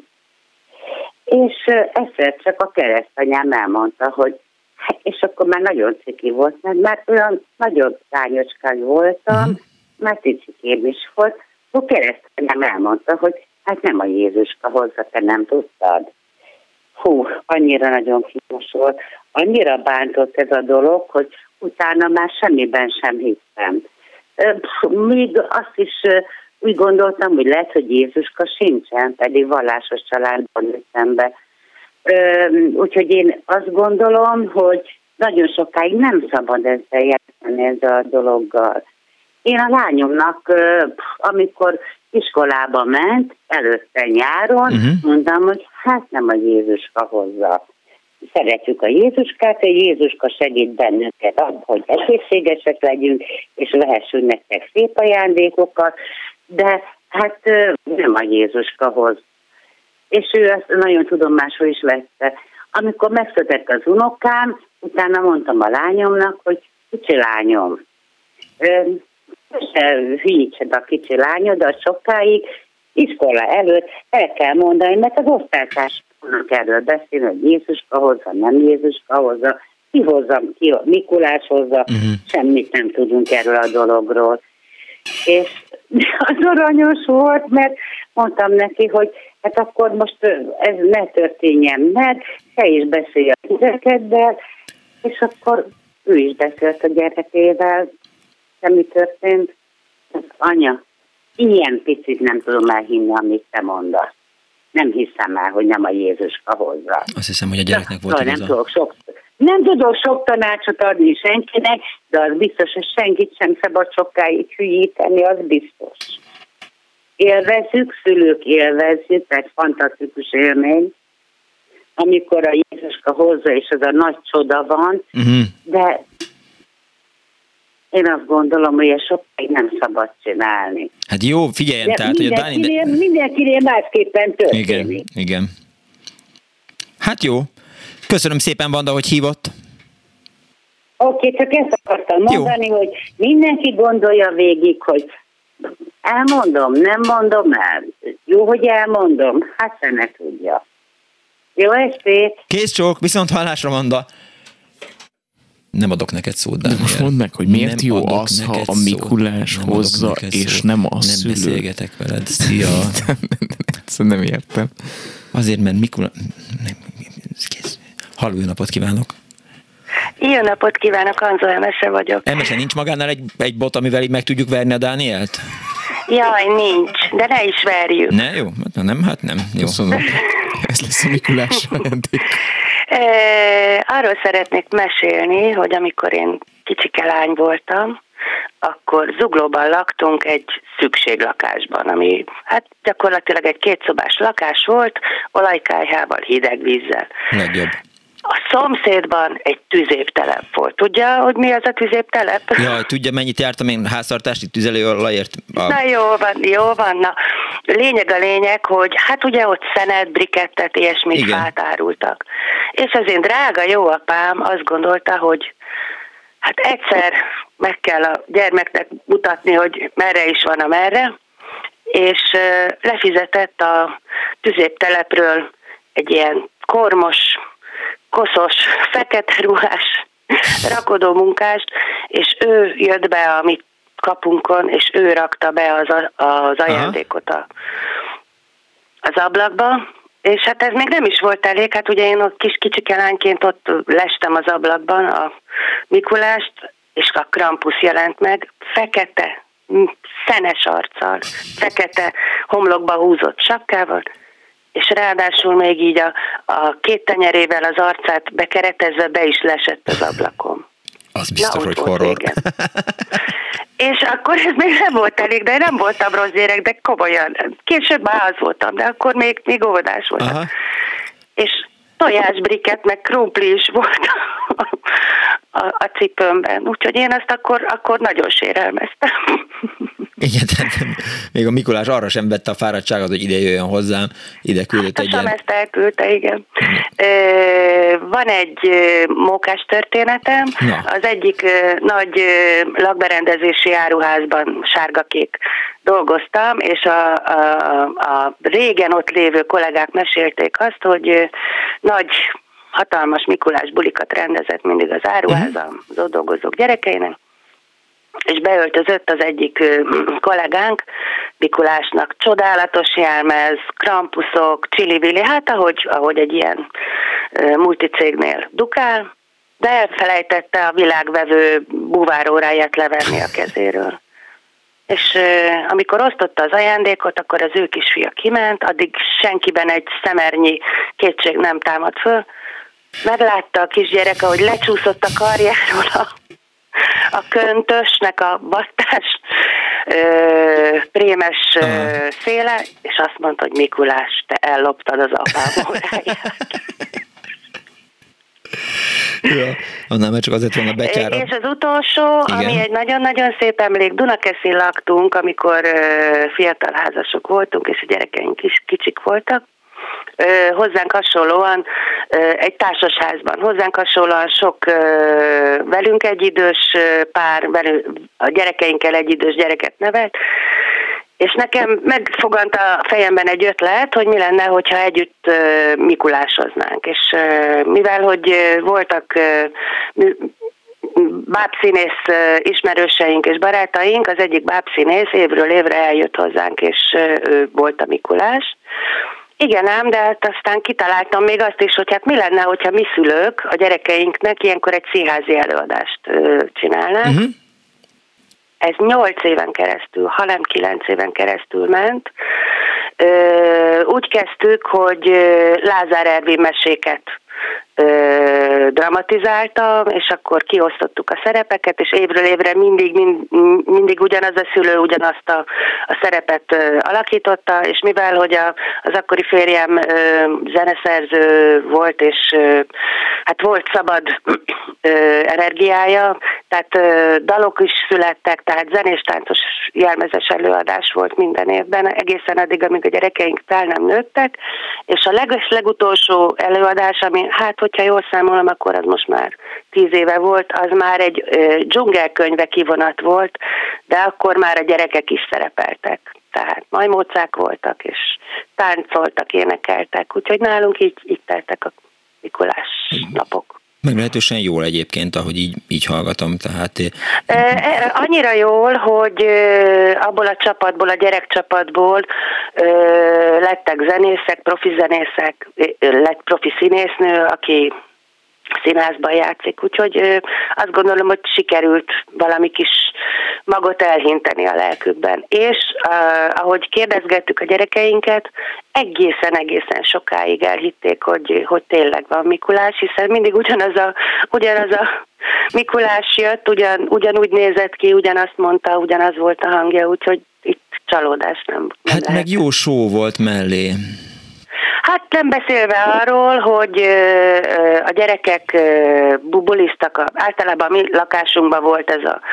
T: És egyszer csak a keresztanyám elmondta, hogy és akkor már nagyon ciki volt, mert már olyan nagyon lányocskán voltam, uh-huh. már cicikém is volt, akkor keresztanyám elmondta, hogy hát nem a Jézuska hozza, te nem tudtad. Hú, annyira nagyon kínos volt, annyira bántott ez a dolog, hogy utána már semmiben sem hittem. Még azt is úgy gondoltam, hogy lehet, hogy Jézuska sincsen, pedig vallásos családban nőttem be. Úgyhogy én azt gondolom, hogy nagyon sokáig nem szabad ezzel játszani ezzel a dologgal. Én a lányomnak, amikor iskolába ment, előtte nyáron, uh-huh. mondtam, hogy hát nem a Jézuska hozza. Szeretjük a Jézuskát, a Jézuska segít bennünket abban, hogy egészségesek legyünk, és vehessünk nektek szép ajándékokat, de hát nem a Jézuska hoz. És ő ezt nagyon tudomásul is vette. Amikor megszületett az unokám, utána mondtam a lányomnak, hogy kicsi lányom, se hülyítsed a kicsi lányodat sokáig, iskola előtt el kell mondani, mert az osztálytársak erről beszélni, hogy Jézuska hozza, nem Jézuska hozza, ki hozza, ki a Mikulás hozza, uh-huh. semmit nem tudunk erről a dologról. És az aranyos volt, mert mondtam neki, hogy hát akkor most ez ne történjen meg, se is beszélj a gyerekeddel, és akkor ő is beszélt a gyerekével, semmi történt. Anya, ilyen picit nem tudom elhinni, amit te mondasz. Nem hiszem el, hogy nem a Jézuska hozza.
B: Azt hiszem, hogy a gyereknek volt
T: nem
B: igaza.
T: tudok sok, nem tudok sok tanácsot adni senkinek, de az biztos, hogy senkit sem szabad sokáig hülyíteni, az biztos. Élvezzük, szülők élvezzük, ez fantasztikus élmény, amikor a Jézuska hozza, és az a nagy csoda van, uh-huh. de én azt gondolom, hogy ezt sokáig nem szabad csinálni.
B: Hát jó, figyeljen,
T: de
B: tehát, hogy a Dáni...
T: De... Mindenkinél másképpen történik.
B: Igen, igen. Hát jó. Köszönöm szépen, Vanda, hogy hívott.
T: Oké, okay, csak ezt akartam mondani, jó. Hogy mindenki gondolja végig, hogy elmondom, nem mondom el. Jó, hogy elmondom, hát se ne tudja. Jó estét!
B: Kész csók, viszont hallásra, Vanda. Nem adok neked szót, de
C: most mondd meg, hogy miért nem jó az, ha a Mikulás
B: nem
C: hozza, és szót. Nem a szülő.
B: Nem beszélgetek veled, szia!
C: Ezt nem értem.
B: Azért, mert Mikulás... Halló, jó napot kívánok!
U: Jó napot kívánok, Anzo Emese vagyok.
B: Emese, nincs magánál egy, egy bot, amivel így meg tudjuk verni a Dánielt?
U: Jaj, nincs, de ne is verjük.
B: Ne, jó, nem, hát nem. Jó.
C: Köszönöm. Ez lesz a Mikulás ajándék.
U: E, arról szeretnék mesélni, hogy amikor én kicsike lány voltam, akkor Zuglóban laktunk egy szükséglakásban, ami hát gyakorlatilag egy kétszobás lakás volt, olajkályhával, hideg vízzel.
B: Legjobb.
U: A szomszédban egy tüzéptelep volt. Tudja, hogy mi az a tüzéptelep?
B: Jaj, tudja, mennyit jártam én háztartási tüzelőolajért? A...
U: Na jó van, jó van. Na. Lényeg a lényeg, hogy hát ugye ott szenet, brikettet, ilyesmit Igen. fát árultak. És az én drága jó apám azt gondolta, hogy hát egyszer meg kell a gyermeknek mutatni, hogy merre is van a merre, és lefizetett a tüzéptelepről egy ilyen kormos, koszos, fekete ruhás rakodó munkást, és ő jött be a mi kapunkon, és ő rakta be az, az ajándékot a, az ablakba, és hát ez még nem is volt elég, hát ugye én ott kis kicsike lányként ott lestem az ablakban a Mikulást, és a Krampus jelent meg, fekete, szenes arccal, fekete homlokba húzott sapkával, és ráadásul még így a, a két tenyerével az arcát bekeretezve be is lesett az ablakon.
B: Az biztos, Na, hogy horror.
U: És akkor ez még nem volt elég, de nem voltam rossz gyerek, de komolyan. Később már az voltam, de akkor még, még óvodás voltam. Aha. És tojásbriket, meg krumpli is volt a, a, a cipőmben. Úgyhogy én azt akkor, akkor nagyon sérelmeztem.
B: Igen, tehát még a Mikulás arra sem vette a fáradtságot, hogy ide jöjjön hozzám, ide küldött
U: hát,
B: egy ilyen...
U: ezt elküldte, igen. Van egy mókás történetem. Na. Az egyik nagy lakberendezési áruházban sárgakék dolgoztam, és a, a, a régen ott lévő kollégák mesélték azt, hogy nagy, hatalmas Mikulás bulikat rendezett mindig az áruházam, az ott dolgozók gyerekeinek, és beöltözött az egyik kollégánk, Mikulásnak csodálatos jelmez, krampuszok, csili-vili, hát ahogy, ahogy egy ilyen multicégnél dukál, de elfelejtette a világvevő búváróráját levenni a kezéről. És uh, amikor osztotta az ajándékot, akkor az ő kisfia kiment, addig senkiben egy szemernyi kétség nem támad föl. Meglátta a kisgyerek, ahogy lecsúszott a karjáról a, a köntösnek a battás ö, prémes ö, széle, és azt mondta, hogy Mikulás, te elloptad az apám óráját.
B: Ja, annál már csak azért volna betyára.
U: És az utolsó, Igen. ami egy nagyon-nagyon szép emlék, Dunakeszin laktunk, amikor uh, fiatal házasok voltunk, és a gyerekeink is kicsik voltak. Uh, hozzánk hasonlóan uh, egy társasházban, hozzánk hasonlóan sok uh, velünk egyidős uh, pár, velünk, a gyerekeinkkel egyidős gyereket nevelt, és nekem megfogant a fejemben egy ötlet, hogy mi lenne, hogyha együtt uh, mikulásoznánk. És uh, mivel, hogy uh, voltak uh, bábszínész ismerőseink és barátaink, az egyik bábszínész évről évre eljött hozzánk, és ő volt a Mikulás. Igen ám, de hát aztán kitaláltam még azt is, hogy hát mi lenne, hogyha mi szülők a gyerekeinknek ilyenkor egy színházi előadást csinálnánk. Uh-huh. Ez nyolc éven keresztül, hanem kilenc éven keresztül ment. Úgy kezdtük, hogy Lázár Ervin meséket Ö, dramatizáltam, és akkor kiosztottuk a szerepeket, és évről évre mindig, mind, mindig ugyanaz a szülő ugyanazt a, a szerepet ö, alakította, és mivel, hogy a, az akkori férjem ö, zeneszerző volt, és ö, hát volt szabad ö, energiája, tehát ö, dalok is születtek, tehát zenés-táncos jelmezes előadás volt minden évben, egészen addig, amíg a gyerekeink fel nem nőttek, és a leges legutolsó előadás, ami hát, hogyha jól számolom, akkor az most már tíz éve volt, az már egy ö, dzsungelkönyve kivonat volt, de akkor már a gyerekek is szerepeltek. Tehát majmócák voltak, és táncoltak, énekeltek, úgyhogy nálunk így, így teltek a Mikulás napok.
B: Meglehetősen jól egyébként, ahogy így, így hallgatom, tehát...
U: E, annyira jól, hogy abból a csapatból, a gyerekcsapatból lettek zenészek, profi zenészek, lett profi színésznő, aki színházban játszik, úgyhogy azt gondolom, hogy sikerült valami kis magot elhinteni a lelkükben. És ahogy kérdezgettük a gyerekeinket, egészen-egészen sokáig elhitték, hogy, hogy tényleg van Mikulás, hiszen mindig ugyanaz a, ugyanaz a Mikulás jött, ugyan, ugyanúgy nézett ki, ugyanazt mondta, ugyanaz volt a hangja, úgyhogy itt csalódás nem, nem
B: Hát lehet. Meg jó show volt mellé.
U: Hát nem beszélve arról, hogy a gyerekek bubuliztak, általában a mi lakásunkban volt ez a,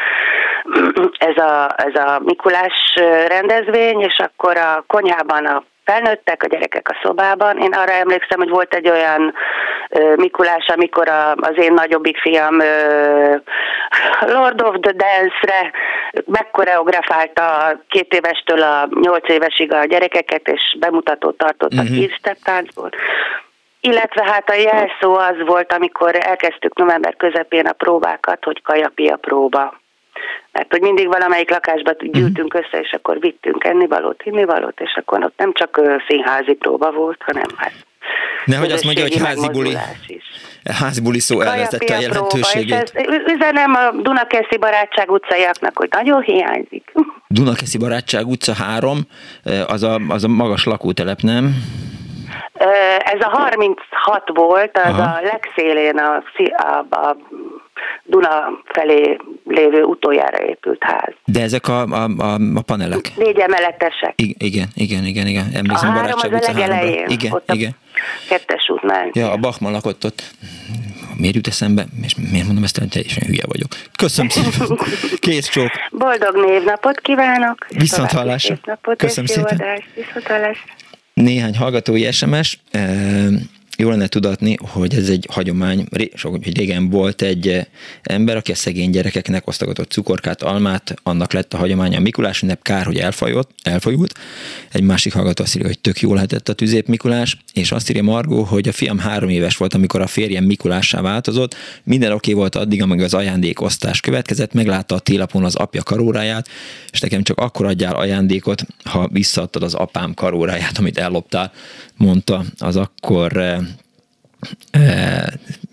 U: ez a, ez a Mikulás rendezvény, és akkor a konyhában a felnőttek, a gyerekek a szobában. Én arra emlékszem, hogy volt egy olyan uh, Mikulás, amikor a, az én nagyobbik fiam uh, Lord of the Dance-re megkoreografálta két évestől a nyolc évesig a gyerekeket, és bemutatót tartott uh-huh. a Kid-step táncból. Illetve hát a jelszó az volt, amikor elkezdtük november közepén a próbákat, hogy kajapia próba. Mert hogy mindig valamelyik lakásba gyűltünk össze, és akkor vittünk ennivalót, innivalót, és akkor ott nem csak színházi próba volt, hanem hát
B: nehogy azt mondja, hogy házi buli, házi buli szó elvesztette a jelentőségét.
U: Próba, üzenem a Dunakeszi Barátság utcaiaknak, hogy nagyon hiányzik.
B: Dunakeszi Barátság utca három, az a, az a magas lakótelep, nem?
U: Ez a harminchat volt, az Aha. a legszélén a, a, a Duna felé lévő utoljára épült ház.
B: De ezek a, a, a, a panelek?
U: Négy emeletesek.
B: I- igen, igen, igen, igen. Emlékszem
U: a három az a legelején.
B: Igen,
U: ott
B: igen.
U: A kettes út mellett.
B: Ja, a Bachmann lakott ott. Miért jut eszembe? És miért mondom ezt, hogy teljesen hülye vagyok. Köszönöm szépen. Kész csók.
U: Boldog névnapot kívánok.
B: Viszonthallásra. Köszönöm szépen.
U: Viszonthallásra.
B: Néhány hallgatói es em es. Jó lenne tudatni, hogy ez egy hagyomány, hogy régen volt egy ember, aki a szegény gyerekeknek osztogatott cukorkát, almát, annak lett a hagyománya a Mikulás ünnep, kár, hogy elfajult, elfajult. Egy másik hallgató azt írja, hogy tök jól lehetett a tüzép Mikulás, és azt írja Margó, hogy a fiam három éves volt, amikor a férjem Mikulássá változott, minden oké volt addig, amíg az ajándékosztás következett, meglátta a télapon az apja karóráját, és nekem csak akkor adjál ajándékot, ha visszaadtad az apám karóráját, amit elloptál, mondta az akkor E,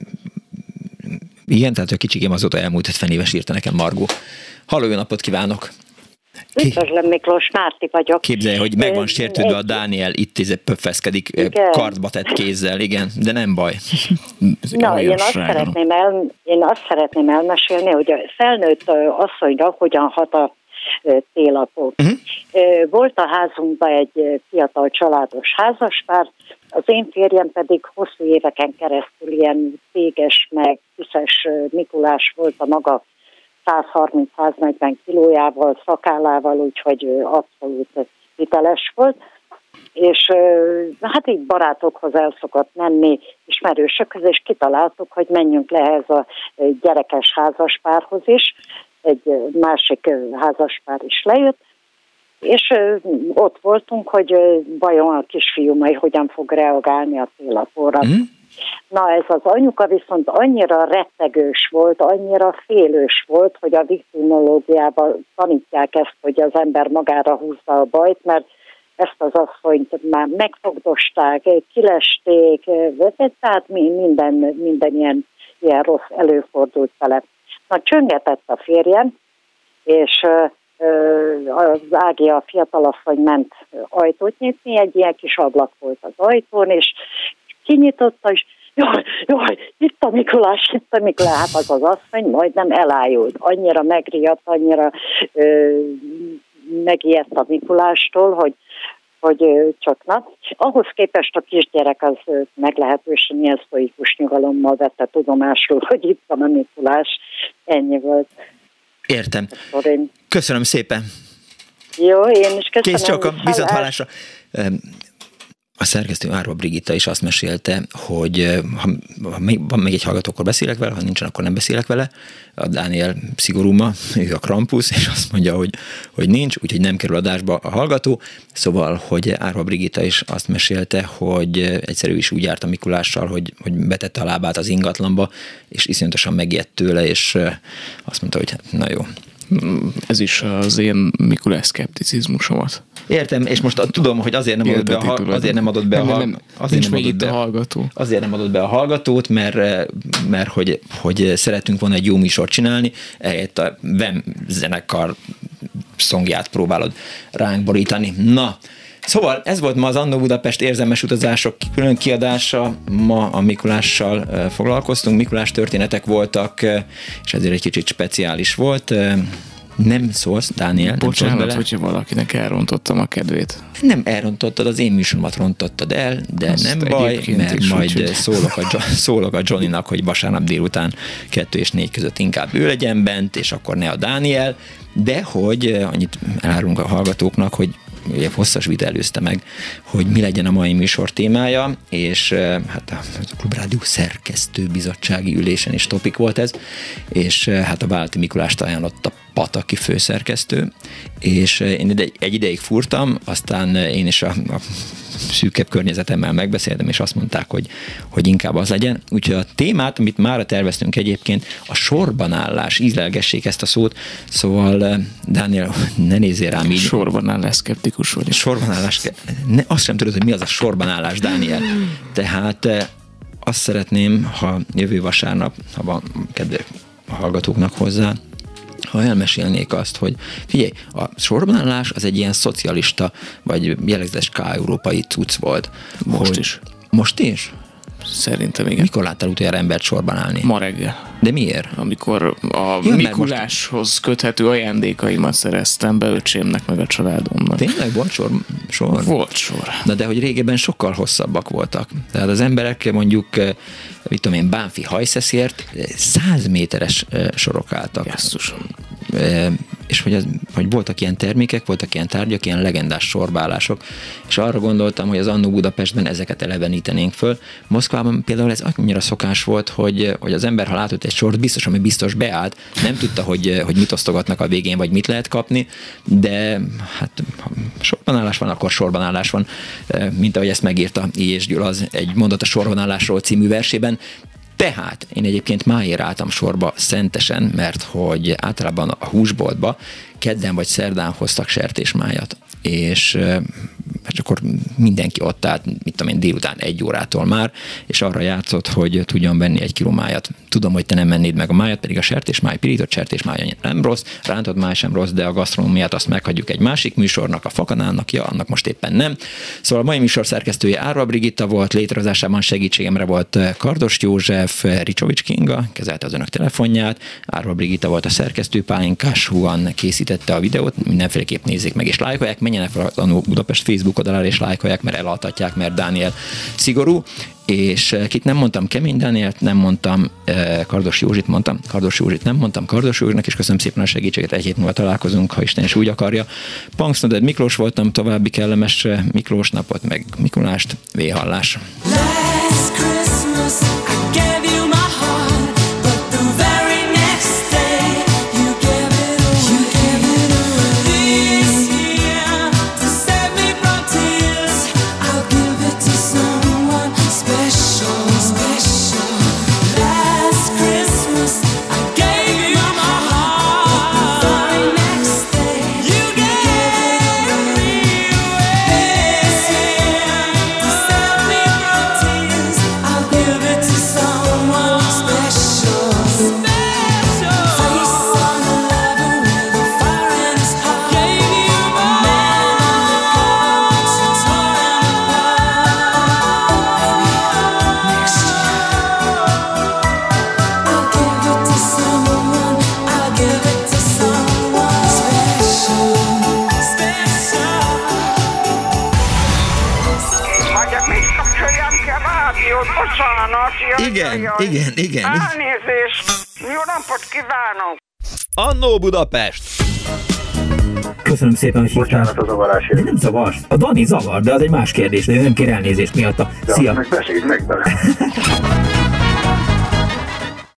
B: igen, tehát a kicsikém azóta elmúlt ötven éves, írta nekem Margó. Halló, jó napot kívánok!
D: Üdvözlöm, Miklós, Márti vagyok.
B: Képzelj, hogy meg van sértődve a Dániel, itt pöffeszkedik, kardba tett kézzel, igen, de nem baj.
D: Na, én azt, szeretném el, én azt szeretném elmesélni, hogy a felnőtt asszonyra hogyan hat a télapó. Uh-huh. Volt a házunkban egy fiatal családos házaspár, az én férjem pedig hosszú éveken keresztül ilyen véges, meg tiszes Mikulás volt a maga száz harminc száz negyven kilójával, szakállával, úgyhogy abszolút hiteles volt. És hát így barátokhoz el szokott menni, ismerősökhöz, és kitaláltuk, hogy menjünk le ez a gyerekes házaspárhoz is. Egy másik házaspár is lejött, és ott voltunk, hogy vajon a kisfiú majd hogyan fog reagálni a télapóra. Mm. Na ez az anyuka viszont annyira rettegős volt, annyira félős volt, hogy a viktimológiában tanítják ezt, hogy az ember magára húzza a bajt, mert ezt az asszonyt már megfogdosták, kilesték, tehát minden, minden ilyen, ilyen rossz előfordult vele. Na csöngetett a férjem, és az Ági, a fiatalasszony ment ajtót nyitni, egy ilyen kis ablak volt az ajtón, és kinyitotta, és jaj, jaj, itt a Mikulás, itt a Mikulás, hát az az asszony majdnem elájult. Annyira megriadt, annyira ö, megijedt a Mikulástól, hogy, hogy ö, csak na. Ahhoz képest a kisgyerek az ö, meglehetősen ilyen sztoikus nyugalommal vette tudomásul, hogy itt van a Mikulás. Ennyi volt.
B: Értem. Köszönöm szépen.
D: Jó, én is köszönöm.
B: Kész csak, viszont hallásra. A szerkesztő Árva Brigitta is azt mesélte, hogy ha, ha van még egy hallgató, akkor beszélek vele, ha nincsen, akkor nem beszélek vele. A Dániel szigorúma, ő a Krampus, és azt mondja, hogy, hogy nincs, úgyhogy nem kerül adásba a hallgató. Szóval, hogy Árva Brigitta is azt mesélte, hogy egyszerű is úgy járt a Mikulással, hogy, hogy betette a lábát az ingatlanba, és iszonyatosan megijedt tőle, és azt mondta, hogy hát, na jó.
C: Ez is az én Mikulás szkepticizmusomat.
B: Értem, és most tudom, hogy azért nem adott be a, azért nem adott be a, nem, nem,
C: azért nem adott be a hallgató.
B: Azért nem adott be a hallgatót, mert, mert hogy, hogy szeretünk volna egy jó műsort csinálni, ehelyett a Vem zenekar szongját próbálod ránk borítani. Na, szóval ez volt ma az Annó Budapest érzelmes utazások külön kiadása. Ma a Mikulással foglalkoztunk, Mikulás történetek voltak, és ezért egy kicsit speciális volt. Nem szólsz, Dániel.
C: Bocsánat, hogyha valakinek elrontottam a kedvét.
B: Nem elrontottad, az én műsoromat rontottad el, de azt nem baj, mert is, majd úgy, szólok, a, szólok a Johnnynak, hogy vasárnap délután kettő és négy között inkább ő legyen bent, és akkor ne a Dániel, de hogy annyit elárulunk a hallgatóknak, hogy ugye hosszas vita előzte meg, hogy mi legyen a mai műsor témája, és hát a Klubrádió szerkesztő bizottsági ülésen is topik volt ez, és hát a Bálti Mikulást ajánlotta Pataki főszerkesztő, és én egy ideig furtam, aztán én is a, a szűkebb környezetemmel megbeszéltem, és azt mondták, hogy, hogy inkább az legyen. Úgyhogy a témát, amit mára terveztünk egyébként, a sorbanállás, ízlelgessék ezt a szót, szóval Dániel, ne nézzél rám így.
C: Sorbanállás szkeptikus vagy.
B: Sorbanállás, ne, azt sem tudod, hogy mi az a sorbanállás, Dániel. Tehát azt szeretném, ha jövő vasárnap, ha van kedve a hallgatóknak hozzá, ha elmesélnék azt, hogy figyelj, a sorbanállás az egy ilyen szocialista, vagy jellegzetes K-európai cucc volt.
C: Most hogy, is.
B: Most is?
C: Szerintem igen.
B: Mikor láttál utoljára embert sorban állni?
C: Ma reggel.
B: De miért?
C: Amikor a ja, Mikuláshoz most... köthető ajándékaimat szereztem be öcsémnek meg a családomnak.
B: Tényleg volt sor? sor?
C: Volt sor.
B: Na de hogy régebben sokkal hosszabbak voltak. Tehát az emberek mondjuk, mit tudom én, Bánfi hajszeszért száz méteres sorok álltak.
C: Jesszusom.
B: És hogy, az, hogy voltak ilyen termékek, voltak ilyen tárgyak, ilyen legendás sorbálások, és arra gondoltam, hogy az Annó Budapestben ezeket elevenítenénk föl. Moszkvában például ez annyira szokás volt, hogy, hogy az ember, ha látott egy sort, biztos, ami biztos beállt, nem tudta, hogy, hogy mit osztogatnak a végén, vagy mit lehet kapni, de hát ha sorbanállás van, akkor sorbanállás van, mint ahogy ezt megírta I. és Gyula az Egy mondat a sorbanállásról című versében. Tehát én egyébként máért álltam sorba szentesen, mert hogy általában a húsboltba kedden vagy szerdán hoztak sertésmájat, és és akkor mindenki ott állt, mit tudom én, délután egy órától már, és arra játszott, hogy tudjon venni egy kiló májat. Tudom, hogy te nem mennéd meg a májat, pedig a sertésmáj, pirított sertésmáj nem rossz, rántott máj sem rossz, de a gasztronómiát azt meghagyjuk egy másik műsornak, a Fakanának, ja, annak most éppen nem. Szóval a mai műsor szerkesztője Árva Brigitta volt, létrehozásában segítségemre volt Kardos József, Ricsovics Kinga, kezelte az önök telefonját, Árva Brigitta volt a szerkesztő, Pálinkás Huan készítette a videót, mindenféleképp nézzék meg és lájkolják, menjenek fel az Annó Budapest Facebook oldalára és lájkolják, mert elaltatják, mert Dániel szigorú, és kit nem mondtam, Kemény Dánielt nem mondtam, Kardos Józsit mondtam, Kardos Józsit nem mondtam, Kardos Józsnak, és köszönöm szépen a segítséget, egy hét múlva találkozunk, ha Isten is úgy akarja. Punksnoded Miklós voltam, további kellemes Miklós napot, meg Mikulást, véhallás. Last Christmas I gave you my heart, but the very next day you gave it away. You gave it away. This year, to save me from tears, I'll give it to someone special. Special.
L: Bocsánat, jaj,
B: igen,
L: jaj,
B: igen, igen.
L: Elnézést. Jó napot kívánok.
B: Annó Budapest!
E: Köszönöm szépen, hogy hívtál.
R: Bocsánat a zavarásért.
E: Nem zavarsz. A Dani zavar, de az egy más kérdés, de ő nem kér elnézést miatta.
R: Ja,
E: Szia!
R: meg beszélj meg bele.